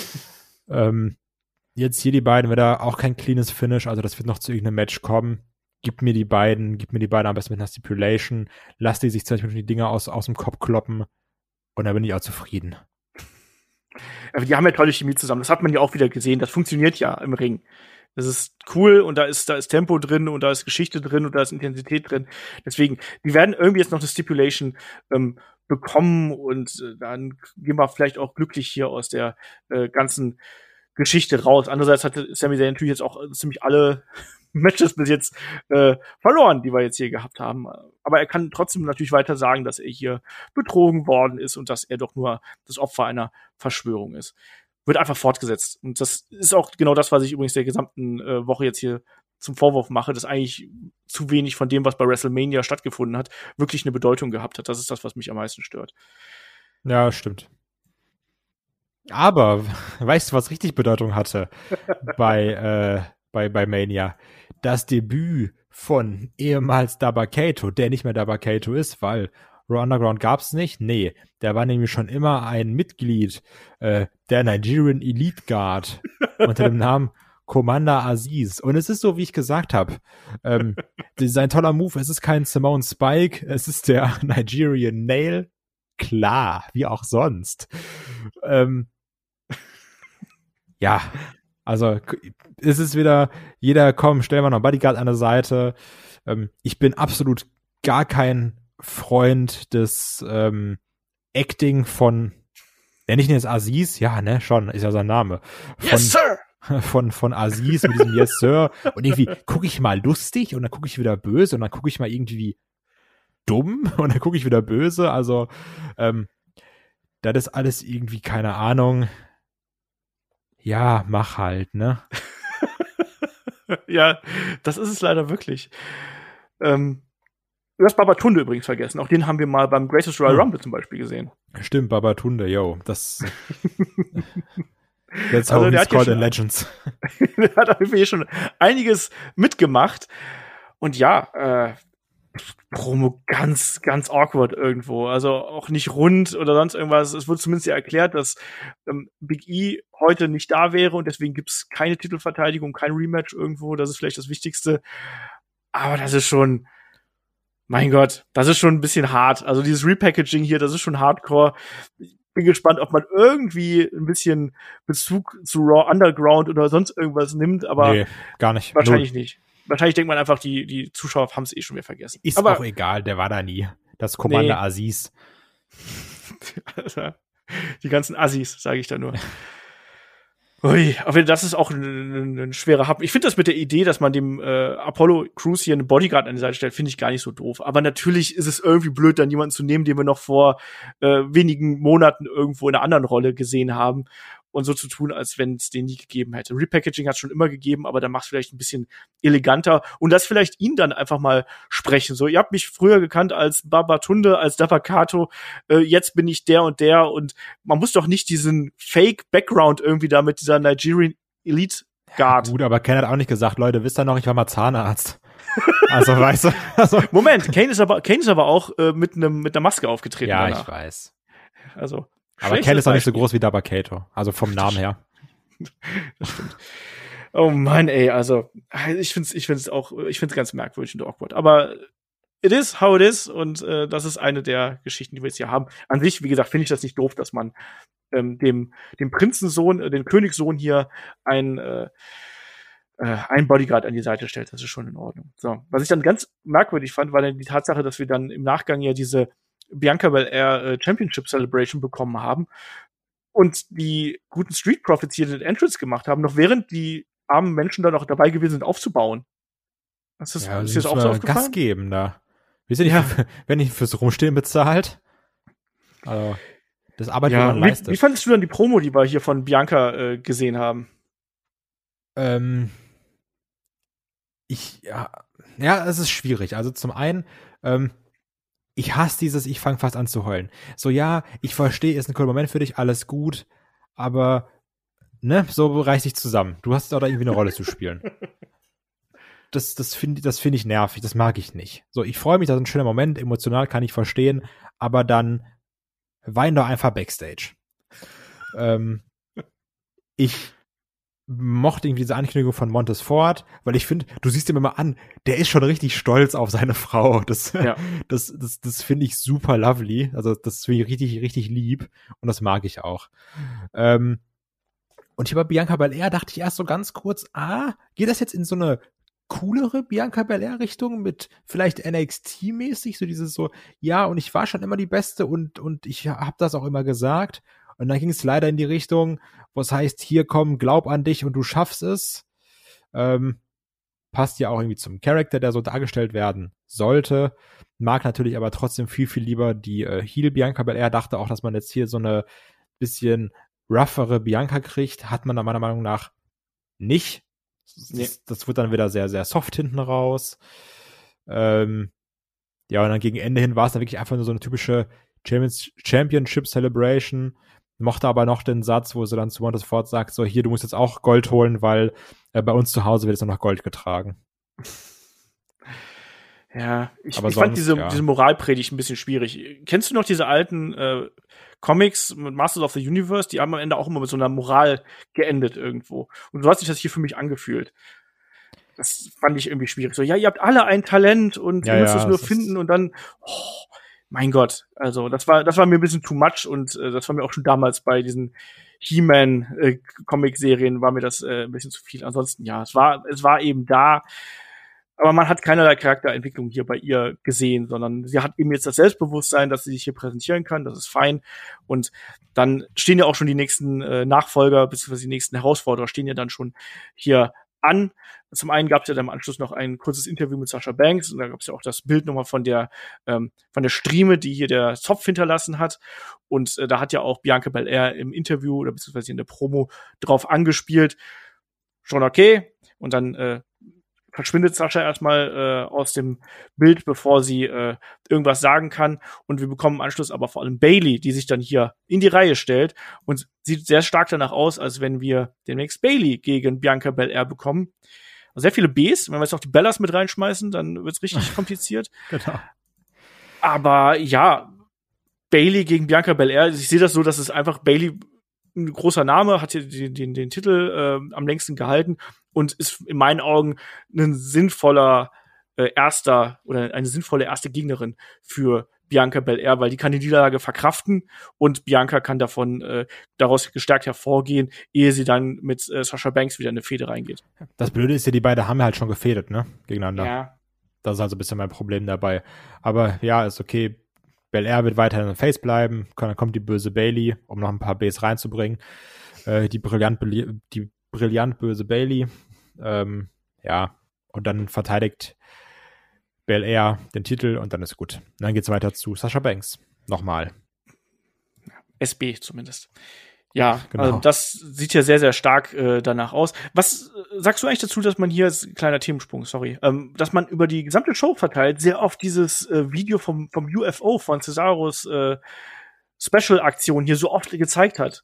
Jetzt hier die beiden wieder auch kein cleanes Finish. Also das wird noch zu irgendeinem Match kommen. Gib mir die beiden am besten mit einer Stipulation. Lass die sich zum Beispiel die Dinger aus dem Kopf kloppen. Und dann bin ich auch zufrieden. Aber die haben ja tolle Chemie zusammen. Das hat man ja auch wieder gesehen. Das funktioniert ja im Ring. Das ist cool und da ist Tempo drin und da ist Geschichte drin und da ist Intensität drin. Deswegen, die werden irgendwie jetzt noch eine Stipulation bekommen und dann gehen wir vielleicht auch glücklich hier aus der ganzen Geschichte raus. Andererseits hat Sami Zayn natürlich jetzt auch ziemlich alle Matches bis jetzt verloren, die wir jetzt hier gehabt haben. Aber er kann trotzdem natürlich weiter sagen, dass er hier betrogen worden ist und dass er doch nur das Opfer einer Verschwörung ist. Wird einfach fortgesetzt. Und das ist auch genau das, was ich übrigens der gesamten Woche jetzt hier zum Vorwurf mache, dass eigentlich zu wenig von dem, was bei WrestleMania stattgefunden hat, wirklich eine Bedeutung gehabt hat. Das ist das, was mich am meisten stört. Ja, stimmt. Aber, weißt du, was richtig Bedeutung hatte bei Mania? Das Debüt von ehemals Dabba-Kato, der nicht mehr Dabba-Kato ist, weil Raw Underground gab's nicht. Nee, der war nämlich schon immer ein Mitglied der Nigerian Elite Guard unter dem Namen Commander Aziz. Und es ist so, wie ich gesagt habe. Sein toller Move, es ist kein Simone Spike, es ist der Nigerian Nail. Klar, wie auch sonst. Ja, also es ist wieder komm, stellen wir noch Bodyguard an der Seite. Ich bin absolut gar kein Freund des Acting von, nenne ich ihn jetzt Aziz? Ja, ne, schon, ist ja sein Name. Yes, Sir! Von Aziz mit diesem Yes, Sir. Und irgendwie gucke ich mal lustig und dann gucke ich wieder böse und dann gucke ich mal irgendwie dumm und dann gucke ich wieder böse. Also, das ist alles irgendwie, keine Ahnung. Ja, mach halt, ne? Ja, das ist es leider wirklich. Du hast Babatunde übrigens vergessen. Auch den haben wir mal beim Greatest Royal Rumble zum Beispiel gesehen. Stimmt, Babatunde, yo. Das That's how he's called in Legends. Der hat auf jeden Fall schon einiges mitgemacht. Und ja, Promo ganz, ganz awkward irgendwo. Also auch nicht rund oder sonst irgendwas. Es wurde zumindest ja erklärt, dass Big E heute nicht da wäre und deswegen gibt's keine Titelverteidigung, kein Rematch irgendwo. Das ist vielleicht das Wichtigste. Aber das ist schon, mein Gott, das ist schon ein bisschen hart. Also dieses Repackaging hier, das ist schon hardcore. Ich bin gespannt, ob man irgendwie ein bisschen Bezug zu Raw Underground oder sonst irgendwas nimmt, aber nee, gar nicht. Wahrscheinlich nicht. Wahrscheinlich denkt man einfach, die Zuschauer haben es schon wieder vergessen. Ist aber auch egal, der war da nie. Das Commander Aziz. Die ganzen Assis, sage ich da nur. Ui, aber das ist auch ein schwerer Happen. Ich finde das mit der Idee, dass man dem Apollo Crews hier einen Bodyguard an die Seite stellt, finde ich gar nicht so doof. Aber natürlich ist es irgendwie blöd, dann jemanden zu nehmen, den wir noch vor wenigen Monaten irgendwo in einer anderen Rolle gesehen haben. Und so zu tun, als wenn es den nie gegeben hätte. Repackaging hat es schon immer gegeben, aber dann mach's vielleicht ein bisschen eleganter und lass vielleicht ihn dann einfach mal sprechen. So, ihr habt mich früher gekannt als Babatunde, als Dabba-Kato, jetzt bin ich der und man muss doch nicht diesen Fake-Background irgendwie da mit dieser Nigerian Elite Guard. Ja, gut, aber Ken hat auch nicht gesagt, Leute, wisst ihr noch, ich war mal Zahnarzt. Also, weißt du. Also. Moment, Kane ist aber auch mit einer Maske aufgetreten. Ja, danach. Ich weiß. Also. Aber Ken ist auch nicht so groß wie Dabba-Kato. Also vom Namen her. Das stimmt. Oh Mann, ey, also ich find's ganz merkwürdig und awkward. Aber it is how it is und das ist eine der Geschichten, die wir jetzt hier haben. An sich, wie gesagt, finde ich das nicht doof, dass man dem Prinzensohn, den Königssohn hier ein Bodyguard an die Seite stellt. Das ist schon in Ordnung. So, was ich dann ganz merkwürdig fand, war dann die Tatsache, dass wir dann im Nachgang ja diese Bianca Belair Championship Celebration bekommen haben und die guten Street Profits hier den Entrance gemacht haben, noch während die armen Menschen da noch dabei gewesen sind, aufzubauen. Ist das auch so aufgefallen? Gas geben da. Wisst ihr nicht, wenn ich fürs Rumstehen bezahlt? Also, das Arbeit, die man leistet. Wie fandest du dann die Promo, die wir hier von Bianca gesehen haben? Es ist schwierig. Also zum einen, ich hasse ich fange fast an zu heulen. So, ja, ich verstehe, ist ein cooler Moment für dich, alles gut, aber, ne, so reiß dich zusammen. Du hast da irgendwie eine Rolle zu spielen. Das finde ich nervig, das mag ich nicht. So, ich freue mich, das ist ein schöner Moment, emotional kann ich verstehen, aber dann wein doch einfach Backstage. Ich mochte irgendwie diese Ankündigung von Montez Ford, weil ich finde, du siehst ihm immer an, der ist schon richtig stolz auf seine Frau. Das finde ich super lovely. Also das finde ich richtig, richtig lieb und das mag ich auch. Und hier bei Bianca Belair dachte ich erst so ganz kurz, geht das jetzt in so eine coolere Bianca Belair-Richtung mit vielleicht NXT-mäßig, so dieses so, ja, und ich war schon immer die Beste und ich habe das auch immer gesagt. Und dann ging es leider in die Richtung, wo es heißt, hier komm, glaub an dich und du schaffst es. Passt ja auch irgendwie zum Charakter, der so dargestellt werden sollte. Mag natürlich aber trotzdem viel, viel lieber die Heel Bianca Belair. Dachte auch, dass man jetzt hier so eine bisschen roughere Bianca kriegt. Hat man da meiner Meinung nach nicht. Das wird dann wieder sehr, sehr soft hinten raus. Ja, und dann gegen Ende hin war es dann wirklich einfach nur so eine typische Championship Celebration. Mochte aber noch den Satz, wo sie dann zu Montez Ford sagt, so, hier, du musst jetzt auch Gold holen, weil bei uns zu Hause wird jetzt nur noch Gold getragen. Ja, ich fand diese Moralpredigt ein bisschen schwierig. Kennst du noch diese alten Comics mit Masters of the Universe? Die haben am Ende auch immer mit so einer Moral geendet irgendwo. Und so hat sich das hier für mich angefühlt. Das fand ich irgendwie schwierig. So, ja, ihr habt alle ein Talent und ihr müsst es nur finden und dann, mein Gott, also das war mir ein bisschen too much und das war mir auch schon damals bei diesen He-Man Comic-Serien war mir das ein bisschen zu viel. Ansonsten, ja, es war eben da, aber man hat keinerlei Charakterentwicklung hier bei ihr gesehen, sondern sie hat eben jetzt das Selbstbewusstsein, dass sie sich hier präsentieren kann, das ist fein. Und dann stehen ja auch schon die nächsten Nachfolger, beziehungsweise die nächsten Herausforderer stehen ja dann schon hier an. Zum einen gab es ja dann im Anschluss noch ein kurzes Interview mit Sasha Banks und da gab es ja auch das Bild nochmal von der Strieme, die hier der Zopf hinterlassen hat. Und da hat ja auch Bianca Belair im Interview oder beziehungsweise in der Promo drauf angespielt. Schon okay. Und dann verschwindet Sasha erstmal aus dem Bild, bevor sie irgendwas sagen kann. Und wir bekommen im Anschluss aber vor allem Bayley, die sich dann hier in die Reihe stellt und sieht sehr stark danach aus, als wenn wir demnächst Bayley gegen Bianca Belair bekommen. Also sehr viele Bs. Wenn wir jetzt noch die Bellas mit reinschmeißen, dann wird's richtig kompliziert. Genau. Aber ja, Bayley gegen Bianca Belair, ich sehe das so, dass es einfach Bayley ein großer Name, hat hier den Titel am längsten gehalten und ist in meinen Augen ein sinnvoller eine sinnvolle erste Gegnerin für Bianca Belair, weil die kann die Niederlage verkraften und Bianca kann daraus gestärkt hervorgehen, ehe sie dann mit Sasha Banks wieder in eine Fehde reingeht. Das Blöde ist ja, die beiden haben halt schon gefädet, ne? Gegeneinander. Ja. Das ist also ein bisschen mein Problem dabei. Aber ja, ist okay. Belair wird weiterhin ein Face bleiben. Dann kommt die böse Bayley, um noch ein paar Bs reinzubringen. Die brillant böse Bayley. Ja, und dann verteidigt Belair den Titel und dann ist gut. Und dann geht's weiter zu Sasha Banks. Nochmal. SB zumindest. Ja, genau. Also das sieht ja sehr, sehr stark danach aus. Was sagst du eigentlich dazu, dass man hier, ist ein kleiner Themensprung, sorry, dass man über die gesamte Show verteilt sehr oft dieses Video vom UFO, von Cesaros Special-Aktion hier so oft gezeigt hat?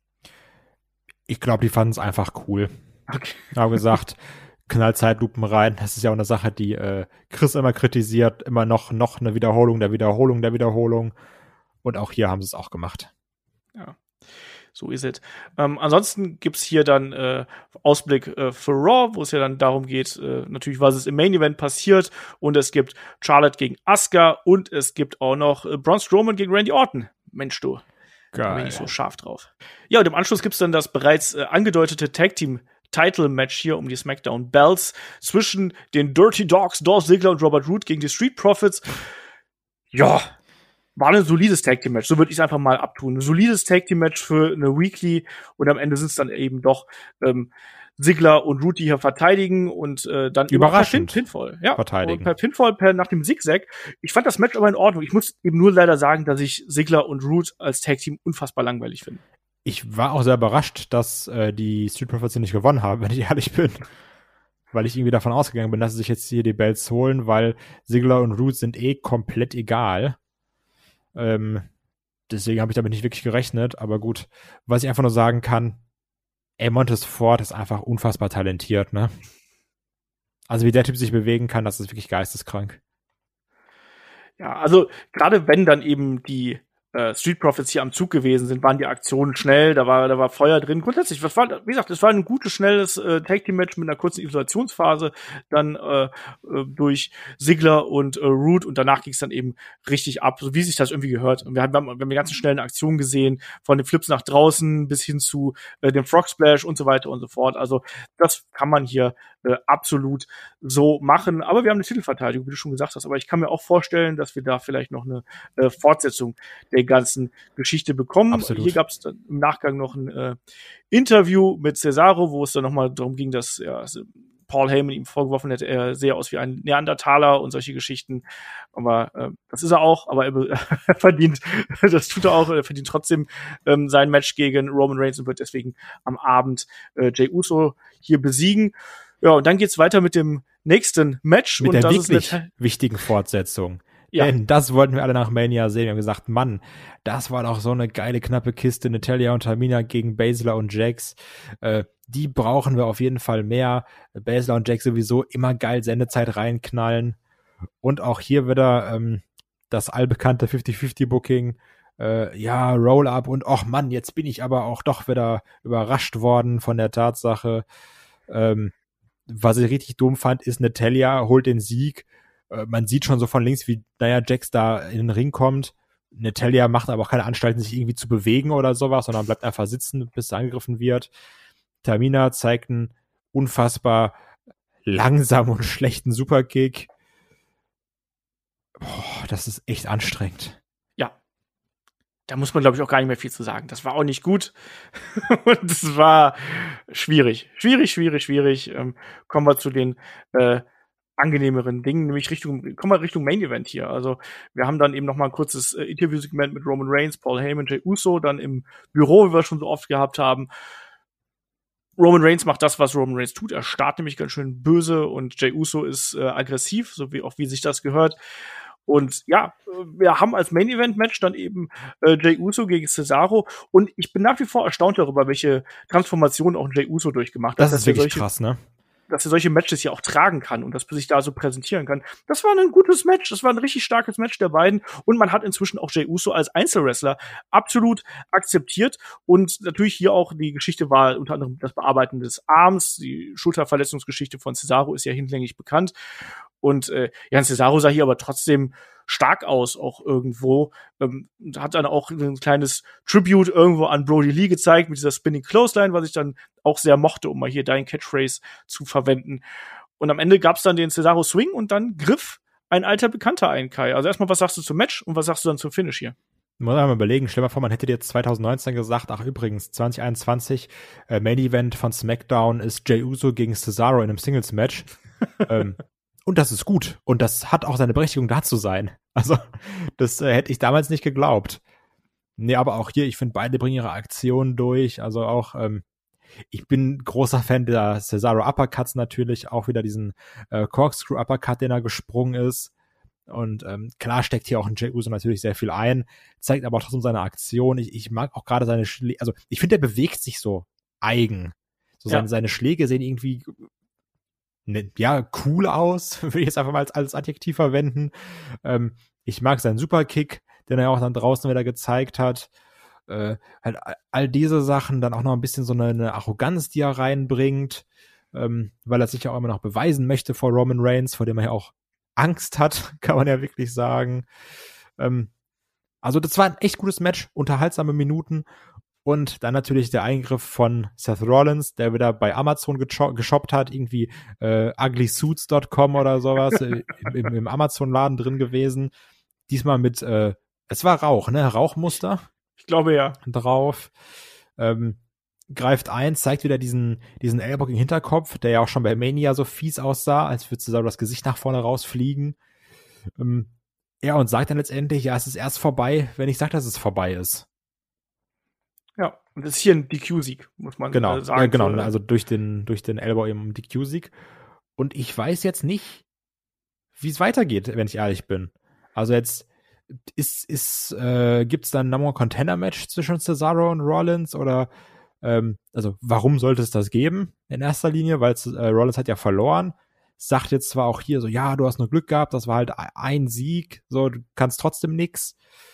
Ich glaube, die fanden es einfach cool. Okay. Haben gesagt, Knallzeitlupen rein. Das ist ja auch eine Sache, die Chris immer kritisiert. Immer noch eine Wiederholung der Wiederholung der Wiederholung. Und auch hier haben sie es auch gemacht. Ja. So ist es. Ansonsten gibt's hier dann Ausblick für Raw, wo es ja dann darum geht, natürlich, was ist im Main Event passiert. Und es gibt Charlotte gegen Asuka und es gibt auch noch Braun Strowman gegen Randy Orton. Mensch, du. Geil. Da bin ich so scharf drauf. Ja, und im Anschluss gibt's dann das bereits angedeutete Tag-Team-Title-Match hier um die SmackDown Belts zwischen den Dirty Dogs, Dolph Ziggler und Robert Roode gegen die Street Profits. Ja, war ein solides Tag-Team-Match, so würde ich es einfach mal abtun. Ein solides Tag-Team-Match für eine Weekly und am Ende sind es dann eben doch Ziggler und Root, die hier verteidigen und dann überraschend per Pinfall. Ja, verteidigen. Und per Pinfall nach dem Zigzag. Ich fand das Match aber in Ordnung. Ich muss eben nur leider sagen, dass ich Ziggler und Root als Tag-Team unfassbar langweilig finde. Ich war auch sehr überrascht, dass die Street Profits hier nicht gewonnen haben, wenn ich ehrlich bin. Weil ich irgendwie davon ausgegangen bin, dass sie sich jetzt hier die Belts holen, weil Ziggler und Root sind komplett egal. Deswegen habe ich damit nicht wirklich gerechnet. Aber gut, was ich einfach nur sagen kann, Montez Ford ist einfach unfassbar talentiert, ne? Also wie der Typ sich bewegen kann, das ist wirklich geisteskrank. Ja, also gerade wenn dann eben die Street Profits hier am Zug gewesen sind, waren die Aktionen schnell, da war Feuer drin. Grundsätzlich, wie gesagt, es war ein gutes, schnelles Tag-Team-Match mit einer kurzen Isolationsphase, dann durch Ziggler und Root und danach ging es dann eben richtig ab, so wie sich das irgendwie gehört. Und wir haben die ganzen schnellen Aktionen gesehen, von den Flips nach draußen bis hin zu dem Frog Splash und so weiter und so fort. Also das kann man hier absolut so machen. Aber wir haben eine Titelverteidigung, wie du schon gesagt hast. Aber ich kann mir auch vorstellen, dass wir da vielleicht noch eine Fortsetzung der ganzen Geschichte bekommen. Absolut. Hier gab es dann im Nachgang noch ein Interview mit Cesaro, wo es dann nochmal darum ging, dass Paul Heyman ihm vorgeworfen hätte, er sehe aus wie ein Neandertaler und solche Geschichten. Aber das ist er auch, aber er verdient, das tut er auch, er verdient trotzdem sein Match gegen Roman Reigns und wird deswegen am Abend Jey Uso hier besiegen. Ja, und dann geht's weiter mit dem nächsten Match. Mit und der das wirklich ist wichtigen Fortsetzung. Ja. Denn das wollten wir alle nach Mania sehen. Wir haben gesagt, Mann, das war doch so eine geile, knappe Kiste. Natalya und Tamina gegen Baszler und Jax. Die brauchen wir auf jeden Fall mehr. Baszler und Jax sowieso immer geil Sendezeit reinknallen. Und auch hier wieder das allbekannte 50-50-Booking. Roll-Up und ach Mann, jetzt bin ich aber auch doch wieder überrascht worden von der Tatsache. Was ich richtig dumm fand, ist Natalya holt den Sieg. Man sieht schon so von links, wie Jax da in den Ring kommt. Natalya macht aber auch keine Anstalten, sich irgendwie zu bewegen oder sowas, sondern bleibt einfach sitzen, bis er angegriffen wird. Tamina zeigt einen unfassbar langsamen und schlechten Superkick. Boah, das ist echt anstrengend. Ja. Da muss man, glaube ich, auch gar nicht mehr viel zu sagen. Das war auch nicht gut. Und es war schwierig. Schwierig. Kommen wir zu den angenehmeren Dingen, nämlich kommen wir Richtung Main Event hier. Also wir haben dann eben noch mal ein kurzes Interviewsegment mit Roman Reigns, Paul Heyman, Jey Uso, dann im Büro, wie wir schon so oft gehabt haben. Roman Reigns macht das, was Roman Reigns tut. Er starrt nämlich ganz schön böse und Jey Uso ist aggressiv, so wie sich das gehört. Und ja, wir haben als Main-Event-Match dann eben Jey Uso gegen Cesaro. Und ich bin nach wie vor erstaunt darüber, welche Transformation auch Jey Uso durchgemacht hat. Das ist wirklich krass, ne? Dass er solche Matches ja auch tragen kann und dass er sich da so präsentieren kann. Das war ein gutes Match, das war ein richtig starkes Match der beiden und man hat inzwischen auch Jey Uso als Einzelwrestler absolut akzeptiert und natürlich hier auch die Geschichte war unter anderem das Bearbeiten des Arms, die Schulterverletzungsgeschichte von Cesaro ist ja hinlänglich bekannt und Cesaro sah hier aber trotzdem stark aus, auch irgendwo. Hat dann auch ein kleines Tribute irgendwo an Brody Lee gezeigt mit dieser Spinning Clothesline, was ich dann auch sehr mochte, um mal hier dein Catchphrase zu verwenden. Und am Ende gab's dann den Cesaro Swing und dann griff ein alter Bekannter ein, Kai. Also erstmal, was sagst du zum Match und was sagst du dann zum Finish hier? Ich muss einmal überlegen, stell mal vor, man hätte dir jetzt 2019 gesagt, ach übrigens, 2021 Main Event von SmackDown ist Jey Uso gegen Cesaro in einem Singles-Match. Und das ist gut. Und das hat auch seine Berechtigung, da zu sein. Also, das hätte ich damals nicht geglaubt. Nee, aber auch hier, ich finde, beide bringen ihre Aktionen durch. Also auch, ich bin großer Fan der Cesaro Uppercuts natürlich. Auch wieder diesen Corkscrew Uppercut, den er gesprungen ist. Und klar steckt hier auch ein Jey Uso natürlich sehr viel ein. Zeigt aber auch trotzdem seine Aktion. Ich mag auch gerade seine Schläge. Also, ich finde, der bewegt sich so eigen. So seine Schläge sehen irgendwie cool aus, würde ich jetzt einfach mal als Adjektiv verwenden. Ich mag seinen Superkick, den er auch dann draußen wieder gezeigt hat. Halt all diese Sachen, dann auch noch ein bisschen so eine Arroganz, die er reinbringt, weil er sich ja auch immer noch beweisen möchte vor Roman Reigns, vor dem er ja auch Angst hat, kann man ja wirklich sagen. Also das war ein echt gutes Match, unterhaltsame Minuten. Und dann natürlich der Eingriff von Seth Rollins, der wieder bei Amazon geshoppt hat, irgendwie uglysuits.com oder sowas, im Amazon-Laden drin gewesen. Diesmal mit Es war Rauch, ne? Rauchmuster Ich glaube ja. drauf. Greift ein, zeigt wieder diesen ellbogigen Hinterkopf, der ja auch schon bei Mania so fies aussah, als würde so das Gesicht nach vorne rausfliegen. Ja, und sagt dann letztendlich, ja, es ist erst vorbei, wenn ich sage, dass es vorbei ist. Ja, und das ist hier ein DQ-Sieg, muss man Genau, sagen. ja, genau, also durch den Elbow im DQ-Sieg. Und ich weiß jetzt nicht, wie es weitergeht, wenn ich ehrlich bin. Also jetzt gibt's dann ein Number One Contender Match zwischen Cesaro und Rollins oder also warum sollte es das geben in erster Linie, weil Rollins hat ja verloren, sagt jetzt zwar auch hier so, ja, du hast nur Glück gehabt, das war halt ein Sieg, so, du kannst trotzdem nix.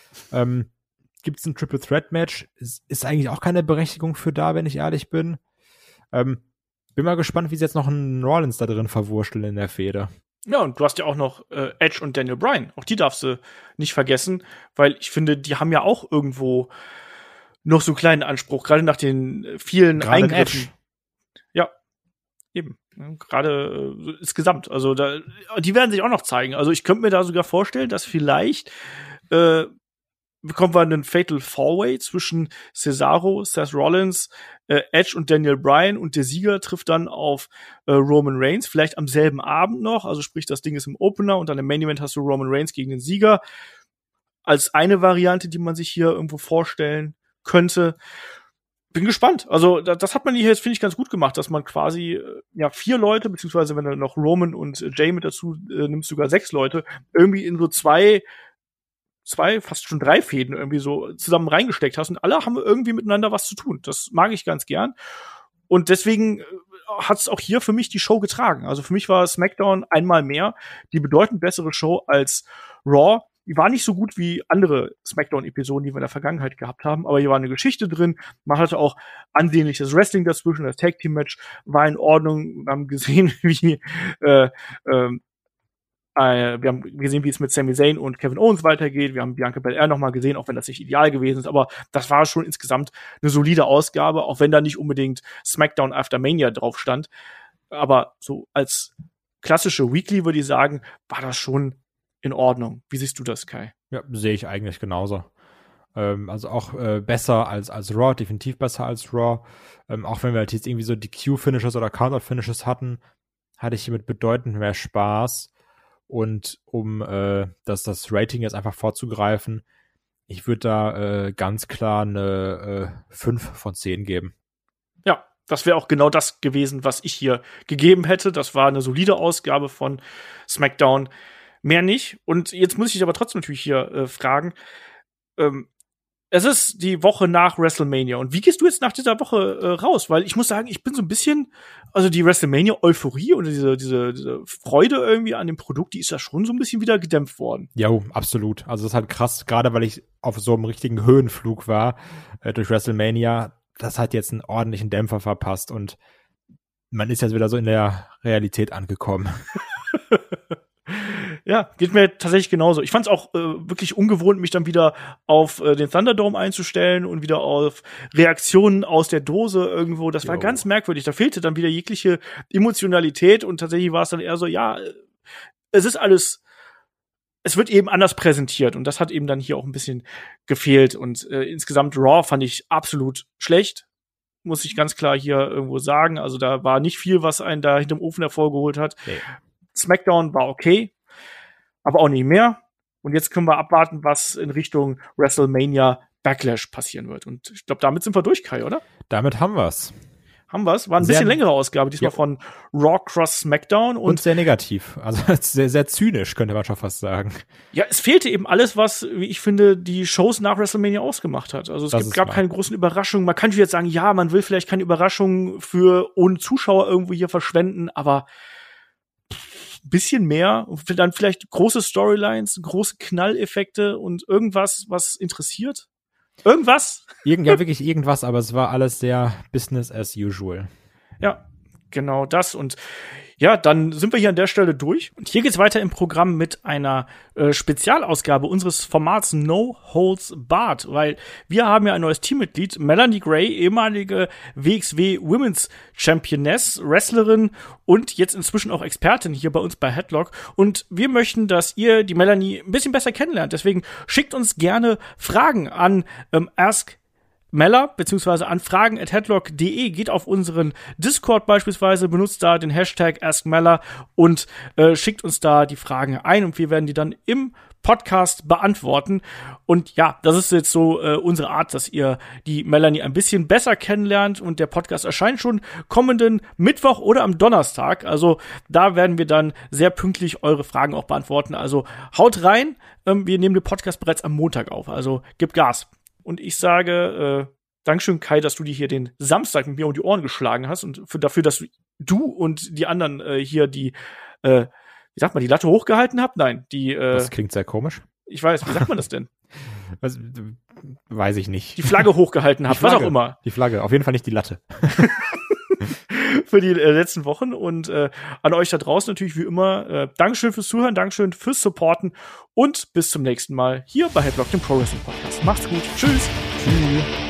Gibt's ein Triple Threat Match, ist eigentlich auch keine Berechtigung für da, wenn ich ehrlich bin. Bin mal gespannt, wie sie jetzt noch einen Rollins da drin verwursteln in der Fehde. Ja, und du hast ja auch noch Edge und Daniel Bryan. Auch die darfst du nicht vergessen, weil ich finde, die haben ja auch irgendwo noch so einen kleinen Anspruch, gerade nach den vielen Gerade Eingriffen. Edge. Ja, eben. Gerade insgesamt. Also die werden sich auch noch zeigen. Also ich könnte mir da sogar vorstellen, dass vielleicht bekommen wir einen Fatal Four-Way zwischen Cesaro, Seth Rollins, Edge und Daniel Bryan und der Sieger trifft dann auf Roman Reigns, vielleicht am selben Abend noch, also sprich, das Ding ist im Opener und dann im Main Event hast du Roman Reigns gegen den Sieger als eine Variante, die man sich hier irgendwo vorstellen könnte. Bin gespannt. Also das hat man hier jetzt, finde ich, ganz gut gemacht, dass man quasi 4 Leute, beziehungsweise wenn du noch Roman und Jay mit dazu nimmst, sogar 6 Leute, irgendwie in so zwei, fast schon 3 Fäden irgendwie so zusammen reingesteckt hast und alle haben irgendwie miteinander was zu tun. Das mag ich ganz gern. Und deswegen hat es auch hier für mich die Show getragen. Also für mich war SmackDown einmal mehr die bedeutend bessere Show als Raw. Die war nicht so gut wie andere SmackDown-Episoden, die wir in der Vergangenheit gehabt haben, aber hier war eine Geschichte drin. Man hatte auch ansehnliches Wrestling dazwischen. Das Tag-Team-Match war in Ordnung. Wir haben gesehen, wie es mit Sami Zayn und Kevin Owens weitergeht. Wir haben Bianca Belair noch mal gesehen, auch wenn das nicht ideal gewesen ist. Aber das war schon insgesamt eine solide Ausgabe, auch wenn da nicht unbedingt SmackDown After Mania drauf stand. Aber so als klassische Weekly würde ich sagen, war das schon in Ordnung. Wie siehst du das, Kai? Ja, sehe ich eigentlich genauso. Also auch besser als Raw, definitiv besser als Raw. Auch wenn wir halt jetzt irgendwie so die Q-Finishes oder Count-Out-Finishes hatten, hatte ich hiermit bedeutend mehr Spaß. Und um das Rating jetzt einfach vorzugreifen, ich würde da ganz klar eine 5 von 10 geben. Ja, das wäre auch genau das gewesen, was ich hier gegeben hätte. Das war eine solide Ausgabe von SmackDown. Mehr nicht. Und jetzt muss ich aber trotzdem natürlich hier fragen, es ist die Woche nach WrestleMania. Und wie gehst du jetzt nach dieser Woche raus? Weil ich muss sagen, ich bin so ein bisschen, also die WrestleMania-Euphorie und diese Freude irgendwie an dem Produkt, die ist ja schon so ein bisschen wieder gedämpft worden. Ja, absolut. Also das ist halt krass, gerade weil ich auf so einem richtigen Höhenflug war durch WrestleMania. Das hat jetzt einen ordentlichen Dämpfer verpasst und man ist jetzt wieder so in der Realität angekommen. Ja, geht mir tatsächlich genauso. Ich fand es auch wirklich ungewohnt, mich dann wieder auf den Thunderdome einzustellen und wieder auf Reaktionen aus der Dose irgendwo. Das war ganz merkwürdig. Da fehlte dann wieder jegliche Emotionalität und tatsächlich war es dann eher so, ja, es ist alles, es wird eben anders präsentiert und das hat eben dann hier auch ein bisschen gefehlt und insgesamt Raw fand ich absolut schlecht. Muss ich ganz klar hier irgendwo sagen. Also da war nicht viel, was einen da hinterm Ofen hervorgeholt hat. Nee. SmackDown war okay, aber auch nicht mehr. Und jetzt können wir abwarten, was in Richtung WrestleMania Backlash passieren wird. Und ich glaube, damit sind wir durch, Kai, oder? Damit haben wir's. Haben wir's. War ein bisschen längere Ausgabe, diesmal von Raw Cross SmackDown. Und sehr negativ. Also sehr, sehr zynisch, könnte man schon fast sagen. Ja, es fehlte eben alles, was, wie ich finde, die Shows nach WrestleMania ausgemacht hat. Also es gab keine großen Überraschungen. Man kann jetzt sagen, ja, man will vielleicht keine Überraschungen ohne Zuschauer irgendwo hier verschwenden, aber bisschen mehr, dann vielleicht große Storylines, große Knalleffekte und irgendwas, was interessiert. Irgendwas? Ja, wirklich irgendwas, aber es war alles sehr Business as usual. Ja, genau das. Und Ja, dann sind wir hier an der Stelle durch. Und hier geht's weiter im Programm mit einer Spezialausgabe unseres Formats No Holds Barred, weil wir haben ja ein neues Teammitglied, Melanie Gray, ehemalige WXW Women's Championess, Wrestlerin und jetzt inzwischen auch Expertin hier bei uns bei Headlock. Und wir möchten, dass ihr die Melanie ein bisschen besser kennenlernt. Deswegen schickt uns gerne Fragen an Ask Mella, beziehungsweise an fragen@headlock.de, geht auf unseren Discord beispielsweise, benutzt da den Hashtag AskMella und schickt uns da die Fragen ein und wir werden die dann im Podcast beantworten. Und ja, das ist jetzt so unsere Art, dass ihr die Melanie ein bisschen besser kennenlernt und der Podcast erscheint schon kommenden Mittwoch oder am Donnerstag. Also da werden wir dann sehr pünktlich eure Fragen auch beantworten. Also haut rein, wir nehmen den Podcast bereits am Montag auf, also gebt Gas. Und ich sage, Dankeschön, Kai, dass du dir hier den Samstag mit mir um die Ohren geschlagen hast und dafür, dass du und die anderen hier die, wie sagt man, die Latte hochgehalten habt? Nein, die. Das klingt sehr komisch. Ich weiß, wie sagt man das denn? Weiß ich nicht. Die Flagge hochgehalten habt, was auch immer. Die Flagge, auf jeden Fall nicht die Latte. Für die letzten Wochen und an euch da draußen natürlich wie immer Dankeschön fürs Zuhören, Dankeschön fürs Supporten und bis zum nächsten Mal hier bei Headlock, dem Pro Wrestling Podcast. Macht's gut. Tschüss. Tschüss.